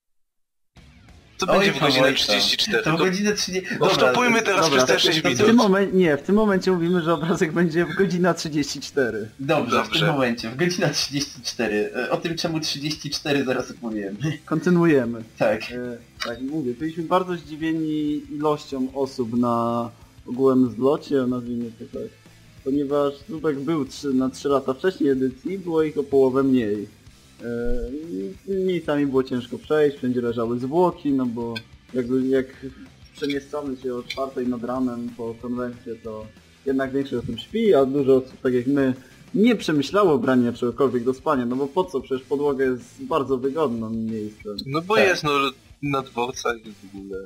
To będzie w godzinę 34. To w godzinę 30... Wstopujmy teraz przez te 6 minut. W tym momencie mówimy, że obrazek będzie w godzina 34. Dobrze, w tym momencie, w godzina 34. O tym czemu 34 zaraz opowiemy. Kontynuujemy. Tak. Tak, mówię, byliśmy bardzo zdziwieni ilością osób na ogółem zlocie, nazwijmy to tak. ponieważ Zubek był na 3 lata wcześniej edycji, było ich o połowę mniej. Miejscami było ciężko przejść, wszędzie leżały zwłoki, no bo jak przemieszczamy się o 4 nad ranem po konwencie, to jednak większość o tym śpi, a dużo osób, tak jak my, nie przemyślało brania czegokolwiek do spania, no bo po co? Przecież podłoga jest bardzo wygodną miejscem. No bo Tak. jest, no na dworcach i w ogóle.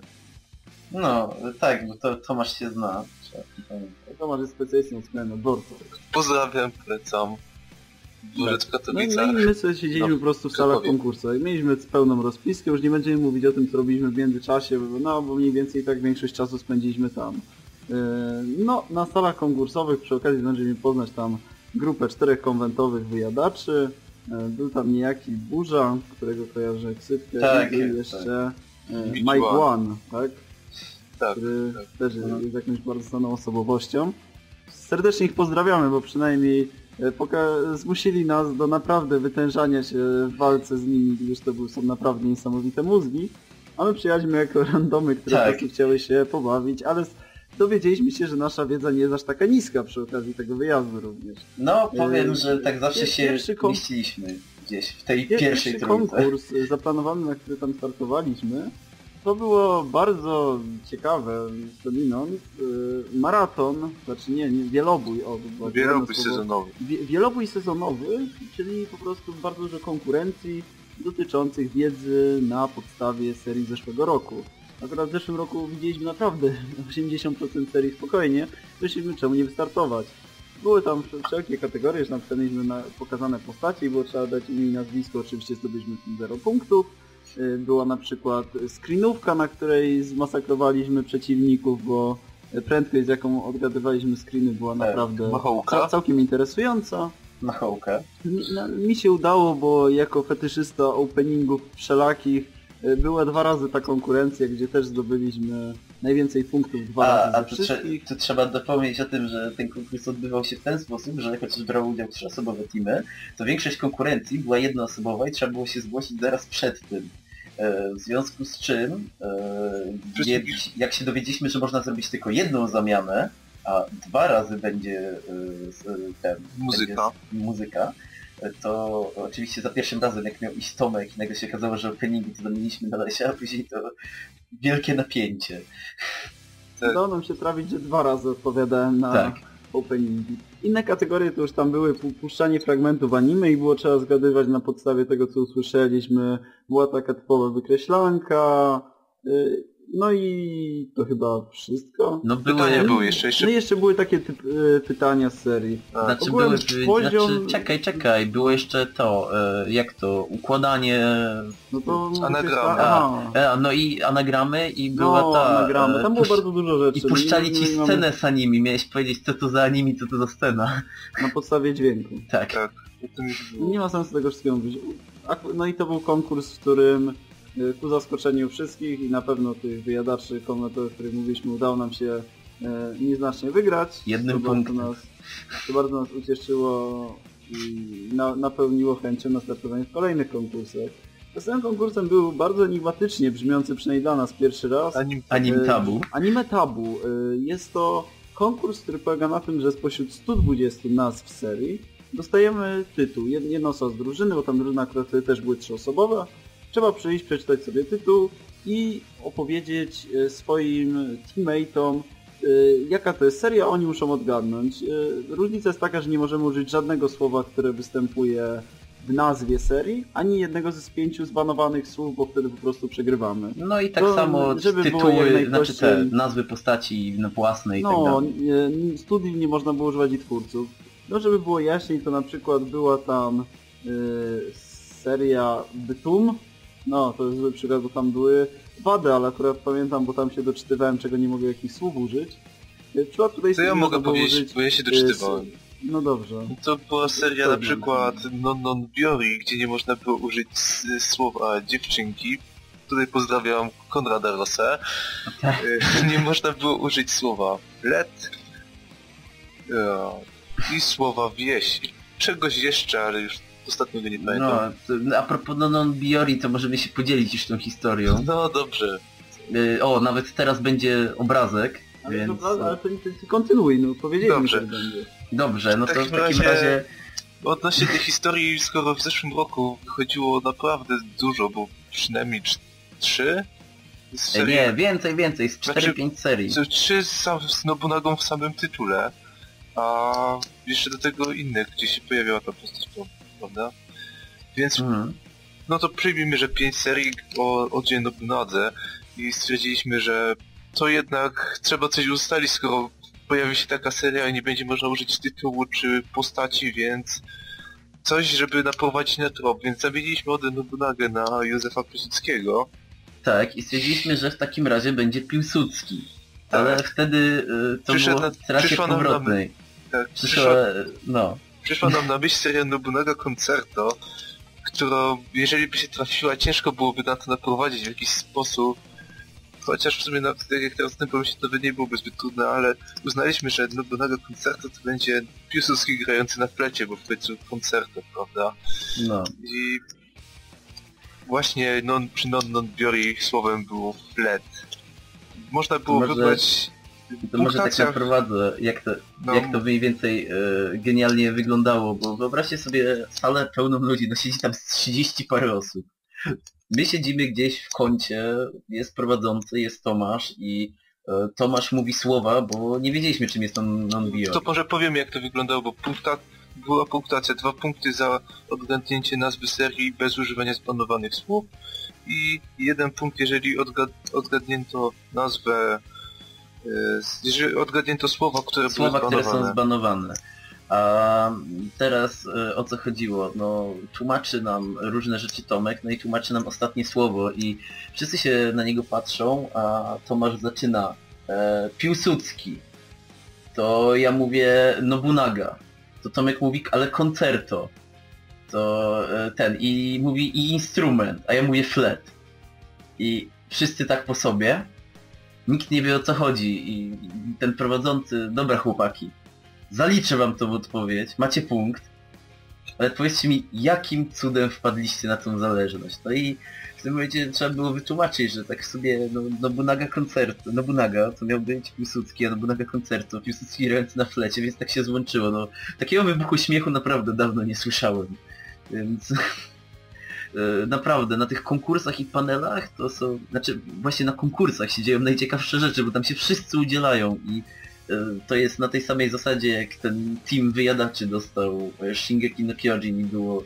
No, tak, bo to Tomasz się zna. Tomasz jest specjalistą od zmiany dworca. Pozdrawiam, polecam. Dworzec w No Katowicach. i my sobie siedzieliśmy po prostu w salach Krakowie. konkursowych. Mieliśmy pełną rozpiskę, już nie będziemy mówić o tym, co robiliśmy w międzyczasie, bo mniej więcej tak większość czasu spędziliśmy tam. No, na salach konkursowych przy okazji będziemy poznać tam grupę 4 konwentowych wyjadaczy. Był tam niejaki Burza, którego kojarzę ksywkę, Tak, i był tak. jeszcze Mike Mike One, tak? Tak, Który tak. też jest jakąś bardzo znaną osobowością. Serdecznie ich pozdrawiamy, bo przynajmniej zmusili nas do naprawdę wytężania się w walce z nimi, gdyż są naprawdę niesamowite mózgi. A my przyjechaliśmy jako randomy, które po Tak. prostu chciały się pobawić, ale dowiedzieliśmy się, że nasza wiedza nie jest aż taka niska przy okazji tego wyjazdu również. No, powiem, że tak zawsze się pierwszy mieściliśmy gdzieś w tej Pierwszy pierwszej trójce. konkurs zaplanowany, na który tam startowaliśmy, to było bardzo ciekawe, skądinąd. Maraton, znaczy nie, wielobój. Wielobój sezonowy. Wielobój sezonowy, czyli po prostu bardzo dużo konkurencji dotyczących wiedzy na podstawie serii zeszłego roku. Akurat w zeszłym roku widzieliśmy naprawdę 80% serii spokojnie, myśleliśmy czemu nie wystartować. Były tam wszelkie kategorie, że na przykład mieliśmy pokazane postacie i było trzeba dać imię i nazwisko, oczywiście zdobyliśmy 0 punktów. Była na przykład screenówka, na której zmasakrowaliśmy przeciwników, bo prędkość z jaką odgadywaliśmy screeny była naprawdę Machołka. całkiem interesująca. Na hołkę. Mi się udało, bo jako fetyszysta openingów wszelakich była 2 razy ta konkurencja, gdzie też zdobyliśmy najwięcej punktów 2 razy ze wszystkich. Tu trzeba dopomnieć o tym, że ten konkurs odbywał się w ten sposób, że chociaż brały udział 3-osobowe teamy, to większość konkurencji była jednoosobowa i trzeba było się zgłosić zaraz przed tym. W związku z czym, jak się dowiedzieliśmy, że można zrobić tylko jedną zamianę, a 2 razy będzie muzyka, to oczywiście za pierwszym razem, jak miał iść Tomek i nagle się okazało, że openingu to zamieniliśmy na Lesia, a później to wielkie napięcie. Udało nam się trafić, że 2 razy odpowiadałem na openingi. Inne kategorie to już tam były puszczanie fragmentów anime i było trzeba zgadywać na podstawie tego, co usłyszeliśmy. Była taka typowa wykreślanka. No i to chyba wszystko. No były jeszcze. No i jeszcze były takie pytania z serii. Znaczy Ogółem czekaj, było jeszcze to, jak to, układanie... No to... Anagramy. No i anagramy i była ta... anagramy. Tam było bardzo dużo rzeczy. I puszczali ci scenę z anime, miałeś powiedzieć co to za anime, co to za scena. Na podstawie dźwięku. Tak. Nie ma sensu tego wszystkiego mówić. No i to był konkurs, w którym ku zaskoczeniu wszystkich i na pewno tych wyjadaczy komentatorów, o których mówiliśmy, udało nam się nieznacznie wygrać. Jednym punktem. To bardzo nas ucieszyło i napełniło chęcią na startowanie w kolejnych konkursach. Następnym konkursem był bardzo enigmatycznie brzmiący, przynajmniej dla nas pierwszy raz. Anime Tabu. Anime Tabu. Jest to konkurs, który polega na tym, że spośród 120 nazw serii dostajemy tytuł. Jedna osoba z drużyny, bo tam drużyna akurat też były 3-osobowe. Trzeba przyjść, przeczytać sobie tytuł i opowiedzieć swoim teammateom, jaka to jest seria, oni muszą odgadnąć. Różnica jest taka, że nie możemy użyć żadnego słowa, które występuje w nazwie serii, ani jednego z 5 zbanowanych słów, bo wtedy po prostu przegrywamy. No i tak samo tytuły, znaczy te nazwy postaci własne i tak dalej. Studiów nie można było używać i twórców. No żeby było jaśniej, to na przykład była tam seria Bytum. No, to jest zły przykład, bo tam były wady, ale akurat pamiętam, bo tam się doczytywałem, czego nie mogę jakich słów użyć. Tutaj to ja mogę powiedzieć, bo ja się doczytywałem. No dobrze. To była seria na przykład Non Biori, gdzie nie można było użyć słowa dziewczynki. Tutaj pozdrawiam Konrada Rosse. Nie można było użyć słowa let i słowa wieś. Czegoś jeszcze, ale już ostatnio go nie pamiętam. No, a propos Non Biori, to możemy się podzielić już tą historią. No dobrze. Nawet teraz będzie obrazek Ale, Więc... ale to kontynuuj, no powiedzieliśmy, Dobrze. że będzie. Dobrze, no to w takim takim razie... Odnośnie tej historii, skoro w zeszłym roku wychodziło naprawdę dużo, bo przynajmniej 3 Nie, więcej, z 4-5 Znaczy, serii. 3 z Nobunagą w samym tytule, a jeszcze do tego innych, gdzie się pojawiała ta postać, prawda? Więc no to przyjmijmy, że 5 serii o Dzień Nobunadze i stwierdziliśmy, że to jednak trzeba coś ustalić, skoro pojawi się taka seria i nie będzie można użyć tytułu czy postaci, więc coś, żeby naprowadzić na trop, więc zamieniliśmy Odę Nobunagę na Józefa Piłsudskiego. Tak, i stwierdziliśmy, że w takim razie będzie Piłsudski. Ale Tak. wtedy to było w trasie powrotnej. Przyszła nam na myśl seria Nobunaga Concerto, która, jeżeli by się trafiła, ciężko byłoby na to naprowadzić w jakiś sposób. Chociaż w sumie, tak jak teraz w tym pomyśle, to nie byłoby zbyt trudne, ale uznaliśmy, że Nobunaga Concerto to będzie Piłsudski grający na flecie, bo w końcu koncerto, prawda? No. I właśnie przy non-biori słowem było flet. Można było wybrać... To może tak naprowadzę, jak to mniej więcej genialnie wyglądało, bo wyobraźcie sobie salę pełną ludzi, no siedzi tam z 30 parę osób. My siedzimy gdzieś w kącie, jest prowadzący, jest Tomasz i Tomasz mówi słowa, bo nie wiedzieliśmy, czym jest non-bio. To może powiem, jak to wyglądało, bo była punktacja, 2 punkty za odgadnięcie nazwy serii bez używania zbanowanych słów i 1 punkt, jeżeli odgadnięto nazwę, jeżeli odgadnięto słowa, które były zbanowane. Które są zbanowane. A teraz o co chodziło? No tłumaczy nam różne rzeczy Tomek, no i tłumaczy nam ostatnie słowo i wszyscy się na niego patrzą, a Tomasz zaczyna Piłsudski. To ja mówię Nobunaga. To Tomek mówi, ale koncerto. To i mówi i instrument, a ja mówię flet. I wszyscy tak po sobie. Nikt nie wie, o co chodzi i ten prowadzący, dobra chłopaki, zaliczę wam tą odpowiedź, macie punkt, ale powiedzcie mi, jakim cudem wpadliście na tą zależność. No i w tym momencie trzeba było wytłumaczyć, że tak sobie Nobunaga, to miał być Piłsudski, a Nobunaga koncertu, Piłsudski grający na flecie, więc tak się złączyło. No, takiego wybuchu śmiechu naprawdę dawno nie słyszałem, więc... Naprawdę, na tych konkursach i panelach to są... Znaczy, właśnie na konkursach się dzieją najciekawsze rzeczy, bo tam się wszyscy udzielają i to jest na tej samej zasadzie, jak ten team wyjadaczy dostał Shingeki no Kyojin i było...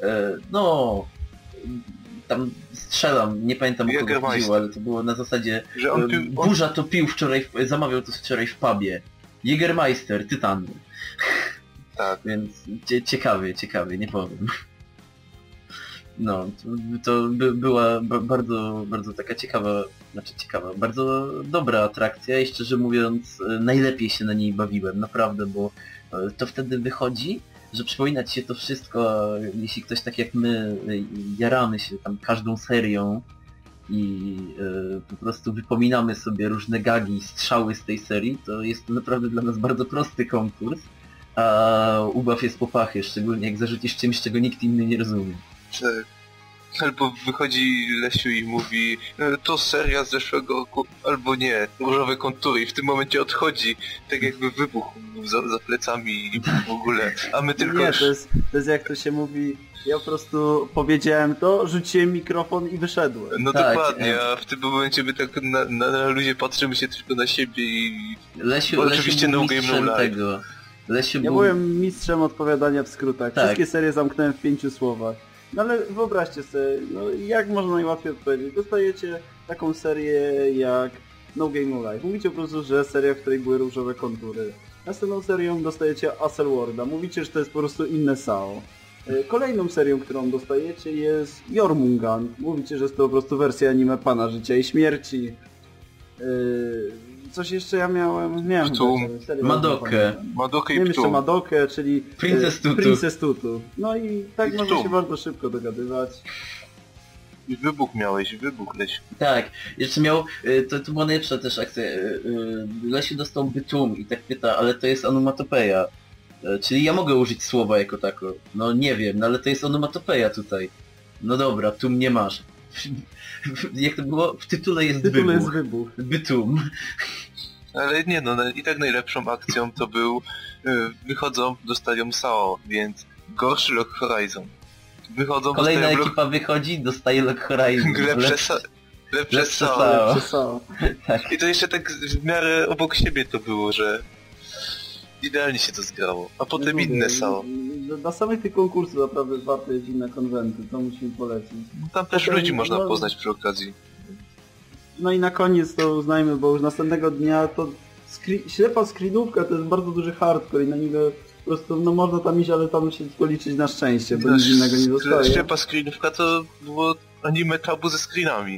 tam strzelam, nie pamiętam o kogo chodziło, ale to było na zasadzie... Że Burza to pił wczoraj, zamawiał to wczoraj w pubie. Jägermeister, Tytany. Tak. Więc ciekawie, nie powiem. No, to była bardzo, bardzo taka ciekawa, bardzo dobra atrakcja i szczerze mówiąc najlepiej się na niej bawiłem, naprawdę, bo to wtedy wychodzi, że przypomina ci się to wszystko, jeśli ktoś tak jak my jaramy się tam każdą serią i po prostu wypominamy sobie różne gagi, strzały z tej serii, to jest to naprawdę dla nas bardzo prosty konkurs, a ubaw jest po pachy, szczególnie jak zarzucisz czymś, czego nikt inny nie rozumie. Tak. Albo wychodzi Lesiu i mówi, to seria z zeszłego roku, albo nie, różowe kontury i w tym momencie odchodzi, tak jakby wybuchł za plecami i w ogóle, a my tylko... Nie, to jest jak to się mówi, ja po prostu powiedziałem to, rzuciłem mikrofon i wyszedłem. No tak, dokładnie, a w tym momencie my tak na ludzie patrzymy się tylko na siebie i... Lesiu oczywiście no game no life. Ja byłem mistrzem odpowiadania w skrótach, tak. Wszystkie serie zamknąłem w 5 słowach. No ale wyobraźcie sobie, no jak można najłatwiej odpowiedzieć? Dostajecie taką serię jak No Game No Life. Mówicie po prostu, że seria, w której były różowe kontury. Następną serią dostajecie Aselworda. Mówicie, że to jest po prostu inne SAO. Kolejną serią, którą dostajecie jest Jormungand. Mówicie, że jest to po prostu wersja anime Pana Życia i Śmierci. Coś jeszcze ja miałem Madokę i Ptum. Jeszcze Madokę, czyli Princess Tutu. No i tak można się bardzo szybko dogadywać. I wybuch miałeś, Lesiu. Tak, jeszcze miał, to była najlepsza też akcja. Lesiu dostał Bytum i tak pyta, ale to jest onomatopeja. Czyli ja mogę użyć słowa jako tako. No nie wiem, no ale to jest onomatopeja tutaj. No dobra, Tum nie masz. Jak to było? W tytule jest wybuch. Wybuch. Bytum. Ale nie no, i tak najlepszą akcją to był wychodzą, dostają SAO, więc gorszy Log Horizon. Wychodzą, Kolejna ekipa wychodzi, dostaje Log Horizon. Lepsze SAO. Lepsze SAO. Tak. I to jeszcze tak w miarę obok siebie to było, że idealnie się to zgrało. A potem inne SAO. Na samych tych konkursów naprawdę warto jeździć na konwenty, to musimy polecić. Tam też Potem, ludzi można no, poznać przy okazji. No i na koniec to uznajmy, bo już następnego dnia to ślepa screenówka to jest bardzo duży hardcore i na niego po prostu, no można tam iść, ale tam się tylko liczyć na szczęście, bo nic innego nie zostaje. Ślepa screenówka to było anime tabu ze screenami.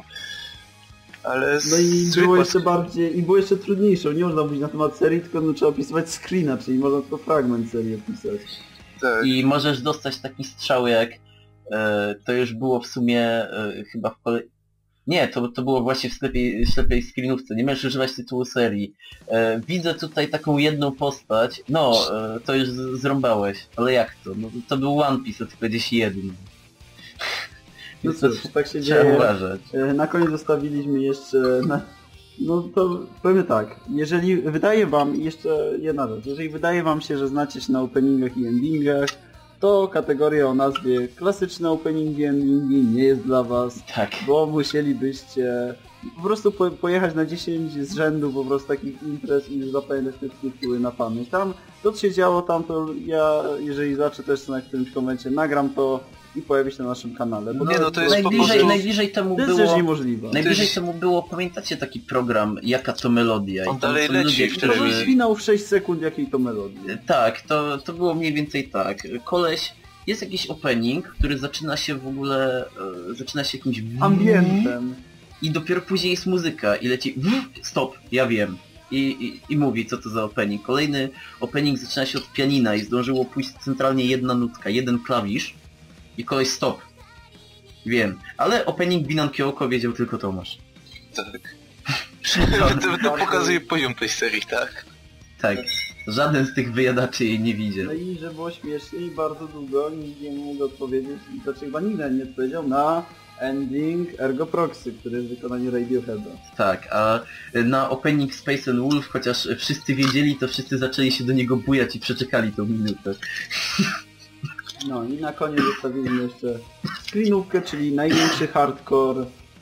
Ale No i było jeszcze bardziej, i było jeszcze trudniejsze, nie można mówić na temat serii, tylko no, trzeba opisywać screena, czyli można tylko fragment serii opisać. Tak. I możesz dostać taki strzał jak to już było w sumie chyba w Nie, to było właśnie w ślepej screenówce, nie możesz używać tytułu serii. Widzę tutaj taką jedną postać, to już zrąbałeś, ale jak to? No, to był One Piece, a tylko gdzieś jeden. No cóż, tak się Trzeba dzieje. uważać. Na koniec zostawiliśmy jeszcze... No to powiem tak, jeżeli wydaje wam, jeszcze jedna rzecz, jeżeli wydaje wam się, że znacie się na openingach i endingach, to kategoria o nazwie klasyczne openingi, endingi nie jest dla was, Tak. bo musielibyście po prostu pojechać na 10 z rzędu po prostu takich imprez i zapamiętać te tytuły na pamięć. Tam to co się działo, tam to ja, jeżeli zacznę też na którymś komencie, nagram to i pojawi się na naszym kanale. Bo Nie, no to jest po prostu... Najbliżej temu to jest rzecz niemożliwa. Najbliżej temu było, pamiętacie taki program Jaka to melodia? On I tam dalej są leci ludzie, w To jest telewizji. finał w 6 sekund jakiej to melodii. Tak, to było mniej więcej tak. Koleś, jest jakiś opening, który zaczyna się w ogóle, zaczyna się jakimś Ambientem. i dopiero później jest muzyka i leci stop, ja wiem. I mówi, co to za opening. Kolejny opening zaczyna się od pianina i zdążyło pójść centralnie jedna nutka, jeden klawisz i koleś stop. Wiem, ale opening Binan Kyoko wiedział tylko Tomasz. Tak. To pokazuje poziom tej serii, tak? Tak, żaden z tych wyjadaczy jej nie widział. No i że było śmiesznie i bardzo długo nikt nie mógł odpowiedzieć, znaczy chyba nikt nie odpowiedział na ending Ergo Proxy, który jest w wykonaniu Radioheada. Tak, a na opening Space and Wolf, chociaż wszyscy wiedzieli, to wszyscy zaczęli się do niego bujać i przeczekali tą minutę. No i na koniec zostawiliśmy jeszcze screenówkę, czyli największy hardcore.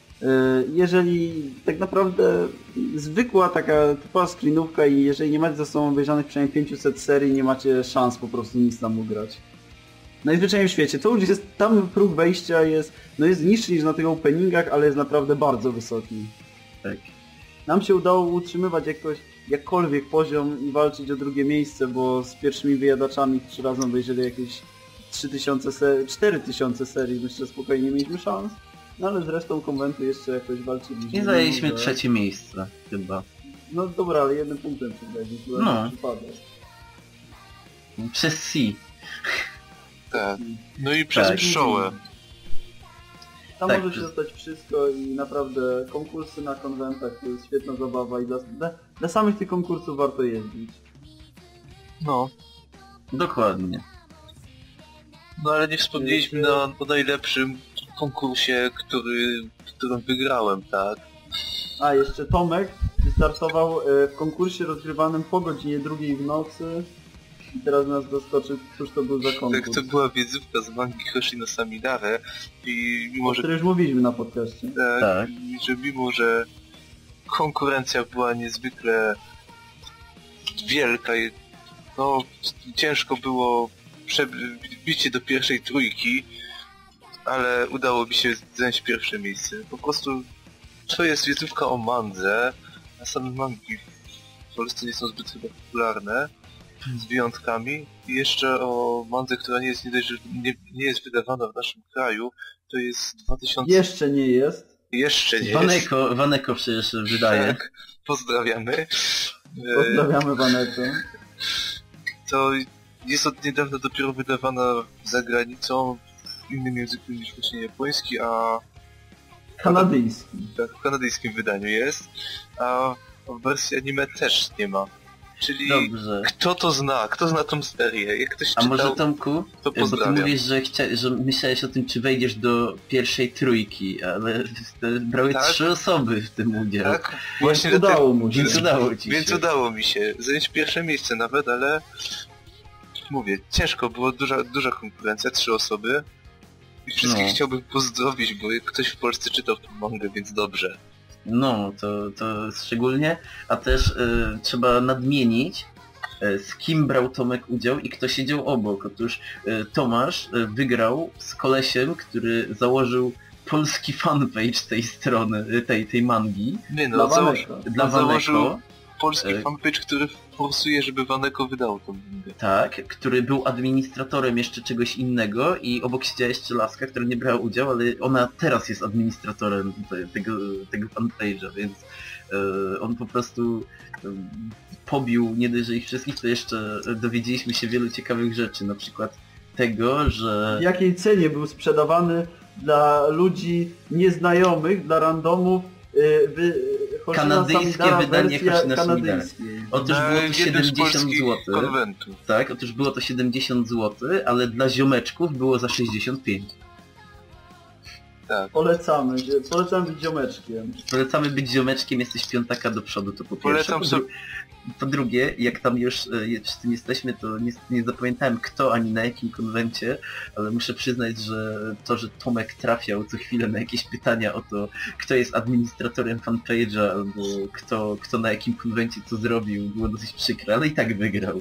Jeżeli tak naprawdę zwykła taka typowa screenówka i jeżeli nie macie za sobą obejrzanych przynajmniej 500 serii, nie macie szans po prostu nic tam ugrać. Najzwyczajniej w świecie. To już jest, tam próg wejścia jest niższy niż na tych openingach, ale jest naprawdę bardzo wysoki. Tak. Nam się udało utrzymywać jakkolwiek poziom i walczyć o drugie miejsce, bo z pierwszymi wyjadaczami 3 razy obejrzeli jakieś 4000 serii, myślę, że spokojnie mieliśmy szans. No ale z resztą konwentu jeszcze jakoś walczyliśmy. I zajęliśmy trzecie miejsce, chyba. No dobra, ale jednym punktem przegraliśmy, No. przypadek. Przez C. Tak. No i przez Tak. pszczołę. Tam Tak, może się dostać wszystko i naprawdę konkursy na konwentach to jest świetna zabawa i dla samych tych konkursów warto jeździć. No. Dokładnie. No ale nie wspomnieliśmy o najlepszym konkursie, w którym wygrałem, tak? A, jeszcze Tomek wystartował w konkursie rozgrywanym po godzinie 2 w nocy i teraz nas zaskoczył, cóż to był za konkurs. Tak, to była wiedzówka z mangi Hoshino Samidare i mimo, O że... której już mówiliśmy na podcaście. Tak. I że mimo, że konkurencja była niezwykle wielka i no ciężko było wbić się do pierwszej trójki, ale udało mi się zająć pierwsze miejsce. Po prostu to jest wiedzówka o mandze, a same mangi w Polsce nie są zbyt chyba popularne, z wyjątkami. I jeszcze o mandze, która nie nie jest wydawana w naszym kraju, to jest 2000... Jeszcze nie jest. Jeszcze nie jest. Waneko przecież wydaje. Tak, pozdrawiamy. Pozdrawiamy Vanetę. To jest od niedawna dopiero wydawana za granicą w innym języku niż właśnie japoński, a Kanadyjski. tak, w kanadyjskim wydaniu jest, a w wersji anime też nie ma. Czyli Dobrze. kto to zna? Kto zna tą serię? Jak ktoś A czytał, może Tomku, to bo ty pozdrawiam. mówisz, że myślałeś o tym, czy wejdziesz do pierwszej trójki, ale brały Tak? 3 osoby w tym udział. Tak? Właśnie Więc udało mu się. Więc udało ci Więc się. udało mi się zająć pierwsze miejsce nawet, ale mówię, ciężko, było duża konkurencja, 3 osoby. I wszystkich No. chciałbym pozdrowić, bo ktoś w Polsce czytał tą mangę, więc dobrze. No, to szczególnie, a też trzeba nadmienić, z kim brał Tomek udział i kto siedział obok. Otóż Tomasz wygrał z kolesiem, który założył polski fanpage tej strony, tej mangi. Nie Dla no, Waneko. Dla założył Waneko, polski fanpage, który forsuje, żeby Waneko wydał tą mangę. tak, który był administratorem jeszcze czegoś innego i obok siedziała jeszcze laska, która nie brała udziału, ale ona teraz jest administratorem tego fanpage'a, więc on po prostu pobił nie dość, że ich wszystkich, to jeszcze dowiedzieliśmy się wielu ciekawych rzeczy, na przykład tego, że... W jakiej cenie był sprzedawany dla ludzi nieznajomych, dla randomów, Hoshina Kanadyjskie Samidara wydanie wersja Hoshina Samidara. kanadyjskiej. Otóż Na było to jednym z 70 polskich zł. konwentów. Tak, otóż było to 70 zł, ale dla ziomeczków było za 65. Tak. Polecamy być ziomeczkiem. Polecamy być ziomeczkiem, jesteś piątaka do przodu, to po pierwsze. Polecam sobie... Po drugie, jak tam już przy tym jesteśmy, to nie zapamiętałem kto ani na jakim konwencie, ale muszę przyznać, że to, że Tomek trafiał co chwilę na jakieś pytania o to, kto jest administratorem fanpage'a, albo kto na jakim konwencie co zrobił, było dosyć przykre, ale i tak wygrał.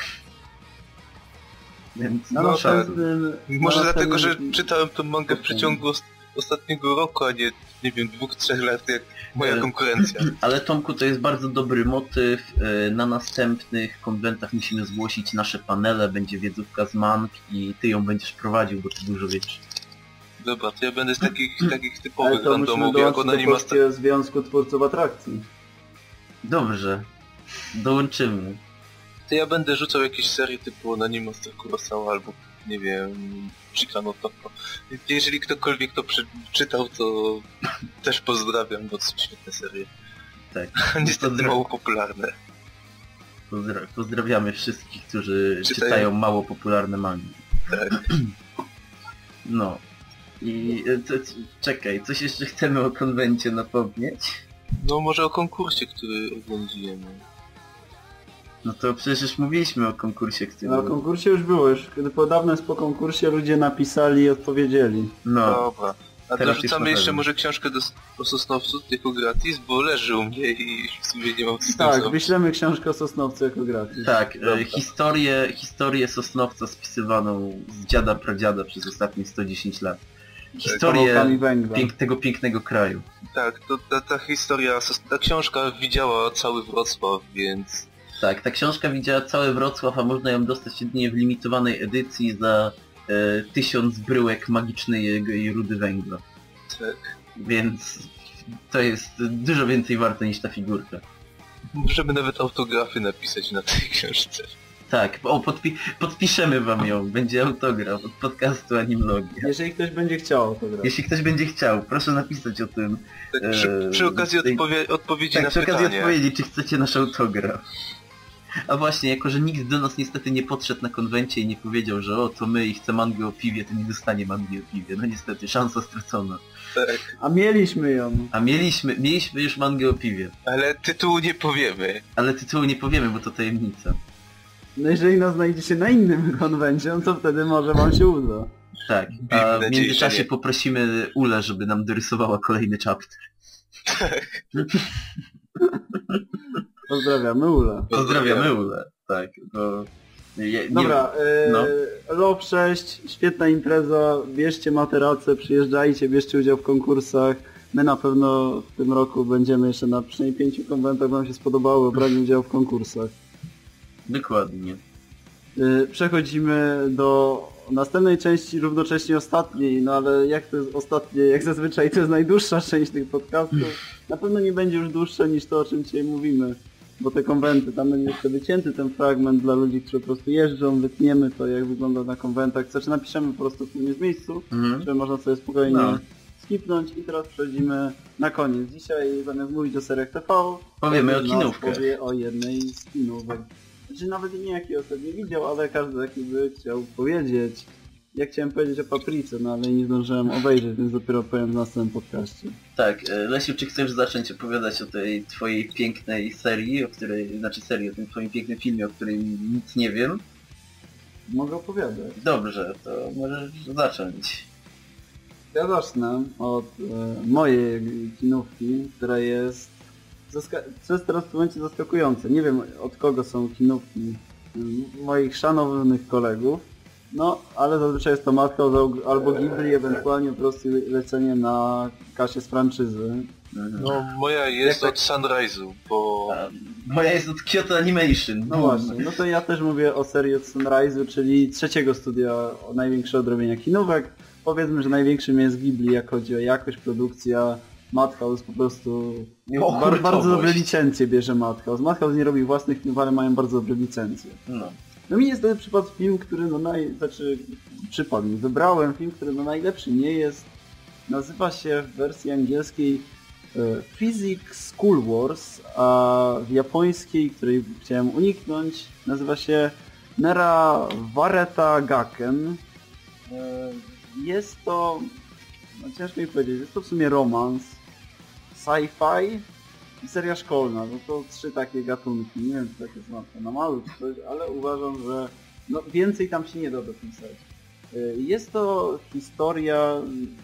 Więc Na No następnym... Może na dlatego, że następnym- czytałem tą mangę w przeciągu ostatniego roku, a nie wiem, 2-3 lat jak moja konkurencja. Ale Tomku, to jest bardzo dobry motyw. Na następnych konwentach musimy zgłosić nasze panele, będzie wiedzówka z mang i ty ją będziesz prowadził, bo ty dużo wiesz. Dobra, to ja będę z takich Ale typowych to musimy randomów, jak dołączyć do Anonymous. Polskiego Związku Twórców Atrakcji. Dobrze, dołączymy. To ja będę rzucał jakieś serie typu Anonymous Kurosawa albo, nie wiem, Chikano Toko. Jeżeli ktokolwiek to czytał, to też pozdrawiam, bo to są świetne serie. Tak. Niestety mało popularne. Pozdrawiamy wszystkich, którzy Czytają. czytają mało popularne mangi. Tak. No. I czekaj, coś jeszcze chcemy o konwencie napomnieć? No może o konkursie, który oglądujemy. No to przecież już mówiliśmy o konkursie, który... No o konkursie już było, kiedy po dawno jest po konkursie, ludzie napisali i odpowiedzieli. No, Dobra. A Teraz już dorzucamy na jeszcze pewno. może książkę o Sosnowcu jako gratis, bo leży u mnie i w sumie nie mam co z tym Tak, zrobić. wyślemy książkę o Sosnowcu jako gratis. tak, Dobra. historię Sosnowca spisywaną z dziada pradziada przez ostatnie 110 lat. Kawałkami Historię węgla. tego pięknego kraju. Tak, ta historia, ta książka widziała cały Wrocław, więc Tak, ta książka widziała cały Wrocław, a można ją dostać jedynie w limitowanej edycji za 1000 bryłek magicznej rudy węgla. tak. Więc to jest dużo więcej warte niż ta figurka. Możemy nawet autografy napisać na tej książce. Tak, podpiszemy wam ją, będzie autograf od podcastu Animlogia. Jeżeli ktoś będzie chciał, to grać. Jeśli ktoś będzie chciał, proszę napisać o tym. Tak, przy okazji odpowiedzi Tak, na przy okazji pytanie. odpowiedzi, czy chcecie nasz autograf. A właśnie, jako że nikt do nas niestety nie podszedł na konwencie i nie powiedział, że o, to my i chce mangę o piwie, to nie dostanie mangi o piwie. No niestety, szansa stracona. Tak, A mieliśmy ją. A mieliśmy już mangę o piwie. ale tytułu nie powiemy. Ale tytułu nie powiemy, bo to tajemnica. No jeżeli nas znajdziecie na innym konwencie, no to wtedy może wam się uda. Tak, Miejmy a w nadzieję, że międzyczasie nie. poprosimy Ulę, żeby nam dorysowała kolejny chapter. Pozdrawiamy Ula. Pozdrawiamy Ulę, tak, bo... Dobra, no. LoB 6, świetna impreza, bierzcie materace, przyjeżdżajcie, bierzcie udział w konkursach. My na pewno w tym roku będziemy jeszcze na przynajmniej 5 konwentach, wam się spodobało, brać udział w konkursach. Dokładnie. Przechodzimy do następnej części, równocześnie ostatniej, no ale jak to jest ostatnie, jak zazwyczaj to jest najdłuższa część tych podcastów, na pewno nie będzie już dłuższa niż to, o czym dzisiaj mówimy, bo te konwenty, tam będzie jeszcze wycięty ten fragment dla ludzi, którzy po prostu jeżdżą, wytniemy to, jak wygląda na konwentach, znaczy napiszemy po prostu w tym miejscu, Mhm. żeby można sobie spokojnie No. skipnąć i teraz przechodzimy na koniec. Dzisiaj zamiast mówić o seriach TV, Powiemy o każdy z nas kinówkach. powie o jednej z kinówek. Znaczy nawet nie jaki ostatnio widział, ale każdy taki by chciał powiedzieć. Ja chciałem powiedzieć o Papryce, no ale nie zdążyłem obejrzeć, więc dopiero powiem w następnym podcaście. Tak, Lesiu, czy chcesz zacząć opowiadać o tej twojej pięknej serii, o tym twoim pięknym filmie, o którym nic nie wiem? Mogę opowiadać. Dobrze, to możesz zacząć. Ja zacznę od mojej kinówki, która jest... Co jest teraz w tym momencie zaskakujące. Nie wiem od kogo są kinówki moich szanownych kolegów, no ale zazwyczaj jest to Madhouse albo Ghibli, ewentualnie po prostu lecenie na kasie z franczyzy. No moja jest od Sunrise'u, bo... Moja jest od Kyoto Animation. No właśnie, no to ja też mówię o serii od Sunrise'u, czyli trzeciego studia największego od robienia kinówek. Powiedzmy, że największym jest Ghibli, jak chodzi o jakość, produkcja. Madhouse po prostu bardzo dobre licencje bierze Madhouse. Madhouse nie robi własnych filmów, ale mają bardzo dobre licencje. No mi jest przypadł film, który wybrałem film, który najlepszy nie jest. Nazywa się w wersji angielskiej Physics School Wars, a w japońskiej, której chciałem uniknąć, nazywa się Nera Wareta Gaken. Jest to, no ciężko mi powiedzieć, jest to w sumie romans, sci-fi i seria szkolna. No to 3 takie gatunki. Nie wiem, czy tak jest na malu czy coś, ale uważam, że no, więcej tam się nie da dopisać. Jest to historia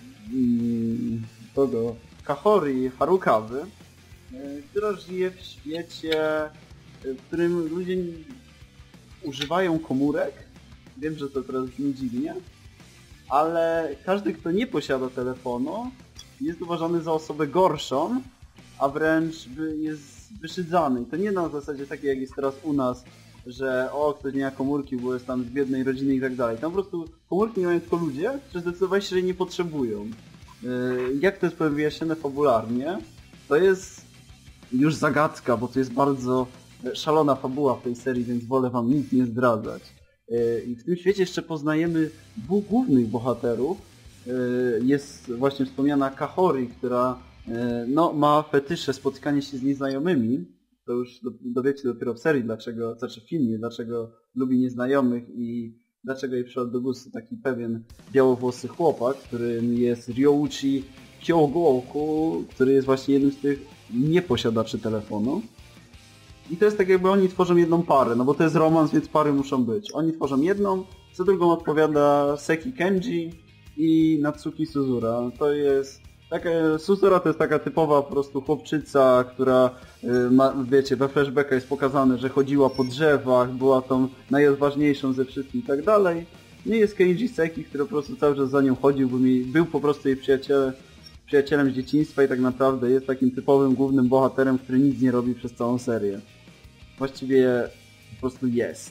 Kahori Harukawy, która żyje w świecie, w którym ludzie używają komórek. Wiem, że to teraz brzmi dziwnie, ale każdy, kto nie posiada telefonu, jest uważany za osobę gorszą, a wręcz jest wyszydzany. I to nie na zasadzie takiej, jak jest teraz u nas, że ktoś nie ma komórki, bo jest tam z biednej rodziny i tak dalej. Tam po prostu komórki nie mają tylko ludzie, którzy zdecydowali się, że jej nie potrzebują. Jak to jest powiem wyjaśnione fabularnie, to jest już zagadka, bo to jest bardzo szalona fabuła w tej serii, więc wolę wam nic nie zdradzać. I w tym świecie jeszcze poznajemy 2 głównych bohaterów. Jest właśnie wspomniana Kahori, która no, ma fetysze spotykanie się z nieznajomymi. To już dowiecie dopiero w serii, w filmie, dlaczego lubi nieznajomych i dlaczego jej przyszedł do gustu taki pewien białowłosy chłopak, którym jest Ryouchi Hyogoku, który jest właśnie jednym z tych nieposiadaczy telefonu. I to jest tak jakby oni tworzą jedną parę, no bo to jest romans, więc pary muszą być. Oni tworzą jedną, za drugą odpowiada Seki Kenji i Natsuki Suzura. To jest Suzura to jest taka typowa po prostu chłopczyca, która wiecie, we flashbackach jest pokazane, że chodziła po drzewach, była tą najodważniejszą ze wszystkich i tak dalej. Nie jest Kenji Seki, który po prostu cały czas za nią chodził, był po prostu jej przyjacielem z dzieciństwa i tak naprawdę jest takim typowym głównym bohaterem, który nic nie robi przez całą serię. Właściwie po prostu jest.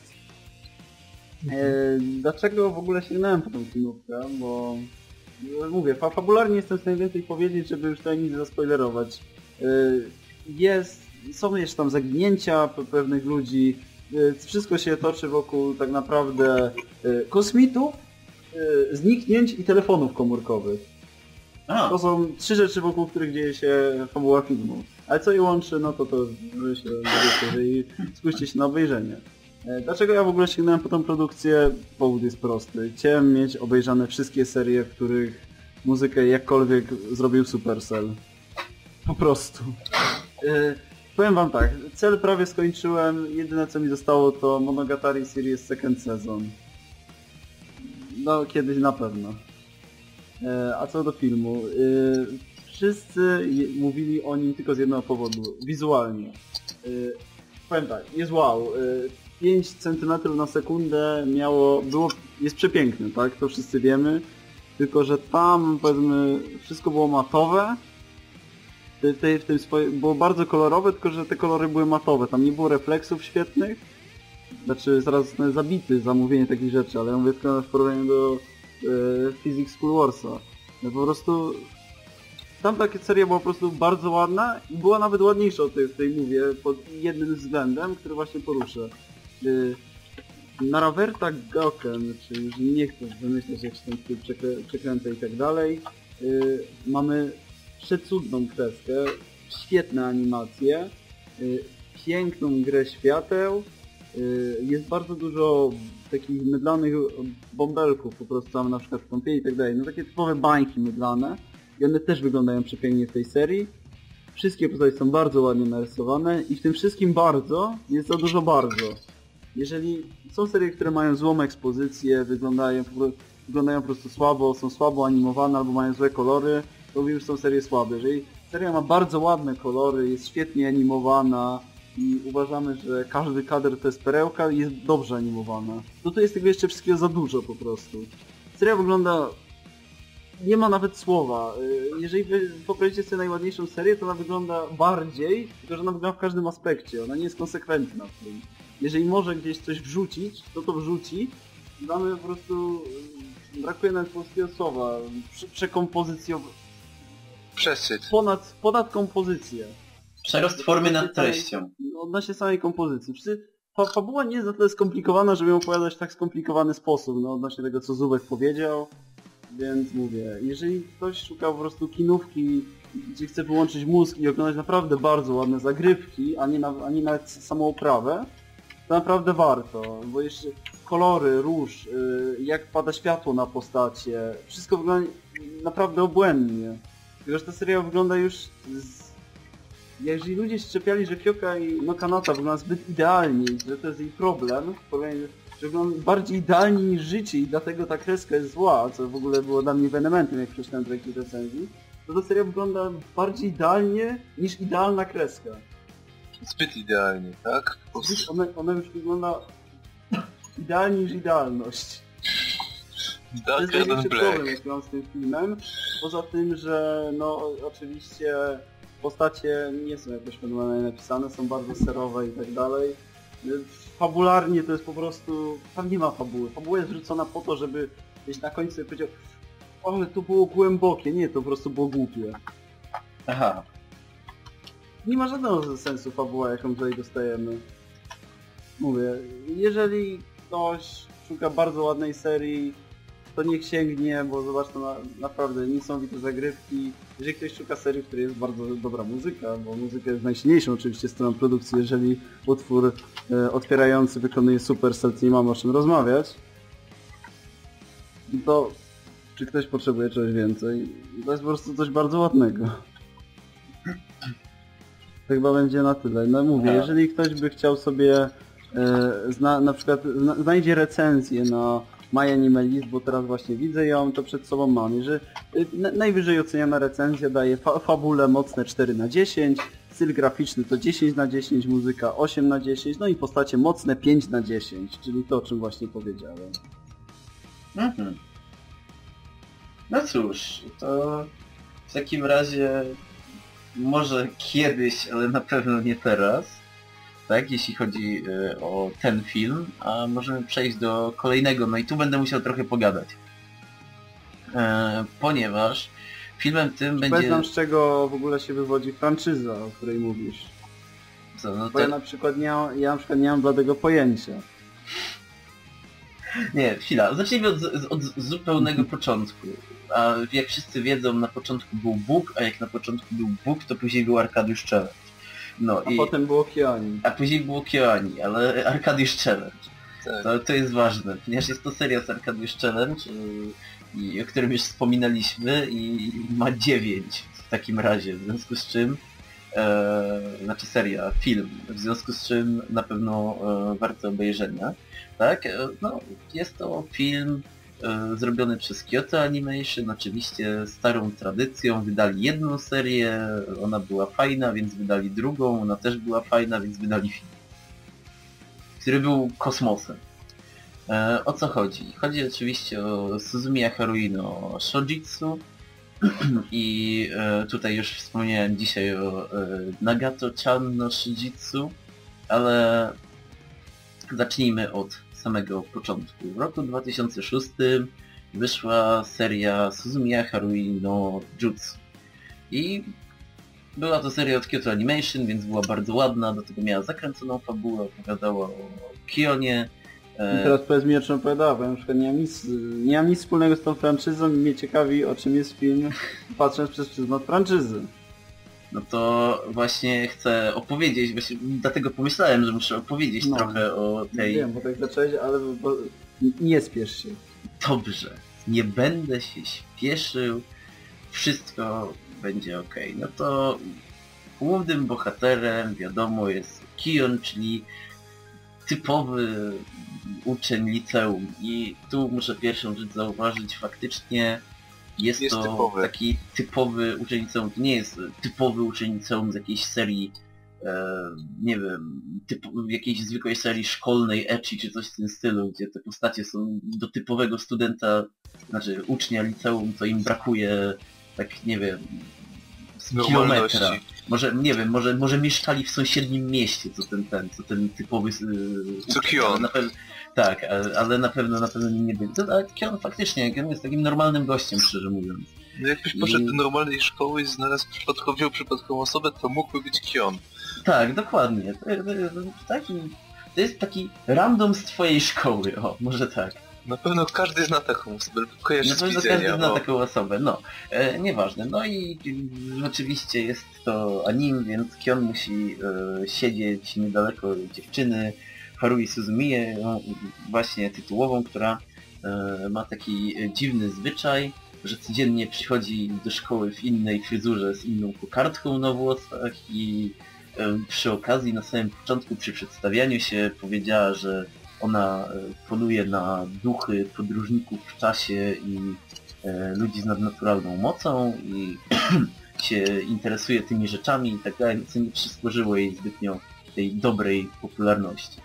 Dlaczego w ogóle sięgnąłem po tą kinówkę? Bo mówię, fabularnie jestem w stanie więcej powiedzieć, żeby już tutaj nic zaspoilerować. Są jeszcze tam zaginięcia pewnych ludzi, wszystko się toczy wokół tak naprawdę kosmitów, zniknięć i telefonów komórkowych. To są 3 rzeczy, wokół których dzieje się fabuła filmu. Ale co je łączy, no to wy się dowiecie, jeżeli skuście się na obejrzenie. Dlaczego ja w ogóle sięgnąłem po tą produkcję? Powód jest prosty. Chciałem mieć obejrzane wszystkie serie, w których muzykę jakkolwiek zrobił Supercell. Po prostu. Powiem wam tak, cel prawie skończyłem, jedyne co mi zostało to Monogatari Series Second Season. No, kiedyś na pewno. A co do filmu, wszyscy mówili o nim tylko z jednego powodu, wizualnie. Powiem tak, jest wow, 5 cm na sekundę jest przepiękne, tak, to wszyscy wiemy, tylko że tam, powiedzmy, wszystko było matowe, było bardzo kolorowe, tylko że te kolory były matowe, tam nie było refleksów świetnych, znaczy zaraz zostanę zabity za mówienie takich rzeczy, ale ja mówię tylko w porównaniu do Physics School Warsa. No po prostu tam taka seria była po prostu bardzo ładna i była nawet ładniejsza od tej mówię pod jednym względem, który właśnie poruszę. Naraverta Gaken, czyli już nie chcę wymyśleć jak się ten styl przekręca i tak dalej. mamy przecudną kreskę, świetne animacje, piękną grę świateł, jest bardzo dużo takich mydlanych bąbelków, po prostu tam na przykład w kąpie i tak dalej, no takie typowe bańki mydlane i one też wyglądają przepięknie w tej serii. Wszystkie postacie są bardzo ładnie narysowane i w tym wszystkim bardzo jest za dużo bardzo. Jeżeli są serie, które mają złą ekspozycję, wyglądają po prostu słabo, są słabo animowane albo mają złe kolory, to już są serie słabe. Jeżeli seria ma bardzo ładne kolory, jest świetnie animowana i uważamy, że każdy kadr to jest perełka i jest dobrze animowana, to tu jest tego jeszcze wszystkiego za dużo po prostu. Seria wygląda... Nie ma nawet słowa. Jeżeli wy poprawicie sobie najładniejszą serię, to ona wygląda bardziej, tylko że ona wygląda w każdym aspekcie. Ona nie jest konsekwentna w tym. Jeżeli może gdzieś coś wrzucić, to wrzuci. Mamy po prostu... Brakuje nawet polskiego słowa. Przekompozycjować. Przesyt. Ponad kompozycję. Przerost formy nad treścią. Odnośnie samej kompozycji. Fabuła nie jest na tyle skomplikowana, żeby ją opowiadać w tak skomplikowany sposób. No, odnośnie tego, co Zubek powiedział. Więc mówię, jeżeli ktoś szuka po prostu kinówki, gdzie chce wyłączyć mózg i oglądać naprawdę bardzo ładne zagrywki, a nie na samą oprawę, to naprawdę warto, bo jeszcze kolory, róż, jak pada światło na postacie, wszystko wygląda naprawdę obłędnie. Tylko że ta seria wygląda już... Jeżeli ludzie się czepiali, że Kyokai no Kanata wygląda zbyt idealnie, że to jest jej problem, że wygląda bardziej idealnie niż życie i dlatego ta kreska jest zła, co w ogóle było dla mnie ewenementem, jak przeczytałem trakcie recenzji, to ta seria wygląda bardziej idealnie niż idealna kreska. Zbyt idealnie, tak? Ona już wygląda idealnie niż idealność. To jest największy problem, jaki mam z tym filmem. Poza tym, że no oczywiście postacie nie są jakoś fenomenalnie napisane, są bardzo serowe i tak dalej. Fabularnie to jest po prostu... Tam nie ma fabuły. Fabuła jest wrzucona po to, żeby gdzieś na końcu sobie powiedział, ale to było głębokie. Nie, to po prostu było głupie. Aha. Nie ma żadnego sensu fabuła, jaką tutaj dostajemy. Mówię, jeżeli ktoś szuka bardzo ładnej serii, to niech sięgnie, bo zobacz, to naprawdę niesamowite zagrywki. Jeżeli ktoś szuka serii, w której jest bardzo dobra muzyka, bo muzyka jest najsilniejszą oczywiście stroną produkcji, jeżeli utwór otwierający wykonuje Supercell, to nie mamy o czym rozmawiać, to czy ktoś potrzebuje czegoś więcej? To jest po prostu coś bardzo ładnego. To chyba będzie na tyle. No mówię, jeżeli ktoś by chciał sobie na przykład znajdzie recenzję na MyAnimeList, bo teraz właśnie widzę ją, to przed sobą mam. Jeżeli najwyżej oceniana recenzja daje fabule mocne 4/10, styl graficzny to 10/10, muzyka 8/10, no i postacie mocne 5/10, czyli to, o czym właśnie powiedziałem. Mhm. No cóż, to w takim razie może kiedyś, ale na pewno nie teraz, tak, jeśli chodzi o ten film, a możemy przejść do kolejnego, no i tu będę musiał trochę pogadać. Ponieważ filmem tym będzie... Powiedz z czego w ogóle się wywodzi franczyza, o której mówisz. Co, no bo ja na przykład nie mam bladego pojęcia. Nie, chwila. Zacznijmy od zupełnego początku. A jak wszyscy wiedzą, na początku był Bóg, a jak na początku był Bóg, to później był Arkadiusz Challenge. No a potem było Kyoani. A później było Kyoani, ale Arkadiusz Challenge. Tak. To jest ważne, ponieważ jest to seria z Arkadiusz Challenge, o którym już wspominaliśmy i ma 9 w takim razie, w związku z czym znaczy seria, film, w związku z czym na pewno warto obejrzenia. Tak? No, jest to film zrobiony przez Kyoto Animation, oczywiście starą tradycją, wydali jedną serię, ona była fajna, więc wydali drugą, ona też była fajna, więc wydali film, który był kosmosem. O co chodzi? Chodzi oczywiście o Suzumiya Haruhi no Shojitsu i tutaj już wspomniałem dzisiaj o Nagato-chan no Shujitsu, ale zacznijmy od samego początku. W roku 2006 wyszła seria Suzumiya Haruhi no Jutsu i była to seria od Kyoto Animation, więc była bardzo ładna, do tego miała zakręconą fabułę, opowiadała o Kionie I teraz powiedz mi, o czym opowiadała, bo ja na przykład nie mam nic wspólnego z tą franczyzą i mnie ciekawi, o czym jest film, patrząc przez pryzmat franczyzy. No to właśnie chcę opowiedzieć, właśnie dlatego pomyślałem, że muszę opowiedzieć trochę o tej... Wiem, bo tak zacząłeś, ale nie spiesz się. Dobrze, nie będę się śpieszył, wszystko będzie ok. No to głównym bohaterem, wiadomo, jest Kion, czyli typowy uczeń liceum. I tu muszę pierwszą rzecz zauważyć, faktycznie jest to typowy. Taki typowy uczeń liceum. To nie jest typowy uczeń liceum z jakiejś serii, nie wiem, jakiejś zwykłej serii szkolnej, ecchi czy coś w tym stylu, gdzie te postacie są do typowego studenta, znaczy ucznia liceum, to im brakuje, tak nie wiem, z kilometra. Może, nie wiem, może mieszkali w sąsiednim mieście, co ten typowy... Co Kion. Tak, ale na pewno nie byli. Ale Kion faktycznie, Kion jest takim normalnym gościem, szczerze mówiąc. No jakbyś poszedł do normalnej szkoły i znalazł przypadkową osobę, to mógłby być Kion. Tak, dokładnie. To jest taki random z twojej szkoły, o, może tak. Na pewno każdy zna taką osobę, kojarzy z widzenia. Każdy zna taką osobę, nieważne. No i oczywiście jest to anime, więc Kion musi siedzieć niedaleko dziewczyny Harui Suzumiye, właśnie tytułową, która ma taki dziwny zwyczaj, że codziennie przychodzi do szkoły w innej fryzurze z inną kokardką na włosach i przy okazji na samym początku przy przedstawianiu się powiedziała, że ona poluje na duchy podróżników w czasie i ludzi z nadnaturalną mocą i się interesuje tymi rzeczami i tak dalej, co nie przysporzyło jej zbytnio tej dobrej popularności.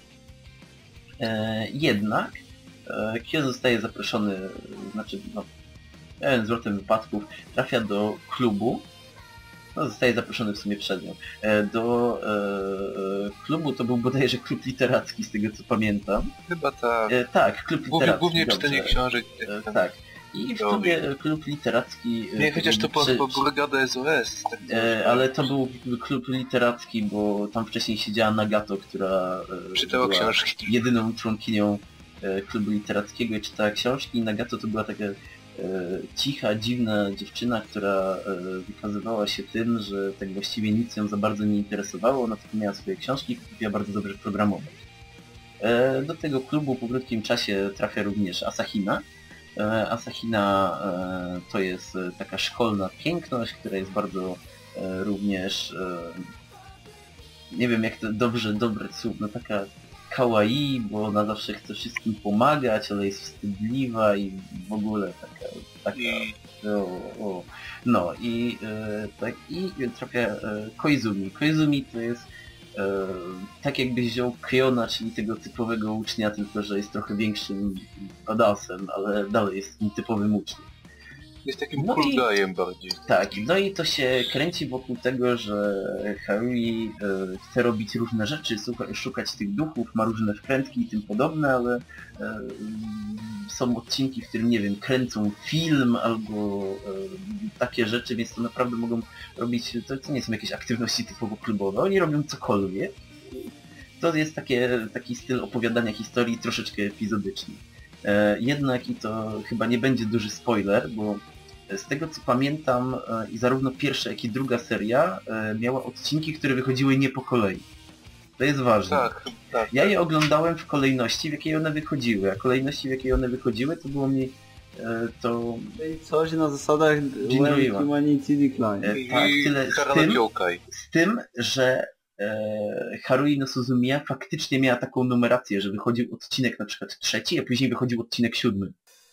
Jednak Kyo zostaje zaproszony, znaczy zwrotem wypadków, trafia do klubu, zostaje zaproszony w sumie przed nią. Do klubu to był bodajże klub literacki, z tego co pamiętam. Chyba tak. Tak, klub literacki. Głównie czytanie książek. Tak. I w klubie klub literacki... Nie, chociaż to była brygada SOS. Tak ale to był klub literacki, bo tam wcześniej siedziała Nagato, która czytała była książki. Jedyną członkinią klubu literackiego i czytała książki. I Nagato to była taka cicha, dziwna dziewczyna, która wykazywała się tym, że tak właściwie nic ją za bardzo nie interesowało. Ona tylko miała swoje książki i potrafiła bardzo dobrze programować. Do tego klubu po krótkim czasie trafia również Asahina. Asahina to jest taka szkolna piękność, która jest bardzo również, nie wiem jak to dobre słów, no taka kawaii, bo ona zawsze chce wszystkim pomagać, ale jest wstydliwa i w ogóle taka no i tak i trafia Koizumi. Koizumi to jest tak jakbyś wziął Kiona, czyli tego typowego ucznia, tylko że jest trochę większym badassem, ale dalej jest takim typowym uczniem. Jest takim cool guyem bardziej. Tak, no i to się kręci wokół tego, że Harui chce robić różne rzeczy, szukać tych duchów, ma różne wkrętki i tym podobne, ale są odcinki, w którym, nie wiem, kręcą film albo takie rzeczy, więc to naprawdę mogą robić, to nie są jakieś aktywności typowo klubowe, oni robią cokolwiek. To jest taki styl opowiadania historii troszeczkę epizodyczny. Jednak, i to chyba nie będzie duży spoiler, bo z tego co pamiętam i zarówno pierwsza jak i druga seria miała odcinki, które wychodziły nie po kolei. To jest ważne. Tak. Ja je oglądałem w kolejności, w jakiej one wychodziły, a kolejności w jakiej one wychodziły to było mniej to... Coś na zasadach When Humanity Decline. Tak, tyle z tym, że Harui no Suzumiya faktycznie miała taką numerację, że wychodził odcinek na przykład 3, a później wychodził odcinek 7.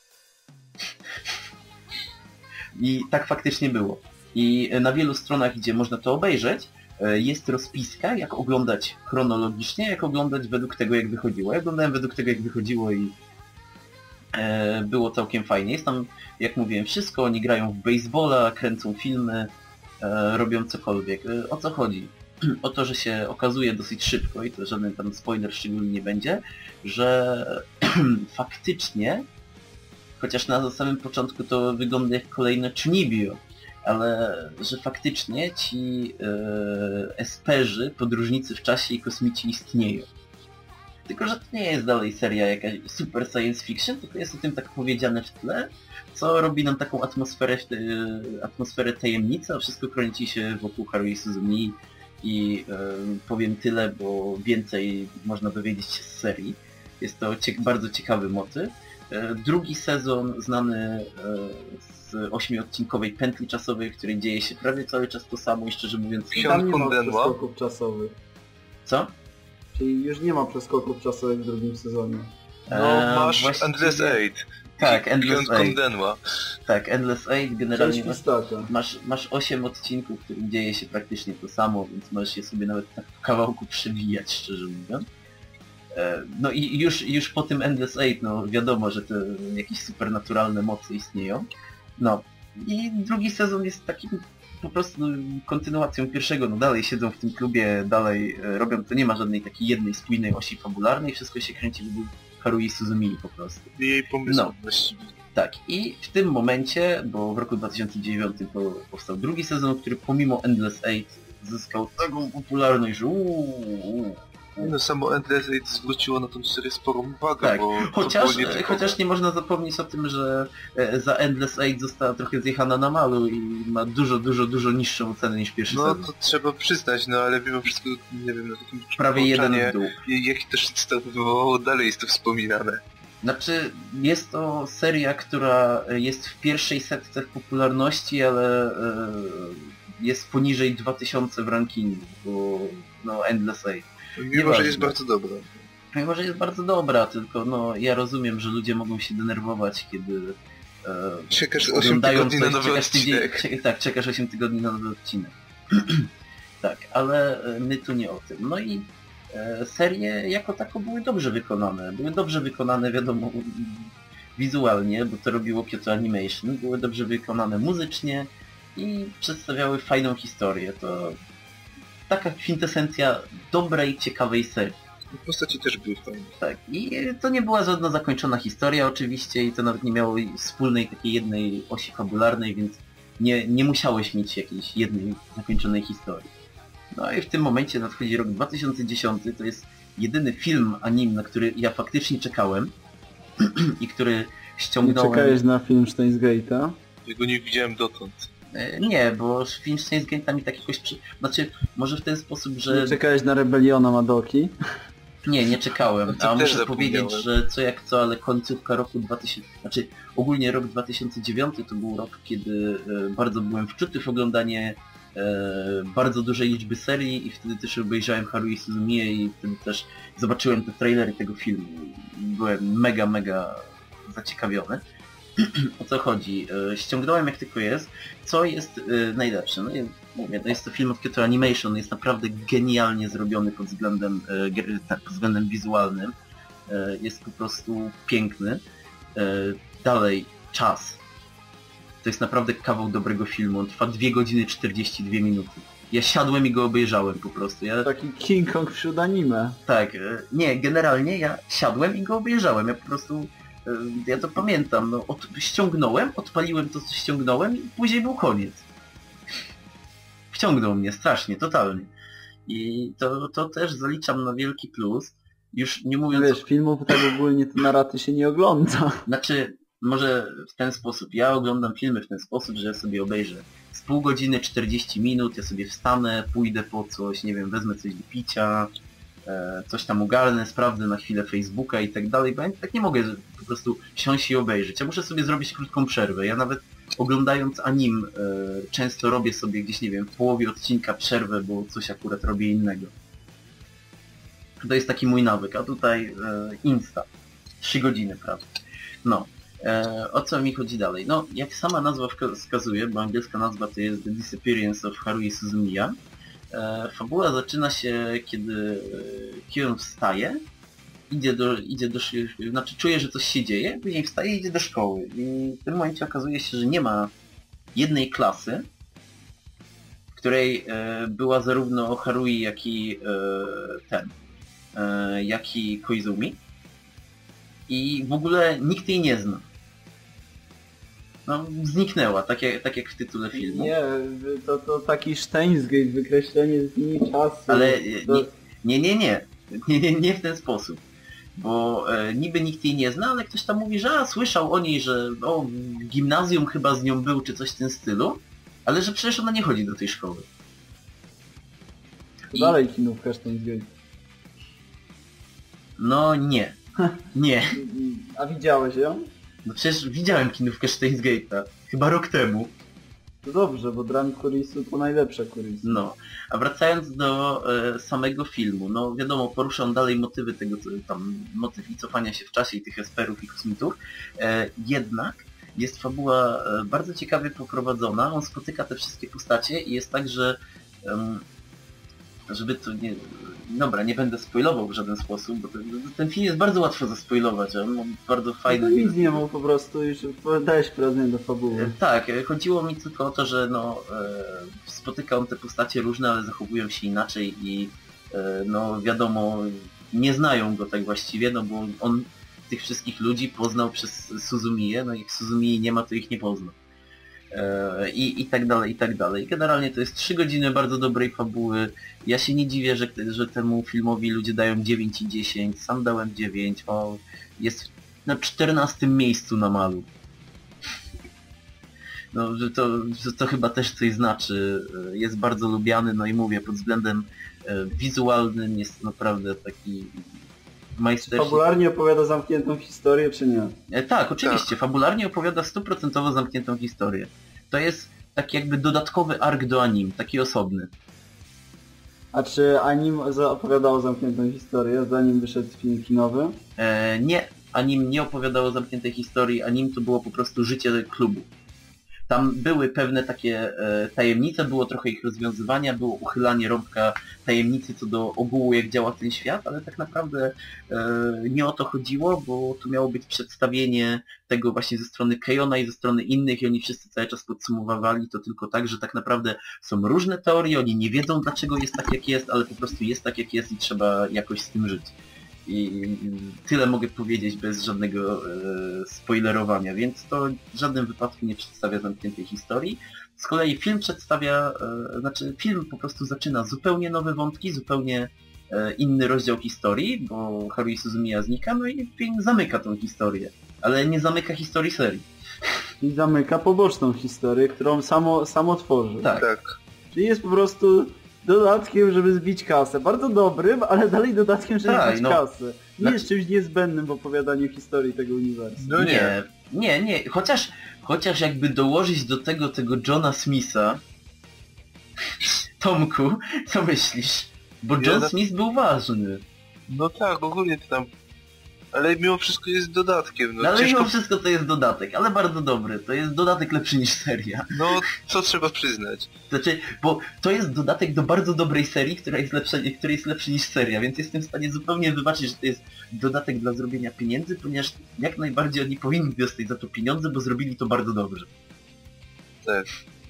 I tak faktycznie było. I na wielu stronach, gdzie można to obejrzeć, jest rozpiska, jak oglądać chronologicznie, jak oglądać według tego, jak wychodziło. Ja oglądałem według tego, jak wychodziło i było całkiem fajnie. Jest tam, jak mówiłem, wszystko. Oni grają w baseballa, kręcą filmy, robią cokolwiek. O co chodzi? O to, że się okazuje dosyć szybko, i to żaden tam spoiler szczególnie nie będzie, że faktycznie, chociaż na samym początku to wygląda jak kolejne Chunibyo, ale że faktycznie ci esperzy, podróżnicy w czasie i kosmici istnieją. tylko że to nie jest dalej seria jakaś super science fiction, tylko jest o tym tak powiedziane w tle, co robi nam taką atmosferę tajemnicy, a wszystko kręci się wokół Haruhi Suzumi i powiem tyle, bo więcej można dowiedzieć się z serii. Jest to bardzo ciekawy motyw. Drugi sezon znany z 8-odcinkowej pętli czasowej, w której dzieje się prawie cały czas to samo i szczerze mówiąc... Tam nie ma przeskoków czasowych. Co? Czyli już nie ma przeskoków czasowych w drugim sezonie. No masz właściwie... Endless Eight. Tak, Endless Eight. Kondenła. Tak, Endless Eight generalnie Świstaka. masz 8 odcinków, w którym dzieje się praktycznie to samo, więc możesz je sobie nawet tak w kawałku przewijać, szczerze mówiąc. No i już po tym Endless Eight, no wiadomo, że te jakieś supernaturalne mocy istnieją. No i drugi sezon jest takim po prostu kontynuacją pierwszego, no dalej siedzą w tym klubie, dalej robią, to nie ma żadnej takiej jednej spójnej osi fabularnej, wszystko się kręci wokół Haruhi Suzumi po prostu. I jej pomysł No. właściwie. Tak, i w tym momencie, bo w roku 2009 powstał drugi sezon, który pomimo Endless Eight zyskał taką popularność, że No samo Endless Eight zwróciło na tą serię sporą uwagę, tak, bo... chociaż nie można zapomnieć o tym, że za Endless Eight została trochę zjechana na malu i ma dużo niższą ocenę niż pierwszy No sezon. to trzeba przyznać, no ale mimo wszystko, nie wiem, na takim Prawie jeden w dół. Jaki też wywołało, dalej jest to wspominane. Znaczy, jest to seria, która jest w pierwszej setce w popularności, ale jest poniżej 2000 w rankingu, bo no Endless Eight. Mimo, że jest bardzo dobra. Mimo, że jest bardzo dobra, tylko no ja rozumiem, że ludzie mogą się denerwować, kiedy Czekasz 8 oglądają tygodni na coś, nowy odcinek. czekasz 8 tygodni na nowy odcinek. Tak, ale my tu nie o tym. No i serie jako tako były dobrze wykonane. Były dobrze wykonane, wiadomo, wizualnie, bo to robiło Kyoto Animation. Były dobrze wykonane muzycznie i przedstawiały fajną historię. To taka kwintesencja dobrej, ciekawej serii. Postaci też były fajne. Tak, i to nie była żadna zakończona historia oczywiście i to nawet nie miało wspólnej takiej jednej osi fabularnej, więc nie musiałeś mieć jakiejś jednej zakończonej historii. No i w tym momencie nadchodzi rok 2010, to jest jedyny film anime, na który ja faktycznie czekałem i który Nie ściągnąłem... czekałeś na film Steins Gate'a? Jego nie widziałem dotąd. Nie, bo film Steins Gate mi tak jakoś... Znaczy, może w ten sposób, że... Nie czekałeś na Rebeliona Madoki? Nie czekałem, No to a też muszę powiedzieć, zapomniałem. że co jak co, ale końcówka roku 2000, znaczy ogólnie rok 2009 to był rok, kiedy bardzo byłem wczuty w oglądanie bardzo dużej liczby serii i wtedy też obejrzałem Haruhi Suzumię i wtedy też zobaczyłem te trailery tego filmu. Byłem mega zaciekawiony. O co chodzi? Ściągnąłem jak tylko jest. Co jest najlepsze? No mówię, to jest to film od Kyoto Animation, jest naprawdę genialnie zrobiony pod względem wizualnym. Jest po prostu piękny. Dalej, czas. To jest naprawdę kawał dobrego filmu. On trwa 2 godziny 42 minuty. Ja siadłem i go obejrzałem po prostu. Taki King Kong wśród anime. Tak, nie, generalnie ja siadłem i go obejrzałem. Ja po prostu... Ja to pamiętam, no, ściągnąłem, odpaliłem to, co ściągnąłem i później był koniec. Wciągnął mnie strasznie, totalnie. I to też zaliczam na wielki plus. Już nie mówiąc... Wiesz, filmów tak ogólnie to na raty się nie ogląda. Znaczy, może w ten sposób. Ja oglądam filmy w ten sposób, że ja sobie obejrzę z pół godziny 40 minut, ja sobie wstanę, pójdę po coś, nie wiem, wezmę coś do picia, coś tam ogarnę, sprawdzę na chwilę Facebooka i tak dalej, bo ja tak nie mogę po prostu siąść i obejrzeć. Ja muszę sobie zrobić krótką przerwę. Ja nawet oglądając anime często robię sobie gdzieś, nie wiem, w połowie odcinka przerwę, bo coś akurat robię innego. To jest taki mój nawyk, a tutaj insta. 3 godziny prawie. No. O co mi chodzi dalej? No, jak sama nazwa wskazuje, bo angielska nazwa to jest The Disappearance of Haruhi Suzumiya, fabuła zaczyna się, kiedy Kion wstaje, znaczy czuje, że coś się dzieje, później wstaje i idzie do szkoły. I w tym momencie okazuje się, że nie ma jednej klasy, w której była zarówno Haruhi, jak i Koizumi. I w ogóle nikt jej nie zna. No, zniknęła, tak jak w tytule filmu. Nie, to taki Steins Gate, wykreślenie z linii czasu. Ale to... nie w ten sposób. Bo niby nikt jej nie zna, ale ktoś tam mówi, że słyszał o niej, że w gimnazjum chyba z nią był, czy coś w tym stylu, ale że przecież ona nie chodzi do tej szkoły. Dalej kinówka Steins Gate. No nie. Nie. A widziałeś ją? No przecież widziałem kinówkę Steins Gate'a. Chyba rok temu. To dobrze, bo Drunk Kurisu to najlepsza Kurisu. No. A wracając do samego filmu, no wiadomo, poruszam dalej motywy tego, co tam, motyw i cofania się w czasie i tych esperów i kosmitów. Jednak jest fabuła bardzo ciekawie poprowadzona. On spotyka te wszystkie postacie i jest tak, że żeby to nie... Dobra, nie będę spoilował w żaden sposób, bo ten film jest bardzo łatwo zaspoilować, a on ma bardzo fajny... No nic nie mów, po prostu już dałeś wprowadzenie do fabuły. Tak, chodziło mi tylko o to, że spotyka on te postacie różne, ale zachowują się inaczej i wiadomo, nie znają go tak właściwie, no bo on tych wszystkich ludzi poznał przez Suzumię, no jak Suzumii nie ma, to ich nie pozna. I tak dalej, i tak dalej. Generalnie to jest 3 godziny bardzo dobrej fabuły. Ja się nie dziwię, że temu filmowi ludzie dają 9 i 10. Sam dałem 9. Jest na 14 miejscu na Malu. No, że to chyba też coś znaczy. Jest bardzo lubiany, no i mówię, pod względem wizualnym jest naprawdę taki majstersztyk. Fabularnie opowiada zamkniętą historię, czy nie? Tak, oczywiście. Tak. Fabularnie opowiada 100% zamkniętą historię. To jest taki jakby dodatkowy ark do anim, taki osobny. A czy anim opowiadało zamkniętą historię, zanim wyszedł film kinowy? Nie, anim nie opowiadało zamkniętej historii, anim to było po prostu życie klubu. Tam były pewne takie tajemnice, było trochę ich rozwiązywania, było uchylanie rąbka tajemnicy co do ogółu, jak działa ten świat, ale tak naprawdę nie o to chodziło, bo tu miało być przedstawienie tego właśnie ze strony Kejona i ze strony innych i oni wszyscy cały czas podsumowywali to tylko tak, że tak naprawdę są różne teorie, oni nie wiedzą dlaczego jest tak jak jest, ale po prostu jest tak jak jest i trzeba jakoś z tym żyć. I tyle mogę powiedzieć bez żadnego spoilerowania, więc to w żadnym wypadku nie przedstawia zamkniętej historii. Z kolei film przedstawia, film po prostu zaczyna zupełnie nowe wątki, zupełnie inny rozdział historii, bo Haruhi Suzumiya znika, no i film zamyka tą historię, ale nie zamyka historii serii. I zamyka poboczną historię, którą samo tworzy. Tak. Czyli jest po prostu dodatkiem, żeby zbić kasę. Bardzo dobrym, ale dalej dodatkiem, żeby zbić kasę. Nie jest czymś niezbędnym w opowiadaniu historii tego uniwersum. No nie. Chociaż jakby dołożyć do tego Johna Smitha, Tomku, co myślisz? Bo John Smith był ważny. No tak, ogólnie to tam... Ale mimo wszystko jest dodatkiem. No, ale mimo wszystko to jest dodatek, ale bardzo dobry. To jest dodatek lepszy niż seria. No, co trzeba przyznać. Znaczy, bo to jest dodatek do bardzo dobrej serii, która jest lepszy niż seria, więc jestem w stanie zupełnie wybaczyć, że to jest dodatek dla zrobienia pieniędzy, ponieważ jak najbardziej oni powinni dostać za to pieniądze, bo zrobili to bardzo dobrze. Tak.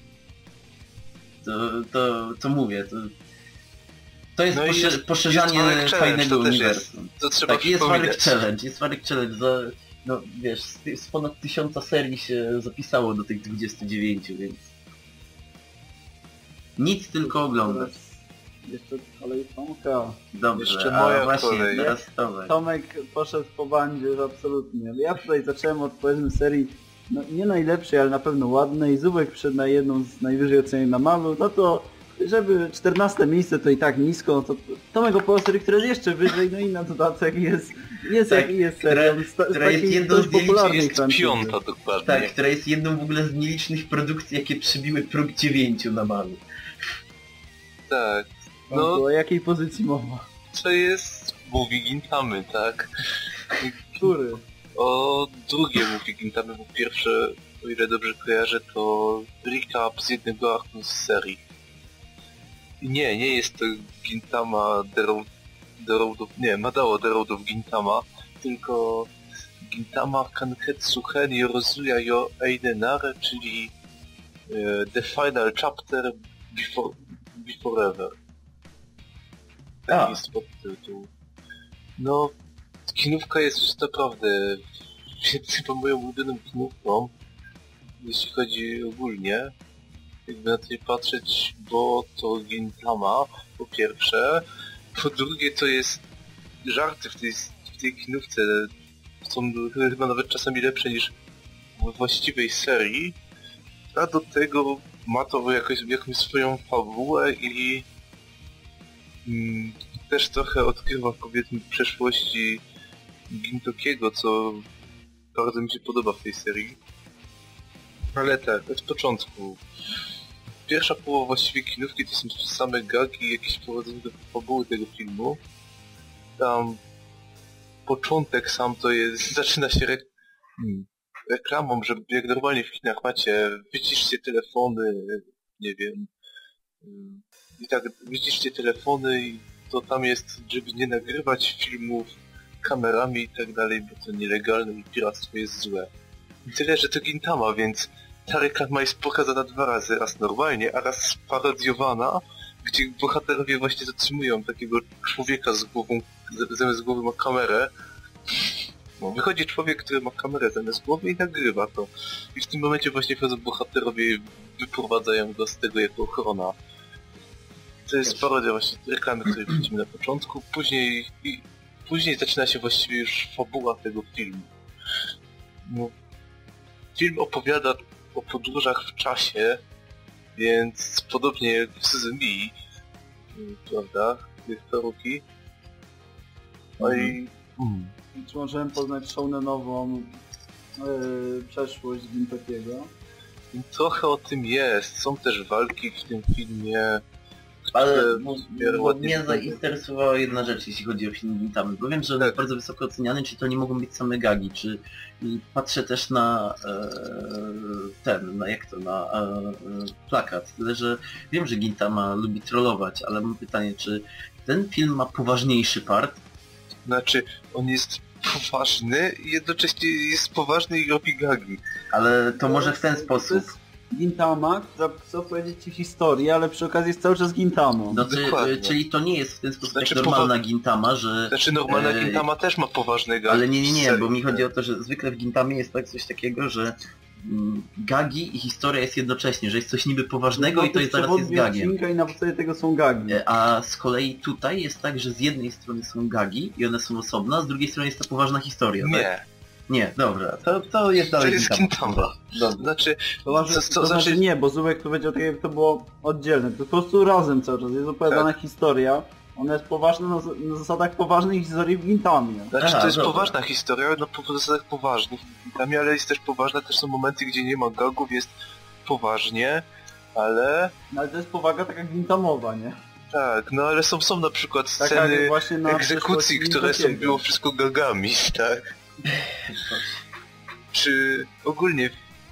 To mówię, to jest poszerzanie fajnego uniwersum. To trzeba jest Warwick Challenge. No wiesz, z ponad 1000 serii się zapisało do tych 29, więc... Nic, tylko oglądać. Jeszcze kolej Tomka. Dobrze, jeszcze moja właśnie, kolej. teraz Tomek. Tomek poszedł po bandzie już absolutnie. Ale ja tutaj zacząłem od, powiedzmy, serii nie najlepszej, ale na pewno ładnej. Zubek wszedł na jedną z najwyżej ocenionych na Malu. No to żeby 14 miejsce to i tak nisko, no to Tomek opowiadał serii, która jest jeszcze wyżej, no i na dodatek jest serią która jest jedną z popularnej piąta dokładnie. Tak, która jest jedną w ogóle z nielicznych produkcji, jakie przybiły próg 9 na Malu. Tak. No, o jakiej pozycji mowa? To jest Movie Gintamy, tak? Który? O drugie Movie Gintamy, bo pierwsze, o ile dobrze kojarzę, to recap z jednego aktu z serii. Nie jest to Gintama Madao The Road of Gintama, tylko Gintama Kanketsu Hen Yorozuya yo Einenare, czyli The Final Chapter Before Ever. Tak jest podtytuł. No, kinówka jest naprawdę chyba moją ulubioną kinówką, jeśli chodzi ogólnie. Jakby na to nie patrzeć, bo to Gintama, po pierwsze. Po drugie to jest żarty w tej tej kinówce są chyba nawet czasami lepsze niż w właściwej serii, a do tego ma to jakąś swoją fabułę i też trochę odkrywa, powiedzmy, przeszłości Gintokiego, co bardzo mi się podoba w tej serii. Ale tak, od początku. Pierwsza połowa właściwie kinówki to są same gagi i jakieś prowadzenie do fabuły tego filmu. Tam początek sam to jest, zaczyna się reklamą, że jak normalnie w kinach macie, wyciszcie telefony, nie wiem, i tak wyciszcie telefony i to tam jest, żeby nie nagrywać filmów kamerami i tak dalej, bo to nielegalne i piractwo jest złe. I tyle, że to Gintama, więc ta reklama jest pokazana 2 razy, raz normalnie, a raz sparodiowana, gdzie bohaterowie właśnie zatrzymują takiego człowieka z głową, zamiast głowy ma kamerę. No, wychodzi człowiek, który ma kamerę zamiast głowy i nagrywa to. I w tym momencie właśnie wchodzą bohaterowie i wyprowadzają go z tego jako ochrona. To jest parodia właśnie reklamy, której widzimy na początku. Później zaczyna się właściwie już fabuła tego filmu. No, film opowiada o podróżach w czasie, więc podobnie jak w Suzumi, prawda, tych Haruki. No i... Czy możemy poznać shounenową przeszłość Gintokiego? Trochę o tym jest. Są też walki w tym filmie, Ale mnie zainteresowała jedna rzecz, jeśli chodzi o film Gintamy, bo wiem, że on jest bardzo wysoko oceniany, czy to nie mogą być same gagi, czy patrzę też na plakat, tyle że wiem, że Gintama lubi trollować, ale mam pytanie, czy ten film ma poważniejszy part? Znaczy, on jest poważny i jednocześnie jest poważny i robi gagi. Ale to może w ten sposób. Gintama, która chce opowiedzieć ci historię, ale przy okazji jest cały czas Gintamą. Czyli to nie jest w ten sposób jak normalna Gintama, że... Znaczy normalna Gintama też ma poważne gagi. Ale nie, bo mi chodzi o to, że zwykle w Gintamie jest tak coś takiego, że gagi i historia jest jednocześnie, że jest coś niby poważnego i to jest zaraz jest gagiem. I na podstawie tego są gagi. A z kolei tutaj jest tak, że z jednej strony są gagi i one są osobno, a z drugiej strony jest ta poważna historia, nie. Tak? Nie, dobra, to jest dalej to jest Gintama. Znaczy, znaczy nie, bo Zubek powiedział tak, jak to było oddzielne, to po prostu razem cały czas jest opowiadana historia. Ona jest poważna na zasadach poważnych historii w Gintamie. Znaczy to jest poważna historia, no po zasadach poważnych w Gintamie, ale jest też poważna, też są momenty, gdzie nie ma gagów, jest poważnie, ale... No ale to jest powaga taka gintamowa, nie? Tak, no ale są na przykład sceny egzekucji, które są mimo wszystko gagami, tak? Czy ogólnie...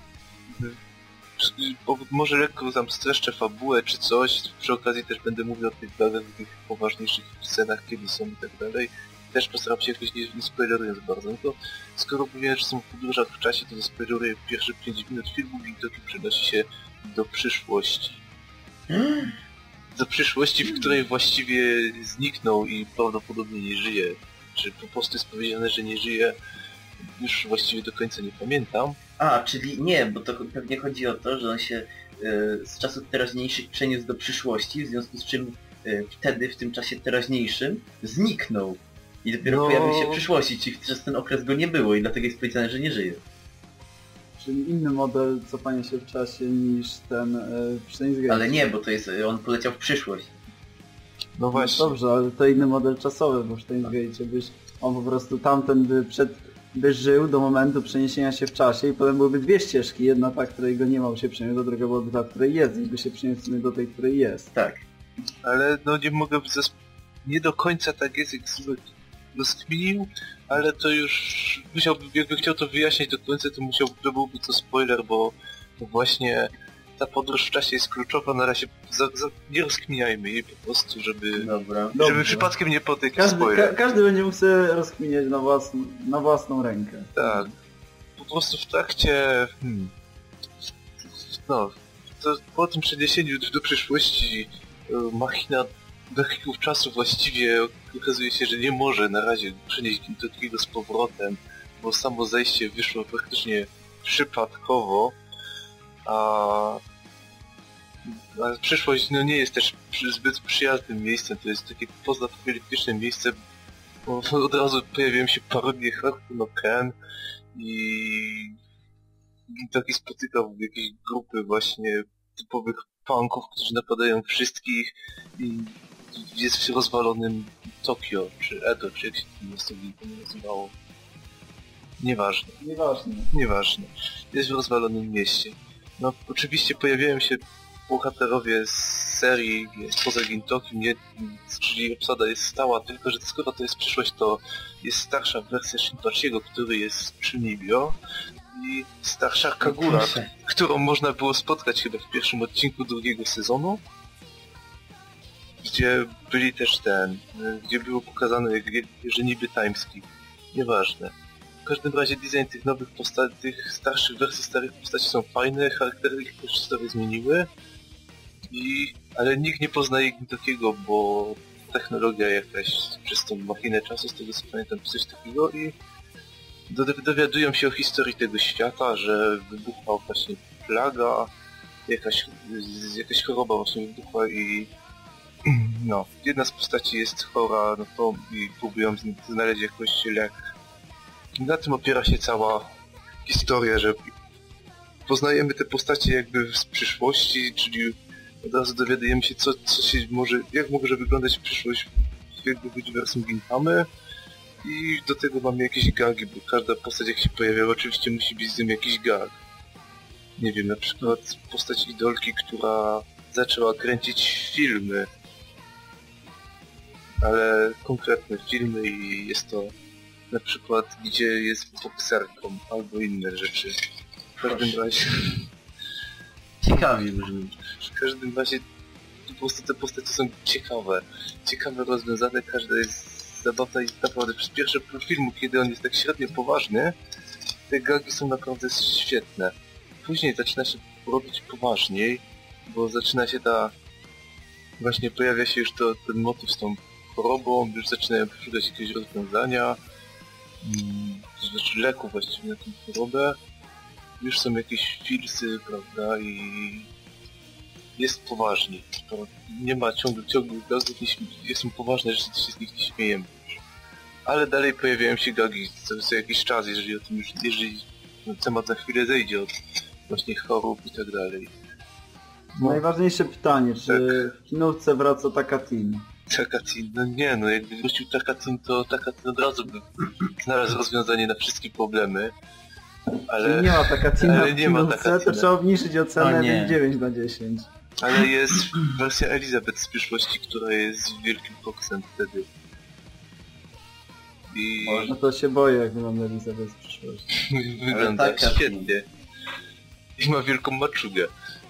Może lekko tam streszczę fabułę czy coś, przy okazji też będę mówił o tych gagach, tych poważniejszych scenach, kiedy są i tak dalej. Też postaram się jakoś nie spoilerując bardzo, no to skoro mówiłem, że są w podróżach w czasie, to zaspoileruję pierwsze 5 minut filmu i Gintoki przenosi się do przyszłości. Do przyszłości, w której właściwie zniknął i prawdopodobnie nie żyje. Czy po prostu jest powiedziane, że nie żyje, już właściwie do końca nie pamiętam. Czyli nie, bo to pewnie chodzi o to, że on się z czasów teraźniejszych przeniósł do przyszłości, w związku z czym wtedy, w tym czasie teraźniejszym, zniknął. I dopiero pojawił się w przyszłości, czyli przez ten okres go nie było i dlatego jest powiedziane, że nie żyje. Czyli inny model cofania się w czasie niż ten w Steins Gate. Ale nie, bo to jest, on poleciał w przyszłość. No właśnie. No dobrze, ale to inny model czasowy, bo w Steins Gate on po prostu tamten by żył do momentu przeniesienia się w czasie i potem byłyby 2 ścieżki. Jedna ta, której go nie ma, by się przeniósł, a druga byłaby ta, której jest i by się przeniósł do tej, której jest. Tak. Ale no nie mogę... Nie do końca tak jest, jak sobie rozkminił, ale to już... Jakby chciał to wyjaśnić do końca, to byłby to spoiler, bo właśnie ta podróż w czasie jest kluczowa, na razie nie rozkminiajmy jej po prostu, żeby przypadkiem nie potykać spoiler. Każdy będzie mógł sobie rozkminiać na własną rękę. Tak. Po prostu w trakcie... po tym przeniesieniu do przyszłości machina wehikułów czasu właściwie okazuje się, że nie może na razie przenieść Gintokiego z powrotem, bo samo zejście wyszło praktycznie przypadkowo, a przyszłość nie jest też zbyt przyjaznym miejscem, to jest takie pozapokaliptyczne miejsce, Bo od razu pojawiłem się parodie Haruki no Ken i taki spotykał w jakiejś grupy właśnie typowych punków, którzy napadają wszystkich i jest w rozwalonym Tokio, czy Edo, czy jak się to miastownie nazywało. Nieważne. Jest w rozwalonym mieście. No oczywiście pojawiają się bohaterowie z serii spoza Gintoki, czyli obsada jest stała, tylko że skoro to jest przyszłość, to jest starsza wersja Shinpachiego, który jest przy Nibio i starsza Kagura, którą można było spotkać chyba w pierwszym odcinku drugiego sezonu, gdzie byli też gdzie było pokazane, że niby timeskip. Nieważne. W każdym razie design tych nowych postaci, tych starszych wersji starych postaci są fajne, charaktery ich też sobie zmieniły, ale nikt nie poznaje takiego, bo technologia jakaś przez tą machinę czasu, z tego co pamiętam, coś takiego i dowiadują się o historii tego świata, że wybuchła właśnie plaga, jakaś choroba właśnie wybuchła i no, jedna z postaci jest chora, no to i próbują znaleźć jakoś lek. Na tym opiera się cała historia, że poznajemy te postacie jakby z przyszłości, czyli od razu dowiadujemy się jak może wyglądać przyszłość w wersji Gintamy i do tego mamy jakieś gagi, bo każda postać jak się pojawia oczywiście musi być z tym jakiś gag. Nie wiem, na przykład postać idolki, która zaczęła kręcić filmy, ale konkretne filmy i jest to na przykład gdzie jest bokserką albo inne rzeczy. W każdym razie... Ciekawie brzmi. W każdym razie po prostu te postacie są ciekawe. Ciekawe rozwiązane, każda jest zabawna i naprawdę przez pierwszy pół filmu, kiedy on jest tak średnio poważny, te gagi są naprawdę świetne. Później zaczyna się robić poważniej, bo zaczyna się właśnie pojawia się już ten motyw z tą chorobą, już zaczynają szukać jakiegoś rozwiązania, znaczy leku właściwie na tę chorobę. Już są jakieś filsy, prawda, i jest poważnie. To nie ma ciągłych gagów, są poważne rzeczy, się z nich nie śmiejemy. Ale dalej pojawiają się gagi co jakiś czas, jeżeli temat na chwilę zejdzie od właśnie chorób i tak dalej. Najważniejsze pytanie, czy w kinówce wraca Takatin? Takatin? No nie, no jakby wrócił Takatin, to Takatin od razu by znalazł rozwiązanie na wszystkie problemy. Ale nie ma Takatina w kinówce, to trzeba obniżyć ocenę 9/10. Ale jest wersja Elizabeth z przyszłości, która jest wielkim koksem wtedy. I... No to się boję, jak wygląda Elizabeth z przyszłości. Wygląda świetnie. I ma wielką maczugę.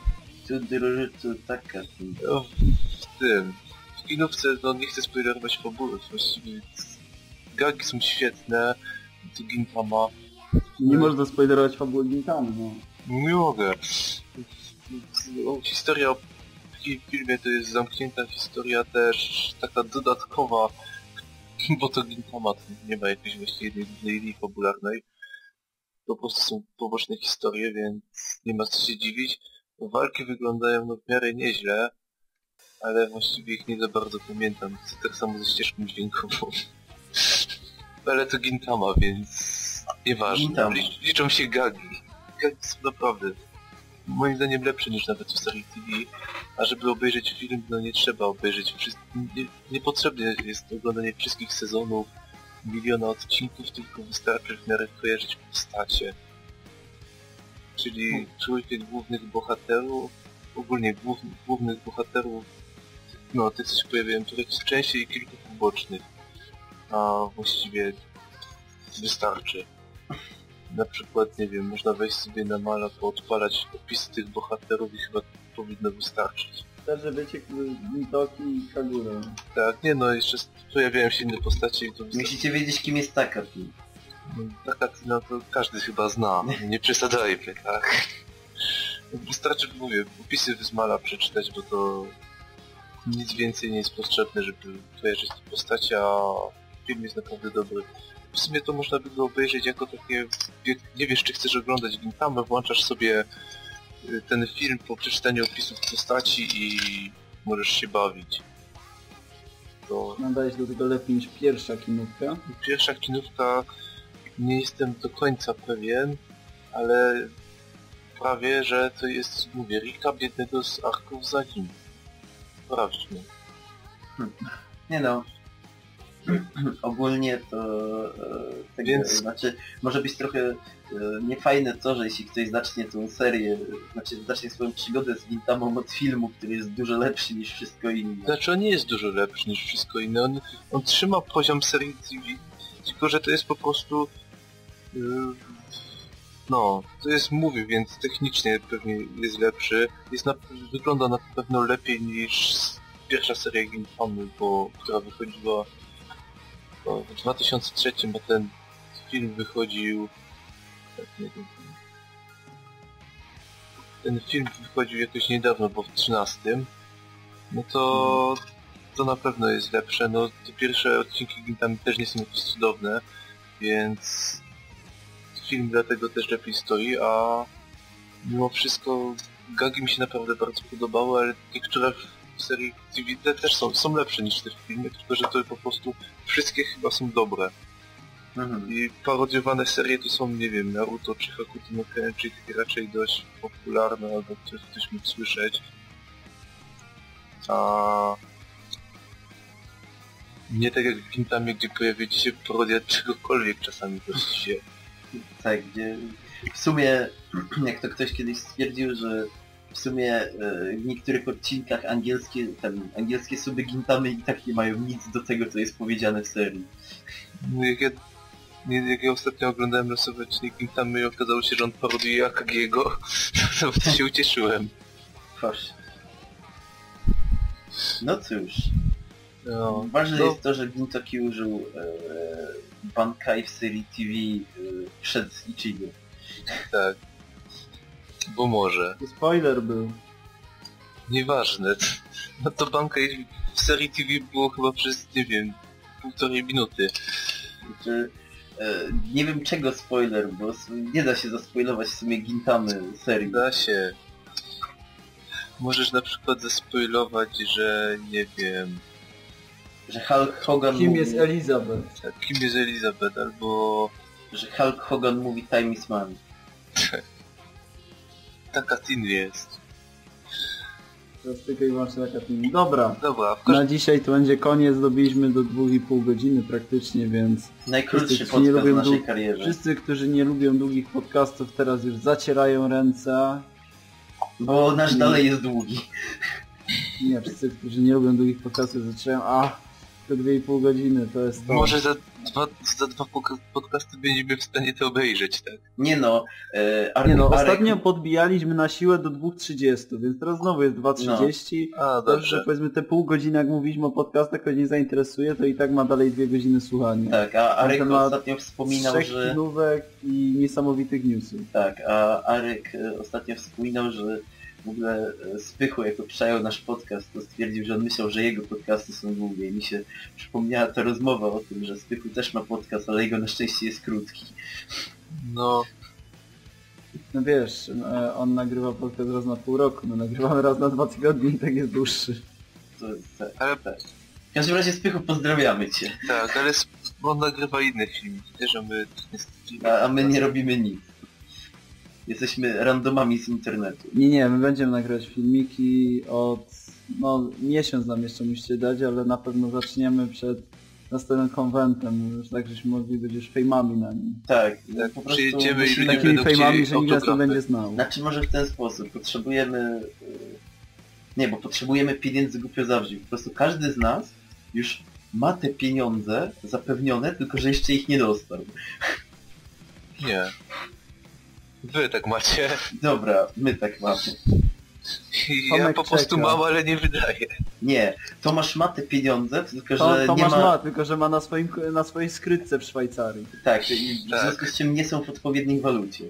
No, w kinówce, no nie chcę spoilerować fabuły, właściwie gagi są świetne, to Gintama. Nie można spoilerować fabuły Gintamy, no. Nie mogę. Historia w filmie to jest zamknięta historia też taka dodatkowa, bo to Gintama, to nie ma jakiejś właściwie jednej linii fabularnej. Po prostu są poboczne historie, więc nie ma co się dziwić. Walki wyglądają no w miarę nieźle, ale właściwie ich nie za bardzo pamiętam. Tak samo ze ścieżką dźwiękową. Ale to Gintama, więc nieważne. Liczą się gagi. Gagi są naprawdę moim zdaniem lepsze niż nawet w serii TV, a żeby obejrzeć film, no nie trzeba obejrzeć niepotrzebne jest oglądanie wszystkich sezonów, miliona odcinków, tylko wystarczy w miarę kojarzyć postacie. Czyli trójkę głównych bohaterów, ogólnie głównych bohaterów, no tych co się pojawiają trochę częściej i kilku pobocznych, a właściwie wystarczy. Na przykład, nie wiem, można wejść sobie na Mala, poodpalać opisy tych bohaterów i chyba powinno wystarczyć. Także wiecie, Gintoki i Kagura. Tak, nie no, jeszcze pojawiają się inne postacie i to musicie wiedzieć, kim jest Takatin. Takatin, no to każdy chyba zna, nie przesadzajmy, tak? Wystarczy, mówię, opisy z Mala przeczytać, bo to nic więcej nie jest potrzebne, żeby kojarzyć te postacie, a film jest naprawdę dobry. W sumie to można by go obejrzeć jako takie, nie wiesz czy chcesz oglądać Gintamę, włączasz sobie ten film po przeczytaniu opisów postaci i możesz się bawić. to Nadajesz do tego lepiej niż pierwsza kinówka. pierwsza kinówka nie jestem do końca pewien, ale prawie, że to jest, mówię, recap jednego z arków Zanim. Sprawdźmy. Nie no. Ogólnie to tego, Więc- znaczy może być trochę niefajne to, że jeśli ktoś zacznie tą serię, znaczy zacznie swoją przygodę z Gintamą od filmu, który jest dużo lepszy niż wszystko inne. Znaczy on nie jest dużo lepszy niż wszystko inne, on trzyma poziom serii TV, tylko że to jest po prostu... no, to jest movie, więc technicznie pewnie jest lepszy. Wygląda na pewno lepiej niż pierwsza seria Gintamy, która wychodziła w 2003, a ten film wychodził... tak, nie wiem. Ten film wychodził jakoś niedawno, bo w 13. No to na pewno jest lepsze. No te pierwsze odcinki Gintamy też nie są jakieś cudowne, więc film dlatego też lepiej stoi, a mimo wszystko gagi mi się naprawdę bardzo podobały, ale niektóre w serii TV też są lepsze niż te w filmie, tylko że to po prostu wszystkie chyba są dobre. I parodiowane serie to są, nie wiem, Naruto czy Hokuto no Ken, czyli takie raczej dość popularne, albo ktoś mógł słyszeć. A nie tak jak w Gintamie, gdzie pojawia się parodia czegokolwiek czasami właściwie. Tak, gdzie w sumie, jak to ktoś kiedyś stwierdził, że w sumie w niektórych odcinkach angielskie suby Gintamy i tak nie mają nic do tego, co jest powiedziane w serii. No jak ja ostatnio oglądałem losowy odcinek Gintamy i okazało się, że on parodiuje Akagiego, to się ucieszyłem. Proszę. No cóż. No, Ważne jest to, że Gintoki użył Bankai w serii TV przed Ichigo. tak. Bo może. To spoiler był. Nieważne. No to Bankai w serii TV było chyba przez, nie wiem, 1,5 minuty. Znaczy, nie wiem czego spoiler, bo nie da się zaspoilować w sumie Gintamy serii. Da się. Możesz na przykład zaspoilować, że nie wiem... Że Hulk Hogan Kim mówi, jest Elizabeth? Kim jest Elizabeth, albo... że Hulk Hogan mówi time is money. Taka Tin jest. To jest tylko i wyłącznie taka film. Dobra. Dobra, Na dzisiaj to będzie koniec, dobiliśmy do 2,5 godziny praktycznie, więc Najkrótszy Wszyscy, którzy nie podcast w lubią naszej karierze. wszyscy, którzy nie lubią długich podcastów, teraz już zacierają ręce. Bo nasz dalej jest długi. Nie, wszyscy, którzy nie lubią długich podcastów, zacierają, to 2,5 godziny, to jest to. może za dwa podcasty będziemy w stanie to obejrzeć, tak? Nie no, Nie no, Arek, ostatnio podbijaliśmy na siłę do 2,30, więc teraz znowu jest 2,30. A, Dobrze, dobrze. powiedzmy te pół godziny, jak mówiliśmy o podcastach, kogoś nie zainteresuje, to i tak ma dalej 2 godziny słuchania. Tak, a Arek Na temat ostatnio wspominał, 3 że... filmówek i niesamowitych newsów. Tak, a Arek ostatnio wspominał, że w ogóle Spychu, jako przejął nasz podcast, to stwierdził, że on myślał, że jego podcasty są długie. I mi się przypomniała ta rozmowa o tym, że Spychu też ma podcast, ale jego na szczęście jest krótki. No, No wiesz, on nagrywa podcast raz na pół roku, my nagrywamy raz na 2 tygodnie i tak jest dłuższy. To jest, tak, ale tak. W każdym razie Spychu, pozdrawiamy Cię. tak, ale on nagrywa inne filmiki, też, a my niestety... A my nie robimy nic. Jesteśmy randomami z internetu. Nie, my będziemy nagrywać filmiki miesiąc nam jeszcze musicie dać, ale na pewno zaczniemy przed następnym konwentem, już tak, żeśmy mogli być już fejmami na nim. Tak, Tak, po prostu przyjedziemy i musimy- ludzie Takimi będą fejmami, chcieli że nikt nas nie autografy. będzie znał. Znaczy może w ten sposób, potrzebujemy... Nie, bo potrzebujemy pieniędzy głupio zawsze. Po prostu każdy z nas już ma te pieniądze zapewnione, tylko że jeszcze ich nie dostał. Nie. Wy tak macie. Dobra, my tak mamy. I ja Tomek po prostu czeka. mam, ale nie wydaję. Nie, Tomasz ma te pieniądze, tylko To że nie Tomasz ma... ma, tylko że ma na swojej skrytce w Szwajcarii. Tak, i w Tak. związku z czym nie są w odpowiedniej walucie.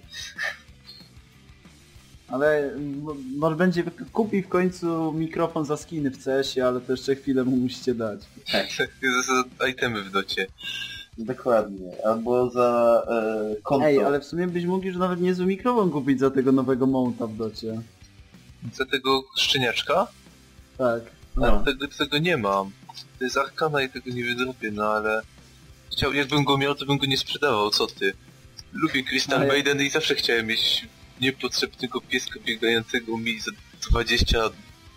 Ale może będzie kupi w końcu mikrofon za skiny w CS-ie, ale to jeszcze chwilę mu musicie dać. Tak, Tak, za itemy w docie. dokładnie. Albo za konto. Ej, ale w sumie byś mógł już nawet niezły mikrofon kupić za tego nowego mounta w docie. Za tego szczeniaczka? Tak. No. Tego nie mam. To jest Arkana i tego nie wydrobię, no ale... Jakbym go miał, to bym go nie sprzedawał, co ty? Lubię Crystal Maiden i zawsze chciałem mieć niepotrzebnego pieska biegającego mi za $20.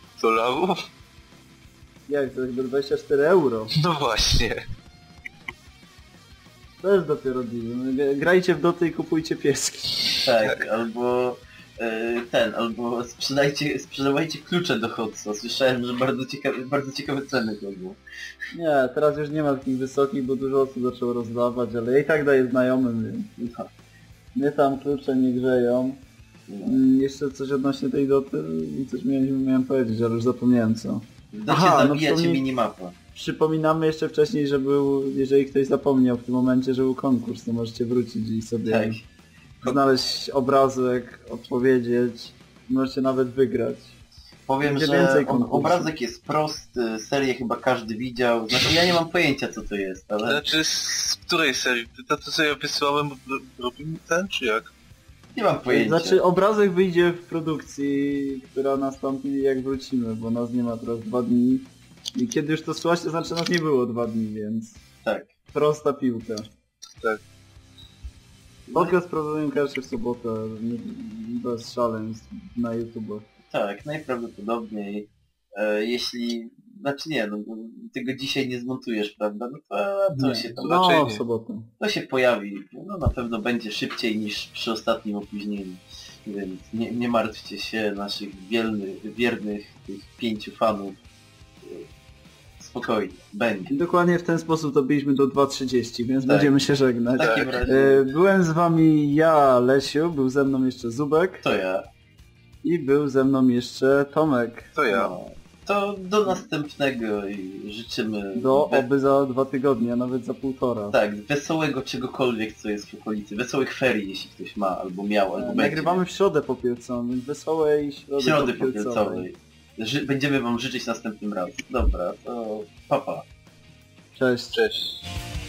Jak to jakby 24 euro? No właśnie. To jest dopiero deal. Grajcie w Dotę i kupujcie pieski. Tak, albo albo sprzedawajcie klucze do Hotsa. Słyszałem, że bardzo ciekawe ceny to było. Nie, teraz już nie ma takich wysokich, bo dużo osób zaczęło rozdawać, ale ja i tak daję znajomym, więc No. mnie tam klucze nie grzeją. Jeszcze coś odnośnie tej Doty i coś miałem powiedzieć, ale już zapomniałem co. Zabijacie minimapę. Przypominamy jeszcze wcześniej, że jeżeli ktoś zapomniał w tym momencie, że był konkurs, to możecie wrócić i sobie znaleźć obrazek, odpowiedzieć, możecie nawet wygrać. Powiem, że obrazek jest prosty, serię chyba każdy widział, znaczy ja nie mam pojęcia co to jest, ale... Znaczy z której serii? To co ja wysłałem, robimy ten czy jak? Nie mam pojęcia. Znaczy obrazek wyjdzie w produkcji, która nastąpi jak wrócimy, bo nas nie ma teraz 2 dni. I kiedy już to słuchacie, to znaczy nas nie było 2 dni, więc... Tak. Prosta piłka. Tak. Podcast prowadzimy każdy w sobotę, bez szaleństw na YouTube. Tak, najprawdopodobniej. Jeśli... Znaczy nie, no tego dzisiaj nie zmontujesz, prawda? No to nie, się tam... No, w sobotę. To się pojawi. No na pewno będzie szybciej niż przy ostatnim opóźnieniu. Więc nie martwcie się, naszych wiernych tych 5 fanów. Spokojnie, będzie. Dokładnie w ten sposób dobiliśmy do 2:30, więc będziemy się żegnać. W takim razie... Byłem z wami ja, Lesiu, był ze mną jeszcze Zubek. To ja. I był ze mną jeszcze Tomek. To ja. No, to do następnego i życzymy... Oby za 2 tygodnie, a nawet za 1,5. Tak, wesołego czegokolwiek, co jest w okolicy. Wesołych ferii, jeśli ktoś ma, albo miał, albo będzie. Nagrywamy w środę popielcową, więc wesołej środy popielcowej. Będziemy wam życzyć następnym razem. Dobra, to pa. Cześć. Cześć.